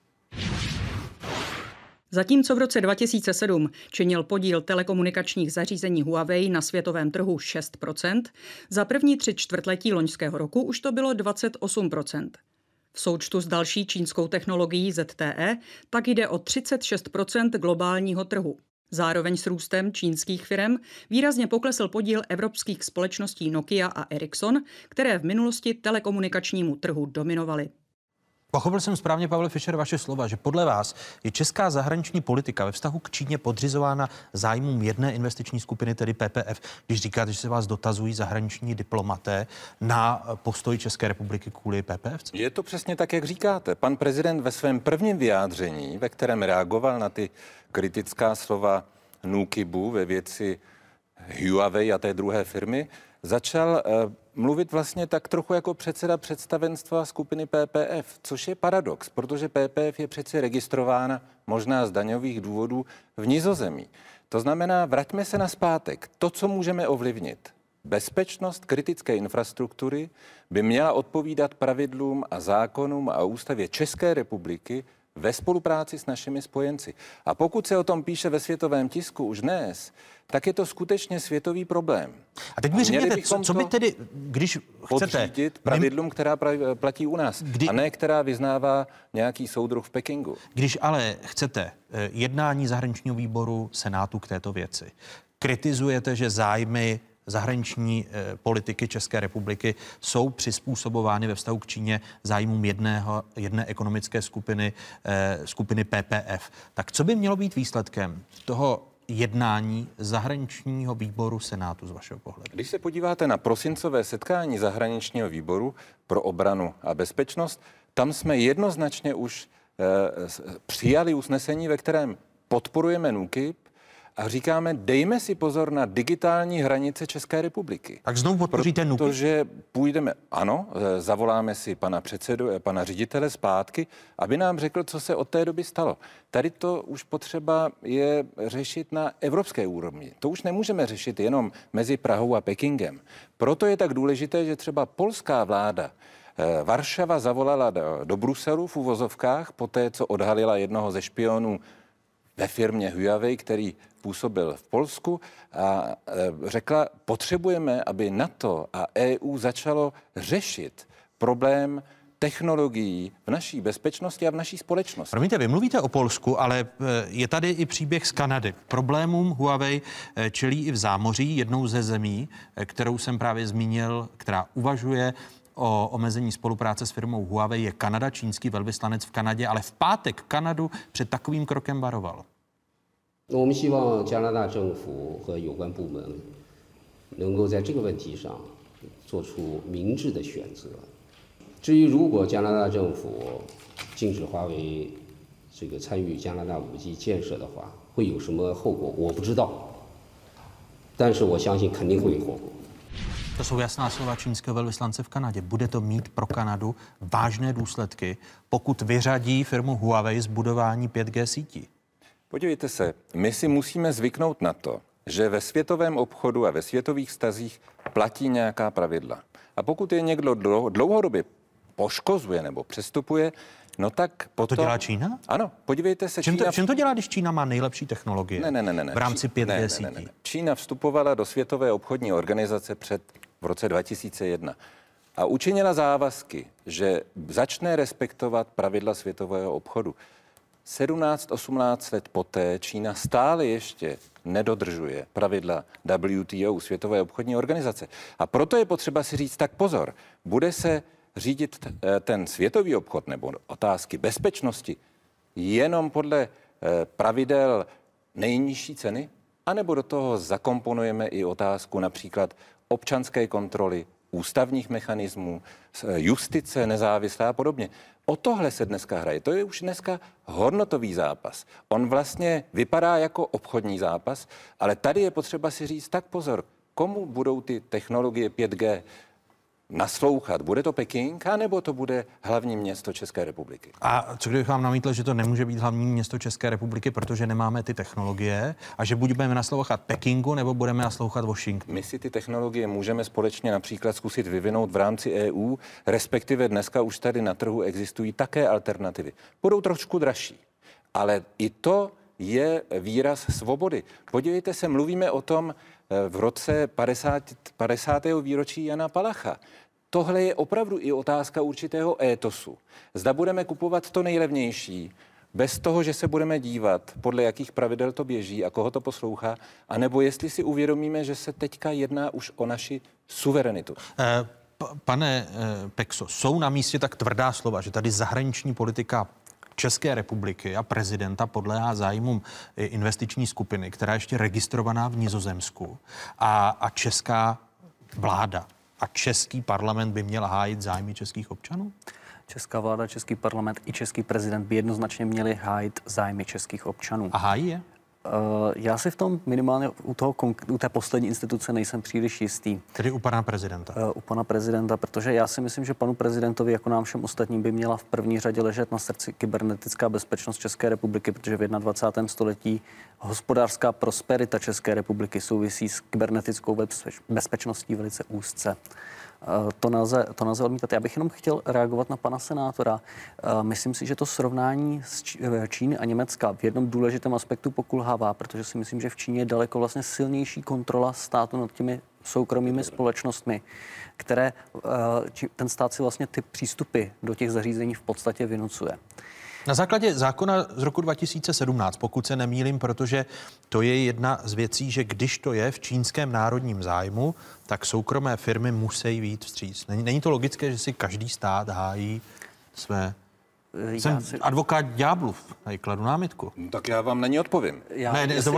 Zatímco v roce 2007 činil podíl telekomunikačních zařízení Huawei na světovém trhu 6%, za první 3 čtvrtletí loňského roku už to bylo 28%. V součtu s další čínskou technologií ZTE tak jde o 36% globálního trhu. Zároveň s růstem čínských firem výrazně poklesl podíl evropských společností Nokia a Ericsson, které v minulosti telekomunikačnímu trhu dominovaly. Pochopil jsem správně, Pavle Fischer, vaše slova, že podle vás je česká zahraniční politika ve vztahu k Číně podřizována zájmům jedné investiční skupiny, tedy PPF, když říkáte, že se vás dotazují zahraniční diplomaté na postoj České republiky kvůli PPF? Je to přesně tak, jak říkáte. Pan prezident ve svém prvním vyjádření, ve kterém reagoval na ty kritická slova NÚKIBu ve věci Huawei a té druhé firmy, začal mluvit vlastně tak trochu jako předseda představenstva skupiny PPF, což je paradox, protože PPF je přeci registrována možná z daňových důvodů v Nizozemí. To znamená, vraťme se nazpátek. To, co můžeme ovlivnit, bezpečnost kritické infrastruktury by měla odpovídat pravidlům a zákonům a ústavě České republiky ve spolupráci s našimi spojenci. A pokud se o tom píše ve světovém tisku už dnes, tak je to skutečně světový problém. A teď mi řekněte, co by tedy, když chcete... podřídit pravidlům, která platí u nás, a ne která vyznává nějaký soudruh v Pekingu. Když ale chcete jednání zahraničního výboru Senátu k této věci, kritizujete, že zájmy zahraniční politiky České republiky jsou přizpůsobovány ve vztahu k Číně zájmům jedné ekonomické skupiny PPF. Tak co by mělo být výsledkem toho jednání zahraničního výboru Senátu z vašeho pohledu? Když se podíváte na prosincové setkání zahraničního výboru pro obranu a bezpečnost, tam jsme jednoznačně už přijali usnesení, ve kterém podporujeme NÚKIB a říkáme, dejme si pozor na digitální hranice České republiky. Tak znovu podpoříte NÚKIB? Protože půjdeme, ano, zavoláme si pana ředitele zpátky, aby nám řekl, co se od té doby stalo. Tady to už potřeba je řešit na evropské úrovni. To už nemůžeme řešit jenom mezi Prahou a Pekingem. Proto je tak důležité, že třeba polská vláda Varšava zavolala do Bruselu v uvozovkách, poté co odhalila jednoho ze špionů ve firmě Huawei, který působil v Polsku, a řekla, potřebujeme, aby NATO a EU začalo řešit problém technologií v naší bezpečnosti a v naší společnosti. Promiňte, vy mluvíte o Polsku, ale je tady i příběh z Kanady. Problémům Huawei čelí i v zámoří, jednou ze zemí, kterou jsem právě zmínil, která uvažuje o omezení spolupráce s firmou Huawei je Kanada, čínský velvyslanec v Kanadě, ale v pátek Kanadu před takovým krokem varoval. 我们希望加拿大政府和有关部门能够在这个问题上做出明智的选择。至于如果加拿大政府禁止华为这个参与加拿大5G 建设的话，会有什么后果？我不知道，但是我相信肯定会有后果。 To jsou jasná slova čínského velvyslance v Kanadě. Bude to mít pro Kanadu vážné důsledky, pokud vyřadí firmu Huawei z budování 5G sítí. Podívejte se, my si musíme zvyknout na to, že ve světovém obchodu a ve světových vztazích platí nějaká pravidla. A pokud je někdo dlouhodobě poškozuje nebo přestupuje, no tak potom... To dělá Čína? Ano, podívejte se. Čím to dělá, když Čína má nejlepší technologie? Ne. V rámci 5G sítí. Ne. Čína vstupovala do Světové obchodní organizace v roce 2001 a učinila závazky, že začne respektovat pravidla světového obchodu. 17-18 let poté Čína stále ještě nedodržuje pravidla WTO, Světové obchodní organizace. A proto je potřeba si říct, tak pozor, bude se řídit ten světový obchod nebo otázky bezpečnosti jenom podle pravidel nejnižší ceny, anebo do toho zakomponujeme i otázku například občanské kontroly, ústavních mechanismů, justice nezávislá a podobně. O tohle se dneska hraje. To je už dneska hodnotový zápas. On vlastně vypadá jako obchodní zápas, ale tady je potřeba si říct, tak pozor, komu budou ty technologie 5G naslouchat? Bude to Peking, anebo to bude hlavní město České republiky? A co kdybych vám namítl, že to nemůže být hlavní město České republiky, protože nemáme ty technologie a že budeme naslouchat Pekingu, nebo budeme naslouchat Washingtonu? My si ty technologie můžeme společně například zkusit vyvinout v rámci EU, respektive dneska už tady na trhu existují také alternativy. Budou trošku dražší, ale i to je výraz svobody. Podívejte se, mluvíme o tom v roce 50. výročí Jana Palacha. Tohle je opravdu i otázka určitého étosu. Zda budeme kupovat to nejlevnější, bez toho, že se budeme dívat, podle jakých pravidel to běží a koho to poslouchá, anebo jestli si uvědomíme, že se teďka jedná už o naši suverenitu. Pane Pekso, jsou na místě tak tvrdá slova, že tady zahraniční politika České republiky a prezidenta podléhá zájmům investiční skupiny, která je ještě registrovaná v Nizozemsku a česká vláda a český parlament by měl hájit zájmy českých občanů? Česká vláda, český parlament i český prezident by jednoznačně měli hájit zájmy českých občanů. A hájí je? Já si v tom minimálně u té poslední instituce nejsem příliš jistý. Tedy u pana prezidenta? U pana prezidenta, protože já si myslím, že panu prezidentovi, jako nám všem ostatním, by měla v první řadě ležet na srdci kybernetická bezpečnost České republiky, protože v 21. století hospodářská prosperita České republiky souvisí s kybernetickou bezpečností velice úzce. To nelze odmítat. Já bych jenom chtěl reagovat na pana senátora. Myslím si, že to srovnání z Číny a Německa v jednom důležitém aspektu pokulhává, protože si myslím, že v Číně je daleko vlastně silnější kontrola státu nad těmi soukromými společnostmi, které ten stát si vlastně ty přístupy do těch zařízení v podstatě vynucuje. Na základě zákona z roku 2017, pokud se nemýlím, protože to je jedna z věcí, že když to je v čínském národním zájmu, tak soukromé firmy musí vyjít vstříc. Není to logické, že si každý stát hájí své... Jsem advokát ďáblův, tady kladu námitku. Tak já vám na ní odpovím. Já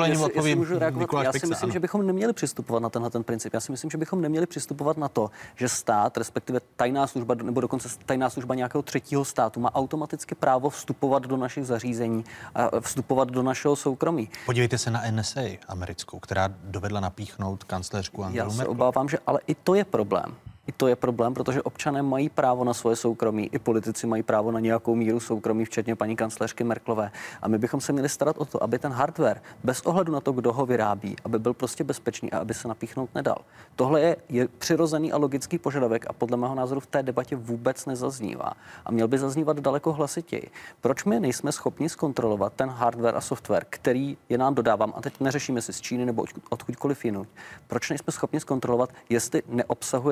si myslím, že bychom neměli přistupovat na tenhle ten princip. Já si myslím, že bychom neměli přistupovat na to, že stát, respektive tajná služba, nebo dokonce tajná služba nějakého třetího státu má automaticky právo vstupovat do našich zařízení a vstupovat do našeho soukromí. Podívejte se na NSA americkou, která dovedla napíchnout kancléřku Angelu Merkel. Já se obávám, že ale i to je problém. I to je problém, protože občané mají právo na svoje soukromí, i politici mají právo na nějakou míru soukromí, včetně paní kancléřky Merkelové. A my bychom se měli starat o to, aby ten hardware, bez ohledu na to, kdo ho vyrábí, aby byl prostě bezpečný a aby se napíchnout nedal. Tohle je přirozený a logický požadavek a podle mého názoru v té debatě vůbec nezaznívá. A měl by zaznívat daleko hlasitěji. Proč my nejsme schopni zkontrolovat ten hardware a software, který je nám dodávám, a teď neřešíme si z Číny nebo odkudkoliv jinou. Proč nejsme schopni zkontrolovat, jestli neobsahuje nějak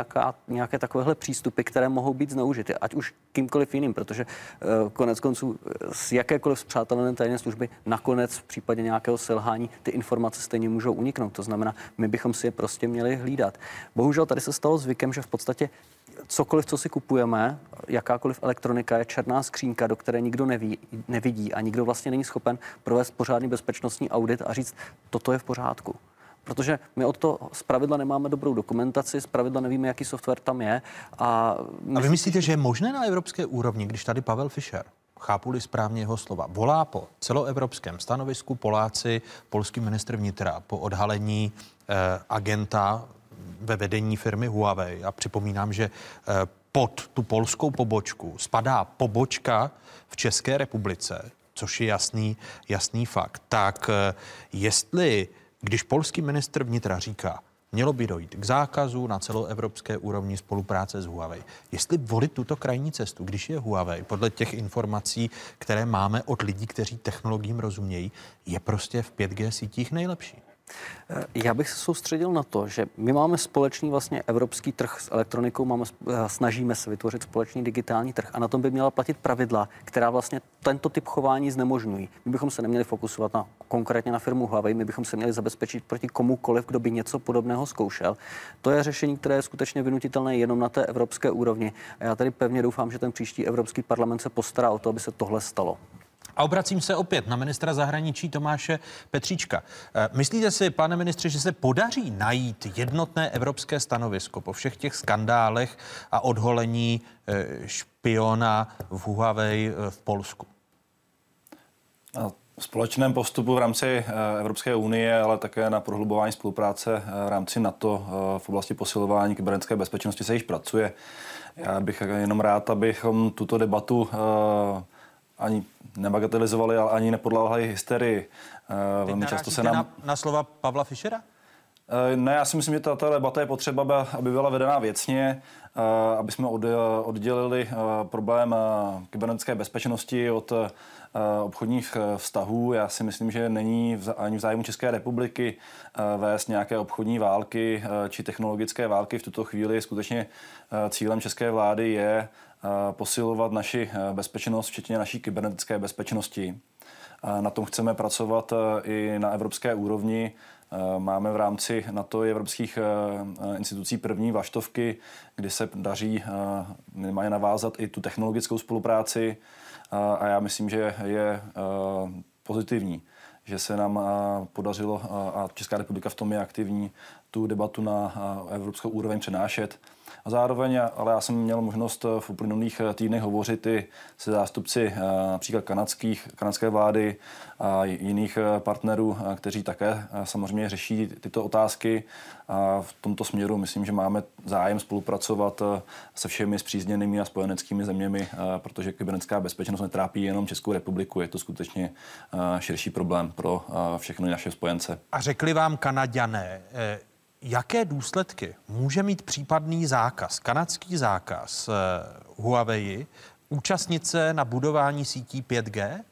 nějaké takovéhle přístupy, které mohou být zneužity, ať už kýmkoliv jiným, protože konec konců z jakékoliv spřátelené tajné služby nakonec v případě nějakého selhání ty informace stejně můžou uniknout. To znamená, my bychom si je prostě měli hlídat. Bohužel tady se stalo zvykem, že v podstatě cokoliv, co si kupujeme, jakákoliv elektronika je černá skřínka, do které nikdo nevidí a nikdo vlastně není schopen provést pořádný bezpečnostní audit a říct, toto je v pořádku. Protože my od toho zpravidla nemáme dobrou dokumentaci, zpravidla nevíme, jaký software tam je. A vy myslíte, že je možné na evropské úrovni, když tady Pavel Fischer, chápu-li správně jeho slova, volá po celoevropském stanovisku, Poláci, polský ministr vnitra, po odhalení agenta ve vedení firmy Huawei. A připomínám, že pod tu polskou pobočku spadá pobočka v České republice, což je jasný fakt. Tak jestli, když polský ministr vnitra říká, mělo by dojít k zákazu na celoevropské úrovni spolupráce s Huawei. Jestli volit tuto krajní cestu, když je Huawei, podle těch informací, které máme od lidí, kteří technologiím rozumějí, je prostě v 5G sítích nejlepší. Já bych se soustředil na to, že my máme společný vlastně evropský trh s elektronikou, snažíme se vytvořit společný digitální trh a na tom by měla platit pravidla, která vlastně tento typ chování znemožňují. My bychom se neměli fokusovat konkrétně na firmu Huawei, my bychom se měli zabezpečit proti komukoliv, kdo by něco podobného zkoušel. To je řešení, které je skutečně vynutitelné jenom na té evropské úrovni. A já tady pevně doufám, že ten příští Evropský parlament se postará o to, aby se tohle stalo. A obracím se opět na ministra zahraničí Tomáše Petříčka. Myslíte si, pane ministře, že se podaří najít jednotné evropské stanovisko po všech těch skandálech a odholení špiona v Huawei v Polsku? V společném postupu v rámci Evropské unie, ale také na prohlubování spolupráce v rámci NATO v oblasti posilování kybernetické bezpečnosti se již pracuje. Já bych jenom rád, abychom tuto debatu ani nebagatelizovali, ale ani nepodléhali hysterii. Velmi často se nám... na slova Pavla Fischera? Ne, já si myslím, že tato debata je potřeba, aby byla vedená věcně, aby jsme oddělili problém kybernetické bezpečnosti od obchodních vztahů. Já si myslím, že není ani v zájmu České republiky vést nějaké obchodní války či technologické války. V tuto chvíli skutečně cílem české vlády je posilovat naši bezpečnost, včetně naší kybernetické bezpečnosti. Na tom chceme pracovat i na evropské úrovni. Máme v rámci NATO i evropských institucí první vlaštovky, kdy se daří minimálně navázat i tu technologickou spolupráci. A já myslím, že je pozitivní, že se nám podařilo, a Česká republika v tom je aktivní, tu debatu na evropskou úroveň přenášet. A zároveň, ale já jsem měl možnost v uplynulých týdnech hovořit i se zástupci například kanadské vlády a jiných partnerů, kteří také samozřejmě řeší tyto otázky. A v tomto směru myslím, že máme zájem spolupracovat se všemi spřízněnými a spojeneckými zeměmi, protože kybernetická bezpečnost netrápí jenom Českou republiku, je to skutečně širší problém pro všechny naše spojence. A řekli vám Kanaďané, jaké důsledky může mít případný zákaz, kanadský zákaz Huawei účastnit se na budování sítí 5G?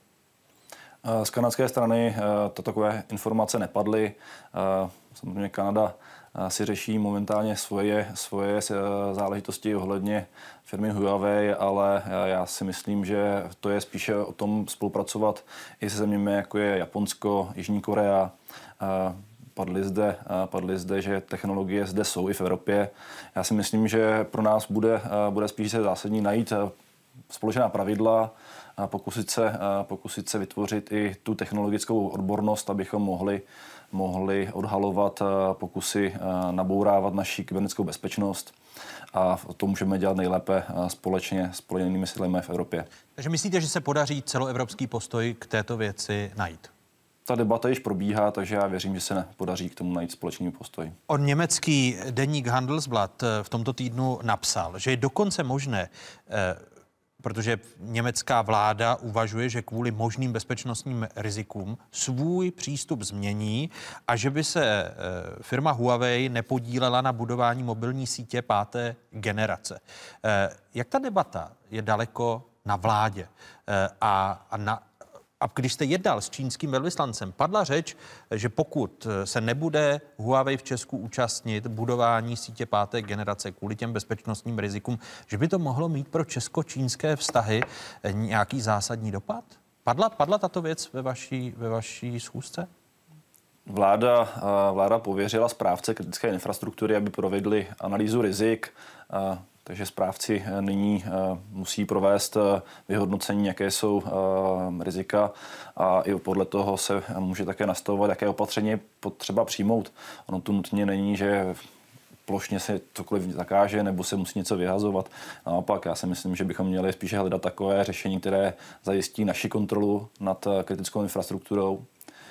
Z kanadské strany to takové informace nepadly. Samozřejmě Kanada si řeší momentálně svoje záležitosti ohledně firmy Huawei, ale já si myslím, že to je spíše o tom spolupracovat i se zeměmi, jako je Japonsko, Jižní Korea. Padly zde, že technologie zde jsou i v Evropě. Já si myslím, že pro nás bude spíše zásadní najít společná pravidla, pokusit se vytvořit i tu technologickou odbornost, abychom mohli odhalovat pokusy nabourávat naši kybernetickou bezpečnost. A to můžeme dělat nejlépe společně s spojenými silami v Evropě. Takže myslíte, že se podaří celoevropský postoj k této věci najít? Ta debata již probíhá, takže já věřím, že se podaří k tomu najít společný postoj. On německý deník Handelsblatt v tomto týdnu napsal, že je dokonce možné, protože německá vláda uvažuje, že kvůli možným bezpečnostním rizikům svůj přístup změní a že by se firma Huawei nepodílela na budování mobilní sítě 5. generace. Jak ta debata je daleko na vládě a A když jste jednal s čínským velvyslancem, padla řeč, že pokud se nebude Huawei v Česku účastnit budování sítě 5. generace kvůli těm bezpečnostním rizikům, že by to mohlo mít pro česko-čínské vztahy nějaký zásadní dopad? Padla tato věc ve vaší schůzce? Vláda pověřila správce kritické infrastruktury, aby provedli analýzu rizik, takže správci nyní musí provést vyhodnocení, jaké jsou rizika a i podle toho se může také nastavovat, jaké opatření je potřeba přijmout. Ono tu nutně není, že plošně se cokoliv zakáže nebo se musí něco vyhazovat. Naopak, já si myslím, že bychom měli spíše hledat takové řešení, které zajistí naši kontrolu nad kritickou infrastrukturou.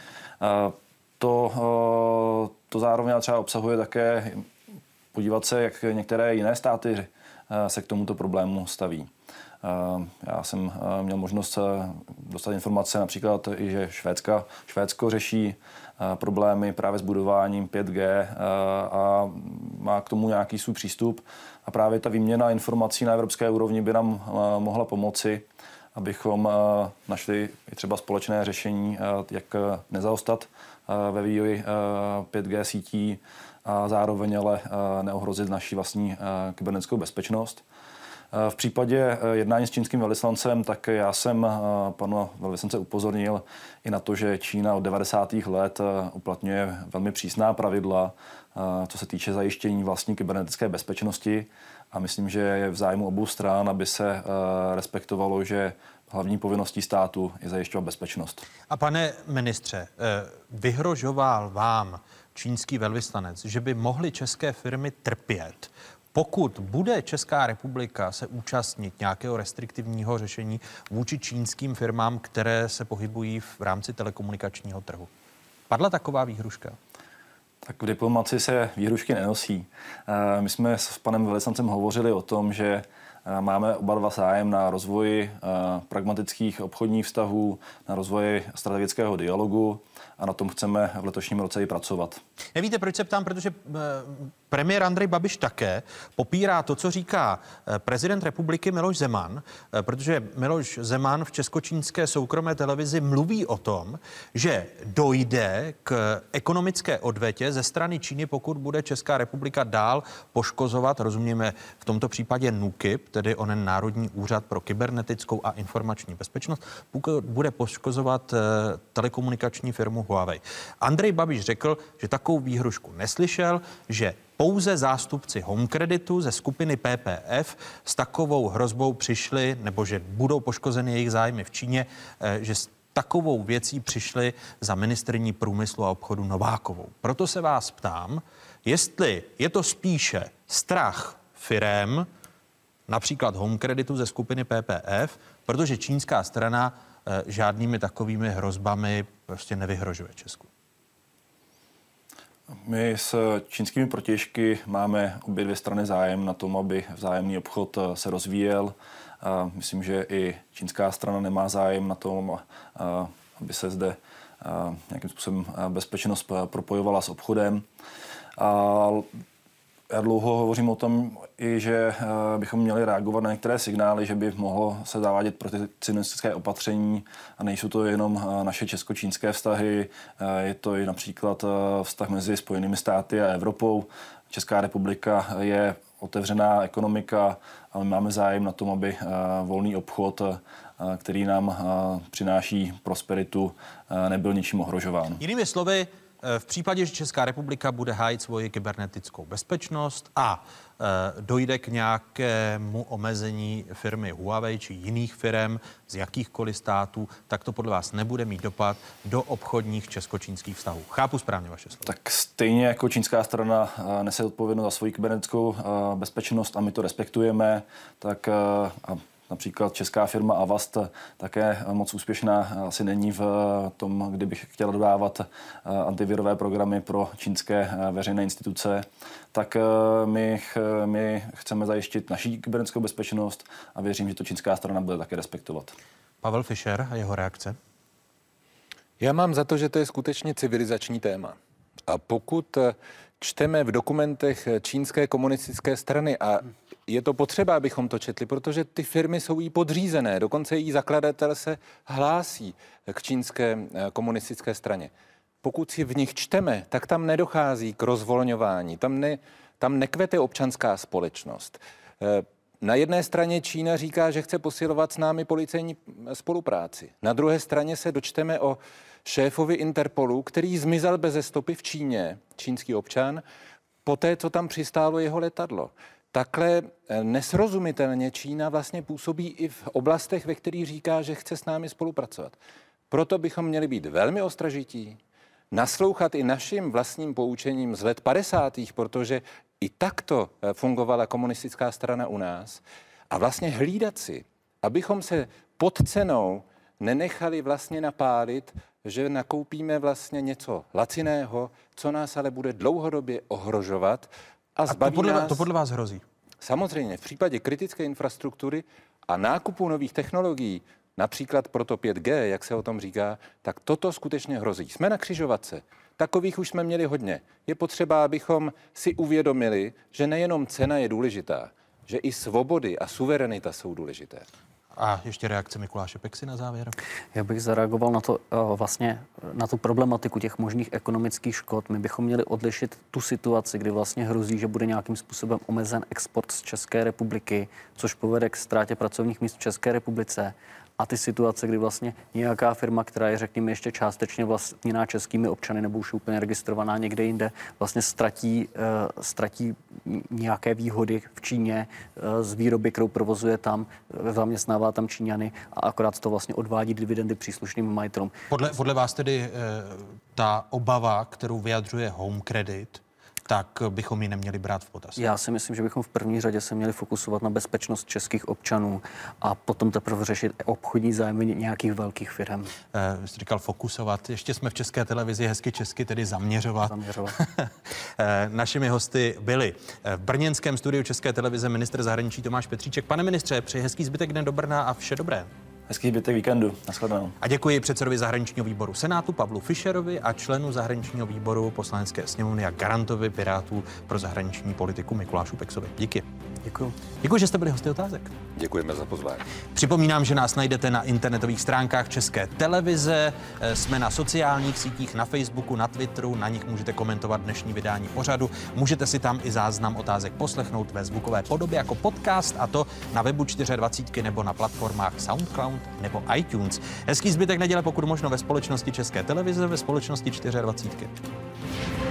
To zároveň třeba obsahuje také podívat se, jak některé jiné státy se k tomuto problému staví. Já jsem měl možnost dostat informace například i, že Švédsko řeší problémy právě s budováním 5G a má k tomu nějaký svůj přístup. A právě ta výměna informací na evropské úrovni by nám mohla pomoci, abychom našli i třeba společné řešení, jak nezaostat ve vývoji 5G sítí a zároveň ale neohrozit naši vlastní kybernetickou bezpečnost. V případě jednání s čínským velvyslancem, tak já jsem panu velvyslance upozornil i na to, že Čína od 90. let uplatňuje velmi přísná pravidla, co se týče zajištění vlastní kybernetické bezpečnosti. A myslím, že je v zájmu obou stran, aby se respektovalo, že hlavní povinností státu je zajišťovat bezpečnost. A pane ministře, vyhrožoval vám čínský velvyslanec, že by mohly české firmy trpět, pokud bude Česká republika se účastnit nějakého restriktivního řešení vůči čínským firmám, které se pohybují v rámci telekomunikačního trhu? Padla taková výhruška? Tak v diplomaci se výhrušky nenosí. My jsme s panem velvyslancem hovořili o tom, že máme oba dva zájem na rozvoji pragmatických obchodních vztahů, na rozvoji strategického dialogu a na tom chceme v letošním roce i pracovat. Nevíte, proč se ptám? Protože premiér Andrej Babiš také popírá to, co říká prezident republiky Miloš Zeman, protože Miloš Zeman v česko-čínské soukromé televizi mluví o tom, že dojde k ekonomické odvetě ze strany Číny, pokud bude Česká republika dál poškozovat, rozumíme v tomto případě NÚKIB, tedy onen Národní úřad pro kybernetickou a informační bezpečnost, pokud bude poškozovat telekomunikační firmu Huawei. Andrej Babiš řekl, že takovou výhrušku neslyšel, že pouze zástupci Home Creditu ze skupiny PPF s takovou hrozbou přišli, nebo že budou poškozeny jejich zájmy v Číně, že s takovou věcí přišli za ministryní průmyslu a obchodu Novákovou. Proto se vás ptám, jestli je to spíše strach firem, například Home Creditu ze skupiny PPF, protože čínská strana žádnými takovými hrozbami prostě nevyhrožuje Česku. My s čínskými protějšky máme obě dvě strany zájem na tom, aby vzájemný obchod se rozvíjel. Myslím, že i čínská strana nemá zájem na tom, aby se zde nějakým způsobem bezpečnost propojovala s obchodem. Já dlouho hovořím o tom i, že bychom měli reagovat na některé signály, že by mohlo se zavádět protekcionistické opatření a nejsou to jenom naše česko-čínské vztahy, je to i například vztah mezi Spojenými státy a Evropou. Česká republika je otevřená ekonomika a my máme zájem na tom, aby volný obchod, který nám přináší prosperitu, nebyl ničím ohrožován. Jinými slovy, v případě, že Česká republika bude hájit svoji kybernetickou bezpečnost a dojde k nějakému omezení firmy Huawei či jiných firm z jakýchkoliv států, tak to podle vás nebude mít dopad do obchodních česko-čínských vztahů. Chápu správně vaše slova. Tak stejně jako čínská strana nese odpovědnost za svoji kybernetickou bezpečnost a my to respektujeme, tak například česká firma Avast také moc úspěšná asi není v tom, kdybych chtěla dodávat antivirové programy pro čínské veřejné instituce. Tak my chceme zajistit naši kybernetickou bezpečnost a věřím, že to čínská strana bude také respektovat. Pavel Fischer a jeho reakce? Já mám za to, že to je skutečně civilizační téma. A pokud čteme v dokumentech čínské komunistické strany a je to potřeba, abychom to četli, protože ty firmy jsou jí podřízené. Dokonce její zakladatel se hlásí k čínské komunistické straně. Pokud si v nich čteme, tak tam nedochází k rozvolňování, tam nekvete občanská společnost. Na jedné straně Čína říká, že chce posilovat s námi policejní spolupráci. Na druhé straně se dočteme o šéfovi Interpolu, který zmizel beze stopy v Číně, čínský občan, poté, co tam přistálo jeho letadlo. Takhle nesrozumitelně Čína vlastně působí i v oblastech, ve kterých říká, že chce s námi spolupracovat. Proto bychom měli být velmi ostražití, naslouchat i našim vlastním poučením z let 50., protože i takto fungovala komunistická strana u nás, a vlastně hlídat si, abychom se pod cenou nenechali vlastně napálit, že nakoupíme vlastně něco laciného, co nás ale bude dlouhodobě ohrožovat a zbaví nás... To podle vás hrozí? Samozřejmě, v případě kritické infrastruktury a nákupu nových technologií, například proto 5G, jak se o tom říká, tak toto skutečně hrozí. Jsme na křižovatce. Takových už jsme měli hodně. Je potřeba, abychom si uvědomili, že nejenom cena je důležitá, že i svobody a suverenita jsou důležité. A ještě reakce Mikuláše Peksy na závěr. Já bych zareagoval na to vlastně na tu problematiku těch možných ekonomických škod. My bychom měli odlišit tu situaci, kdy vlastně hrozí, že bude nějakým způsobem omezen export z České republiky, což povede k ztrátě pracovních míst v České republice. A ty situace, kdy vlastně nějaká firma, která je, řekněme, ještě částečně vlastněná českými občany nebo už úplně registrovaná někde jinde, vlastně ztratí nějaké výhody v Číně z výroby, kterou provozuje tam, zaměstnává tam Číňany a akorát to vlastně odvádí dividendy příslušným majitelům. Podle vás tedy ta obava, kterou vyjadřuje Home Credit, tak bychom ji neměli brát v potaz. Já si myslím, že bychom v první řadě se měli fokusovat na bezpečnost českých občanů a potom teprve řešit obchodní zájmy nějakých velkých firm. Vy jste říkal fokusovat. Ještě jsme v České televizi, hezky česky, tedy zaměřovat. Našimi hosty byli v brněnském studiu České televize ministr zahraničí Tomáš Petříček. Pane ministře, přeji hezký zbytek dne do Brna a vše dobré. Hezký zbytek víkendu. Nashledanou. A děkuji předsedovi zahraničního výboru Senátu Pavlu Fischerovi a členu zahraničního výboru Poslanecké sněmovny a garantovi Pirátů pro zahraniční politiku Mikulášu Peksovi. Díky. Děkuji. Děkuji, že jste byli hosty Otázek. Děkujeme za pozvání. Připomínám, že nás najdete na internetových stránkách České televize, jsme na sociálních sítích, na Facebooku, na Twitteru, na nich můžete komentovat dnešní vydání pořadu. Můžete si tam i záznam Otázek poslechnout ve zvukové podobě jako podcast, a to na webu 24 nebo na platformách SoundCloud nebo iTunes. Hezký zbytek neděle, pokud možno ve společnosti České televize, ve společnosti 24.